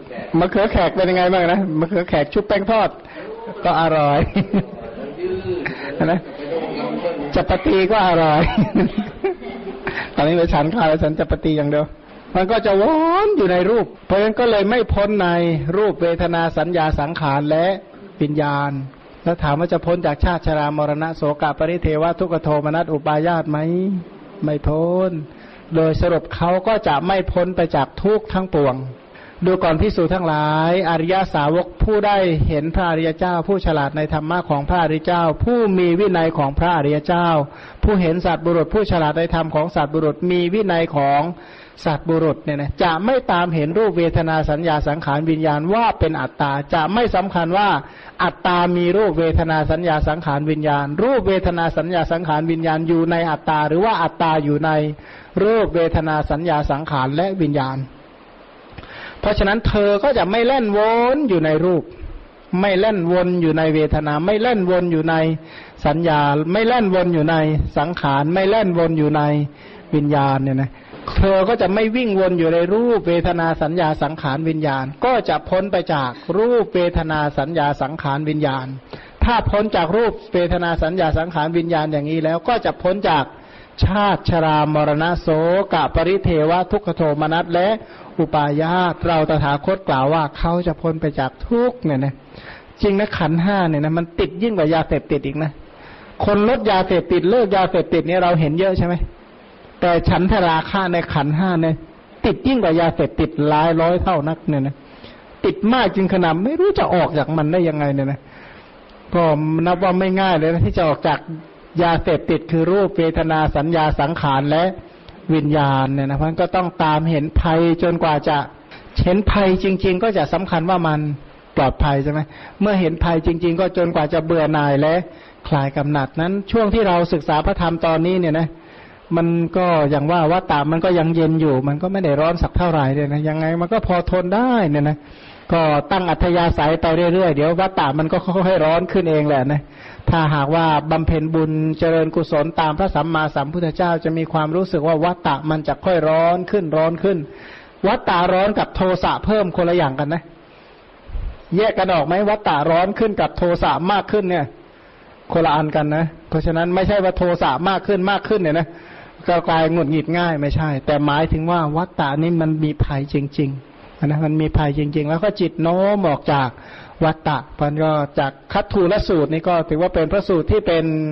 มะเขือแขกเป็นยังไงบ้างนะมะเขือแขกชุบแป้งทอดก็อร่อยนะจัปาตีก็อร่อยตอนนี้ไปฉันข้าวฉันจัปาตีอย่างเดียวมันก็จะวนอยู่ในรูปเพราะฉะนั้นก็เลยไม่พ้นในรูปเวทนาสัญญาสังขารและวิญญาณแล้วถามว่าจะพ้นจากชาติชรามรณะโศกปริเทวทุกขโทมนัสอุปาญาตไหมไม่พ้นโดยสรุปเขาก็จะไม่พ้นไปจากทุกข์ทั้งปวงดูก่อนภิกษุทั้งหลายอริยสาวกผู้ได้เห็นพระอริยเจ้าผู้ฉลาดในธรรมะของพระอริยเจ้าผู้มีวินัยของพระอริยเจ้าผู้เห็นสัตว์บุรุษผู้ฉลาดในธรรมของสัตว์บุรุษมีวินัยของสัตว์บุรุษเนี่ยนะจะไม่ตามเห็นรูปเวทนาสัญญาสังขารวิญญาณว่าเป็นอัตตาจะไม่สำคัญว่าอัตตามีรูปเวทนาสัญญาสังขารวิญญาณรูปเวทนาสัญญาสังขารวิญญาณอยู่ในอัตตาหรือว่าอัตตาอยู่ในรูปเวทนาสัญญาสังขารและวิญญาณเพราะฉะนั้นเธอก็จะไม่เล่นวนอยู่ในรูปไม่เล่นวนอยู่ในเวทนาไม่เล่นวนอยู่ในสัญญาไม่เล่นวนอยู่ในสังขารไม่เล่นวนอยู่ในวิญญาณเนี่ยนะเธอก็จะไม่วิ่งวนอยู่ในรูปเวทนาสัญญาสังขารวิญญาณก็จะพ้นไปจากรูปเวทนาสัญญาสังขารวิญญาณถ้าพ้นจากรูปเวทนาสัญญาสังขารวิญญาณอย่างนี้แล้วก็จะพ้นจากชาติชรามรณะโสกปริเทวทุกขโทมนัสและอุปาญาตเราตถาคตกล่าวว่าเขาจะพ้นไปจากทุกข์เนี่ยนะจริงนะขันธ์ห้าเนี่ยนะมันติดยิ่งกว่ายาเสพติดอีกนะคนลดยาเสพติดเลิกยาเสพติดเนี่ยเราเห็นเยอะใช่ไหมแต่ฉันทราคะในขันธ์ห้าเนี่ยติดยิ่งกว่ายาเสพติดหลายร้อยเท่านักเนี่ยนะติดมากจริงขนาดไม่รู้จะออกจากมันได้ยังไงเนี่ยนะก็นับว่าไม่ง่ายเลยนะที่จะออกจากยาเสพติดคือรูปเวทนาสัญญาสังขารและวิญญาณเนี่ยนะมันก็ต้องตามเห็นภัยจนกว่าจะเห็นภัยจริงๆก็จะสำคัญว่ามันปลอดภัยใช่ไหมเมื่อเห็นภัยจริงๆก็จนกว่าจะเบื่อหน่ายและคลายกำหนัดนั้นช่วงที่เราศึกษาพระธรรมตอนนี้เนี่ยนะมันก็อย่างว่าวัฏฏะมันก็ยังเย็นอยู่มันก็ไม่ได้ร้อนสักเท่าไหร่เลยนะยังไงมันก็พอทนได้เนี่ยนะก็ตั้งอัธยาศัยไปเรื่อยๆเดี๋ยววัฏฏะมันก็ค่อยๆร้อนขึ้นเองแหละนะถ้าหากว่าบำเพ็ญบุญเจริญกุศลตามพระสัมมาสัมพุทธเจ้าจะมีความรู้สึกว่าวัฏฏะมันจะค่อยร้อนขึ้นวัฏฏะร้อนกับโทสะเพิ่มคนละอย่างกันนะแยกกันออกไหมวัฏฏะร้อนขึ้นกับโทสะมากขึ้นเนี่ยคนละอันกันนะเพราะฉะนั้นไม่ใช่ว่าโทสะมากขึ้นเนี่ยนะก็กลายหงุดหงิดง่ายไม่ใช่แต่หมายถึงว่าวัฏฏะนี้มันมีภัยจริงๆนะมันมีภัยจริงๆแล้วก็จิตโน้มออกจากวัฏฏะมันก็จากคัตถูลสูตรนี่ก็ถือว่าเป็นพระสูตรที่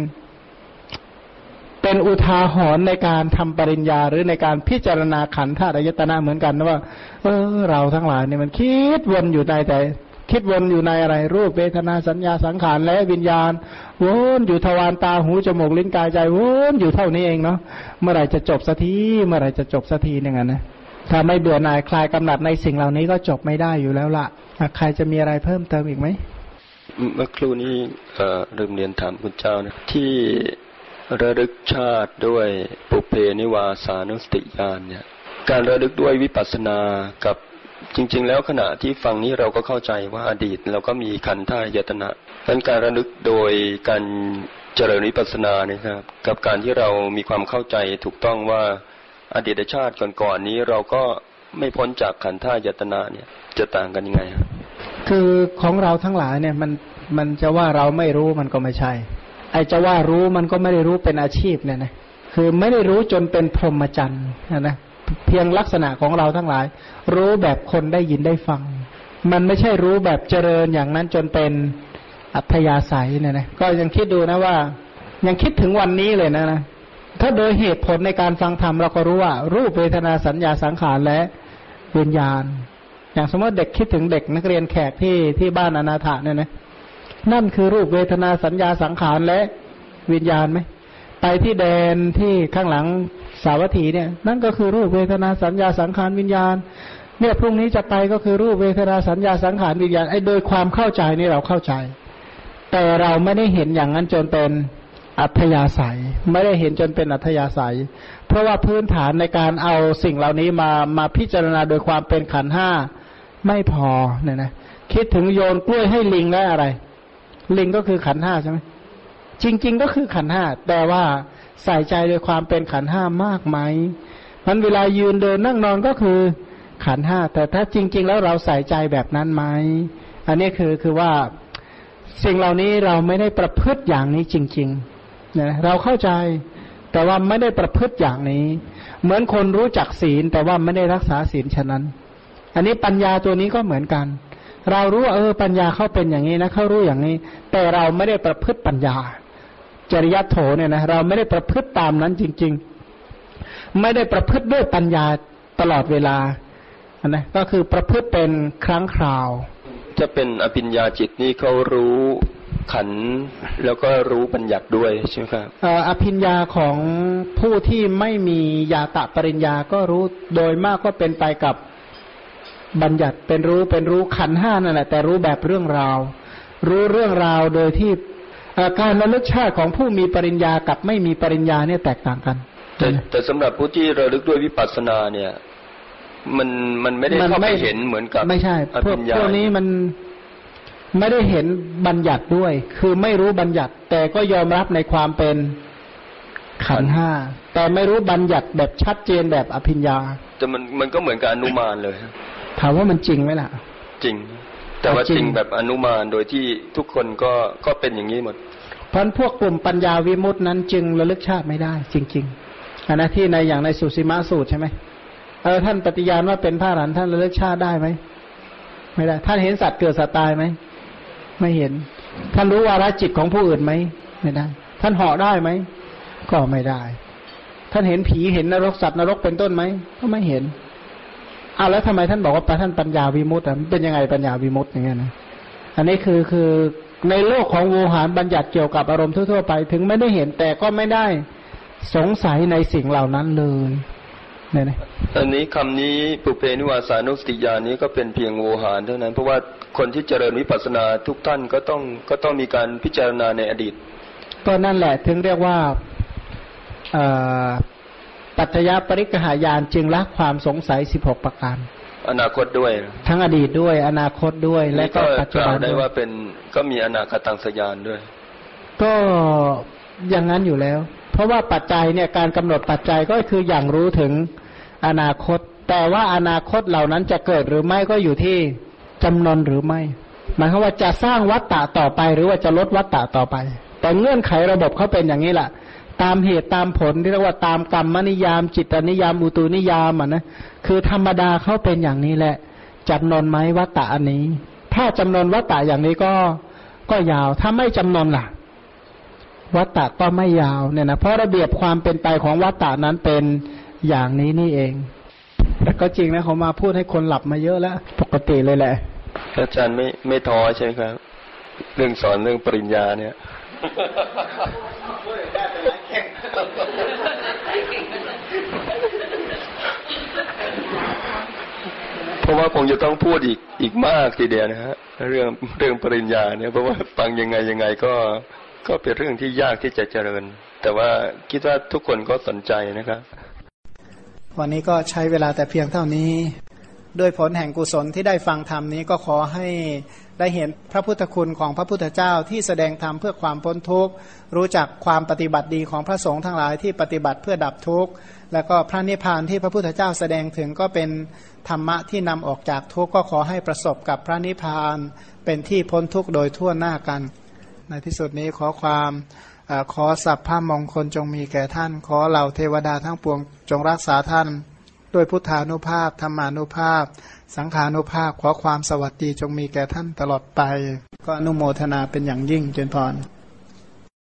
เป็นอุทาหรณ์ในการทำปริญญาหรือในการพิจารณาขันธ์ธาตุอายตนะเหมือนกันนะว่าเราทั้งหลายเนี่ยมันคิดวนอยู่ในแต่คิดวนอยู่ในอะไรรูปเวทนาสัญญาสังขารและวิญญาณวนอยู่ทวารตาหูจมูกลิ้นกายใจวนอยู่เท่านี้เองเนาะเมื่อไหร่จะจบสักทีอย่างนั้นนะถ้าไม่เบื่อหน่ายคลายกำหนัดในสิ่งเหล่านี้ก็จบไม่ได้อยู่แล้วล่ะใครจะมีอะไรเพิ่มเติมอีกไหมเมื่อครู่นี้ลืมเรียนถามคุณเจ้านะที่ระลึกชาติด้วยปุเพนิวาสานุสติญาณเนี่ยการระลึกด้วยวิปัสสนากับจริงๆแล้วขณะที่ฟังนี้เราก็เข้าใจว่าอดีตเราก็มีขันธ์ธาตุอายตนะนั้นการระลึกโดยการเจริญวิปัสสนาเนี่ยครับกับการที่เรามีความเข้าใจถูกต้องว่าอดีตชาติก่อนๆนี้เราก็ไม่พ้นจากขันธ์ธาตุอายตนะเนี่ยจะต่างกันยังไงครับคือของเราทั้งหลายเนี่ยมันจะว่าเราไม่รู้มันก็ไม่ใช่ไอ้จะว่ารู้มันก็ไม่ได้รู้เป็นอาชีพเนี่ยนะคือไม่ได้รู้จนเป็นพรหมจรรย์นะเพียงลักษณะของเราทั้งหลายรู้แบบคนได้ยินได้ฟังมันไม่ใช่รู้แบบเจริญอย่างนั้นจนเป็นอัธยาศัยเนี่ยนะก็ยังคิดดูนะว่ายังคิดถึงวันนี้เลยนะถ้าโดยเหตุผลในการฟังธรรมเราก็รู้ว่ารูปเวทนาสัญญาสังขารและวิญญาณอย่างสมมติเด็กคิดถึงเด็กนักเรียนแขกที่บ้านอนาถาเนี่ยนะนั่นคือรูปเวทนาสัญญาสังขารและวิญญาณไหมไปที่แดนที่ข้างหลังสาวัตถีเนี่ยนั่นก็คือรูปเวทนาสัญญาสังขารวิญญาณเนี่ยพรุ่งนี้จะไปก็คือรูปเวทนาสัญญาสังขารวิญญาณไอ้โดยความเข้าใจนี่เราเข้าใจแต่เราไม่ได้เห็นอย่างนั้นจนเป็นอัธยาศัยไม่ได้เห็นจนเป็นอัธยาศัยเพราะว่าพื้นฐานในการเอาสิ่งเหล่านี้มาพิจารณาโดยความเป็นขันธ์ห้าไม่พอเนี่ยนะคิดถึงโยนกล้วยให้ลิงได้อะไรลิงก็คือขันธ์ห้าใช่ไหมจริงๆก็คือขันธ์ห้าแต่ว่าใส่ใจโดยความเป็นขันธ์ห้ามากไหมมันเวลายืนเดินนั่งนอนก็คือขันธ์ห้าแต่ถ้าจริงๆแล้วเราใส่ใจแบบนั้นไหมอันนี้คือว่าสิ่งเหล่านี้เราไม่ได้ประพฤติอย่างนี้จริงๆนะเราเข้าใจแต่ว่าไม่ได้ประพฤติอย่างนี้เหมือนคนรู้จักศีลแต่ว่าไม่ได้รักษาศีลฉะนั้นอันนี้ปัญญาตัวนี้ก็เหมือนกันเรารู้ปัญญาเขาเป็นอย่างนี้นะเขารู้อย่างนี้แต่เราไม่ได้ประพฤติปัญญาจริยโถเนี่ยนะเราไม่ได้ประพฤติตามนั้นจริงๆไม่ได้ประพฤติด้วยปัญญาตลอดเวลานะก็คือประพฤติเป็นครั้งคราวจะเป็นอภิญญาจิตนี่เขารู้ขันธ์แล้วก็รู้บัญญัติด้วยใช่ไหมครับอภิญญาของผู้ที่ไม่มีญาตะปริญญาก็รู้โดยมากก็เป็นไปกับบัญญัติเป็นรู้ขันธ์ห้านั่นแหละแต่รู้แบบเรื่องราวรู้เรื่องราวโดยที่การระลึกชาติของผู้มีปริญญากับไม่มีปริญญาเนี่ยแตกต่างกันแต่สำหรับผู้ที่ระลึกด้วยวิปัสสนาเนี่ยมันไม่ได้เข้าไปเห็นเหมือนกับไม่ใช่พวกนี้มันไม่ได้เห็นบัญญัติด้วยคือไม่รู้บัญญัติแต่ก็ยอมรับในความเป็นขันธ์ห้าแต่ไม่รู้บัญญัติแบบชัดเจนแบบอภิญญาแต่มันก็เหมือนกับอนุมานเลยถามว่ามันจริงไหมล่ะจริงแต่ว่าจริงแบบอนุมานโดยที่ทุกคนก็เป็นอย่างนี้หมดเพราะพวกกลุ่มปัญญาวิมุตตินั้นจึงระลึกชาติไม่ได้จริงๆอันนั้นที่ในอย่างในสุสีมาสูตรใช่ไหมท่านปฏิญาณว่าเป็นพระอรหันต์ท่านระลึกชาติได้ไหมไม่ได้ท่านเห็นสัตว์เกิดสัตว์ตายไหมไม่เห็นท่านรู้วาระจิตของผู้อื่นไหมไม่ได้ท่านเหาะได้ไหมก็ไม่ได้ท่านเห็นผีเห็นนรกสัตว์นรกเป็นต้นไหมก็ไม่เห็นแล้วทำไมท่านบอกว่าท่านปัญญาวิมุตติเป็นยังไงปัญญาวิมุตติอย่างเงี้ยนะอันนี้คือในโลกของโวหารบัญญัติเกี่ยวกับอารมณ์ทั่วๆไปถึงไม่ได้เห็นแต่ก็ไม่ได้สงสัยในสิ่งเหล่านั้นเลยเนี่ยอันนี้คำนี้ปุเพนิวาสานุสติญาณนี้ก็เป็นเพียงโวหารเท่านั้นเพราะว่าคนที่เจริญวิปัสสนาทุกท่านก็ต้องมีการพิจารณาในอดีตก็นั่นแหละถึงเรียกว่าปัจจยปริกหายานจึงละความสงสัย16ประการอนาคตด้วยทั้งอดีตด้วยอนาคตด้วยและก็ปัจจุบันได้ว่าเป็นก็มีอนาคตังสยานด้วยก็อย่างนั้นอยู่แล้วเพราะว่าปัจจัยเนี่ยการกำหนดปัจจัยก็คืออย่างรู้ถึงอนาคตแต่ว่าอนาคตเหล่านั้นจะเกิดหรือไม่ก็อยู่ที่จำนวนหรือไม่หมายความว่าจะสร้างวัฏฏะต่อไปหรือว่าจะลดวัฏฏะต่อไปแต่เงื่อนไขระบบเขาเป็นอย่างนี้แหละตามเหตุตามผลที่เรียกว่าตามกรรมนิยามจิตนิยามอุตุนิยามนะคือธรรมดาเขาเป็นอย่างนี้แหละจำนวนไหมวัฏฏะอันนี้ถ้าจำนวนวัฏฏะอย่างนี้ก็ยาวถ้าไม่จำนวนล่ะวัฏฏะก็ไม่ยาวเนี่ยนะเพราะระเบียบความเป็นไปของวัฏฏะนั้นเป็นอย่างนี้นี่เองแต่ก็จริงนะเขามาพูดให้คนหลับมาเยอะแล้วปกติเลยแหละอาจารย์ไม่ท้อใช่ไหมครับเรื่องสอนเรื่องปริญญาเนี่ยเพราะว่าคงจะต้องพูดอีกมากทีเดียวนะฮะเรื่องปริญญาเนี่ยเพราะว่าฟังยังไงก็เป็นเรื่องที่ยากที่จะเจริญแต่ว่าคิดว่าทุกคนก็สนใจนะครับวันนี้ก็ใช้เวลาแต่เพียงเท่านี้ด้วยผลแห่งกุศลที่ได้ฟังธรรมนี้ก็ขอให้ได้เห็นพระพุทธคุณของพระพุทธเจ้าที่แสดงธรรมเพื่อความพ้นทุกข์รู้จักความปฏิบัติดีของพระสงฆ์ทั้งหลายที่ปฏิบัติเพื่อดับทุกข์แล้วก็พระนิพพานที่พระพุทธเจ้าแสดงถึงก็เป็นธรรมะที่นำออกจากทุกข์ก็ขอให้ประสบกับพระนิพพานเป็นที่พ้นทุกข์โดยทั่วหน้ากันในที่สุดนี้ขอสัพพะมงคลจงมีแก่ท่านขอเหล่าเทวดาทั้งปวงจงรักษาท่านด้วยพุทธานุภาพธรรมานุภาพสังขานุภาพขอความสวัสดีจงมีแก่ท่านตลอดไปก็อนุโมทนาเป็นอย่างยิ่งเจริญพร